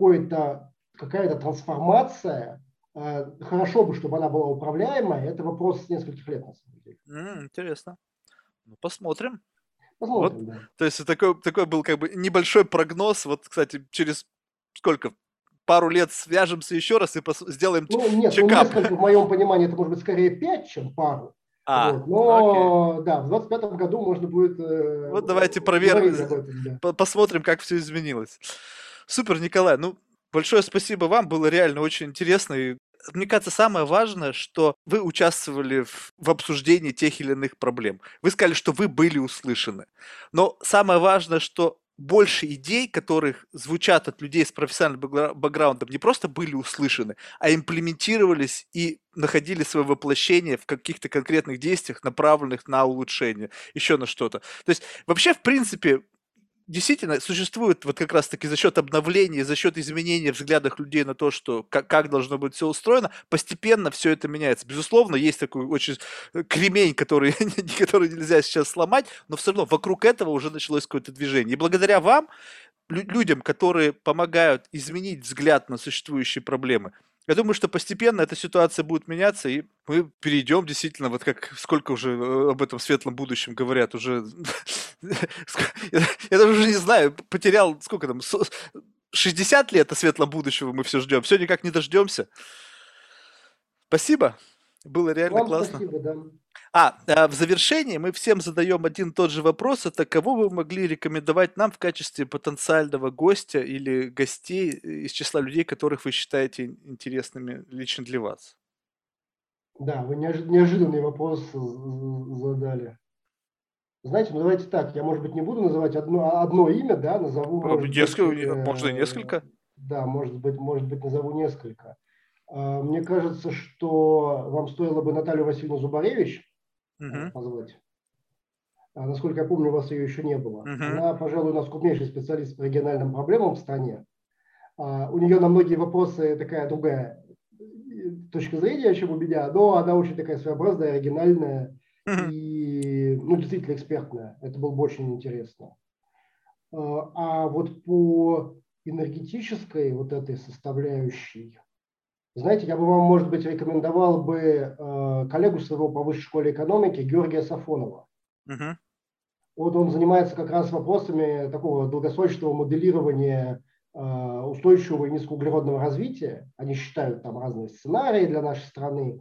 какая-то трансформация, хорошо бы, чтобы она была управляемая, это вопрос с нескольких лет на самом деле. Интересно. Ну, посмотрим. Вот, Посмотрим, да. то есть такой был как бы небольшой прогноз. Вот, кстати, через сколько? Пару лет свяжемся еще раз и сделаем Ну, нет, ну чекап. несколько, в моем понимании, это может быть скорее 5, чем пару. Вот. Окей. Но да, в 25-м году можно будет Вот давайте говорить об этом. Да. посмотрим, как все изменилось. Супер, Николай. Ну, большое спасибо вам, было реально очень интересно. И мне кажется, самое важное, что вы участвовали в обсуждении тех или иных проблем. Вы сказали, что вы были услышаны. Но самое важное, что больше идей, которых звучат от людей с профессиональным бэкграундом, не просто были услышаны, а имплементировались и находили свое воплощение в каких-то конкретных действиях, направленных на улучшение, еще на что-то. То есть вообще, в принципе, действительно существует вот как раз-таки за счет обновления, за счет изменения взглядов людей на то, что как должно быть все устроено, постепенно все это меняется. Безусловно, есть такой очень кремень, который, который нельзя сейчас сломать, но все равно вокруг этого уже началось какое-то движение. И благодаря вам, людям, которые помогают изменить взгляд на существующие проблемы, я думаю, что постепенно эта ситуация будет меняться, и мы перейдем действительно, вот как сколько уже об этом светлом будущем говорят, уже я даже уже не знаю, потерял, сколько там, 60 лет от светлого будущего мы все ждем, все никак не дождемся. Спасибо, было реально Вам классно. спасибо, да. В завершении мы всем задаем один и тот же вопрос. Это кого вы могли рекомендовать нам в качестве потенциального гостя или гостей из числа людей, которых вы считаете интересными лично для вас? Да, вы неожиданный вопрос задали. Знаете, ну давайте так, я, может быть, не буду называть одно имя, да, назову, может быть, Можно и несколько. да, может быть, назову несколько. Мне кажется, что вам стоило бы Наталью Васильевну Зубаревич Мгм. позвать. Насколько я помню, у вас ее еще не было. Мгм. Она, пожалуй, у нас крупнейший специалист по региональным проблемам в стране. У нее на многие вопросы такая другая точка зрения, чем у меня, но она очень такая своеобразная, оригинальная Мгм. и, ну, действительно экспертная. Это было бы очень интересно. А вот по энергетической вот этой составляющей, знаете, я бы вам, может быть, рекомендовал бы коллегу своего по высшей школе экономики Георгия Сафонова. Мгм. Вот он занимается как раз вопросами такого долгосрочного моделирования устойчивого и низкоуглеродного развития. Они считают там разные сценарии для нашей страны.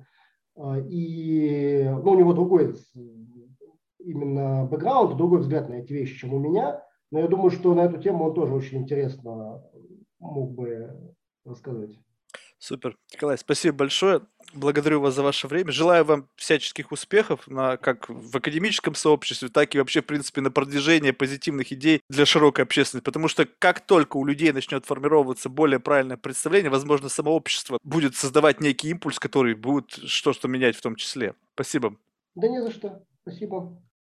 И ну, у него другой именно бэкграунд, другой взгляд на эти вещи, чем у меня. Но я думаю, что на эту тему он тоже очень интересно мог бы рассказать. Супер. Николай, спасибо большое. Благодарю вас за ваше время. Желаю вам всяческих успехов как в академическом сообществе, так и вообще, в принципе, на продвижение позитивных идей для широкой общественности. Потому что как только у людей начнет формироваться более правильное представление, возможно, само общество будет создавать некий импульс, который будет что-то менять в том числе. Спасибо. Да не за что. Спасибо.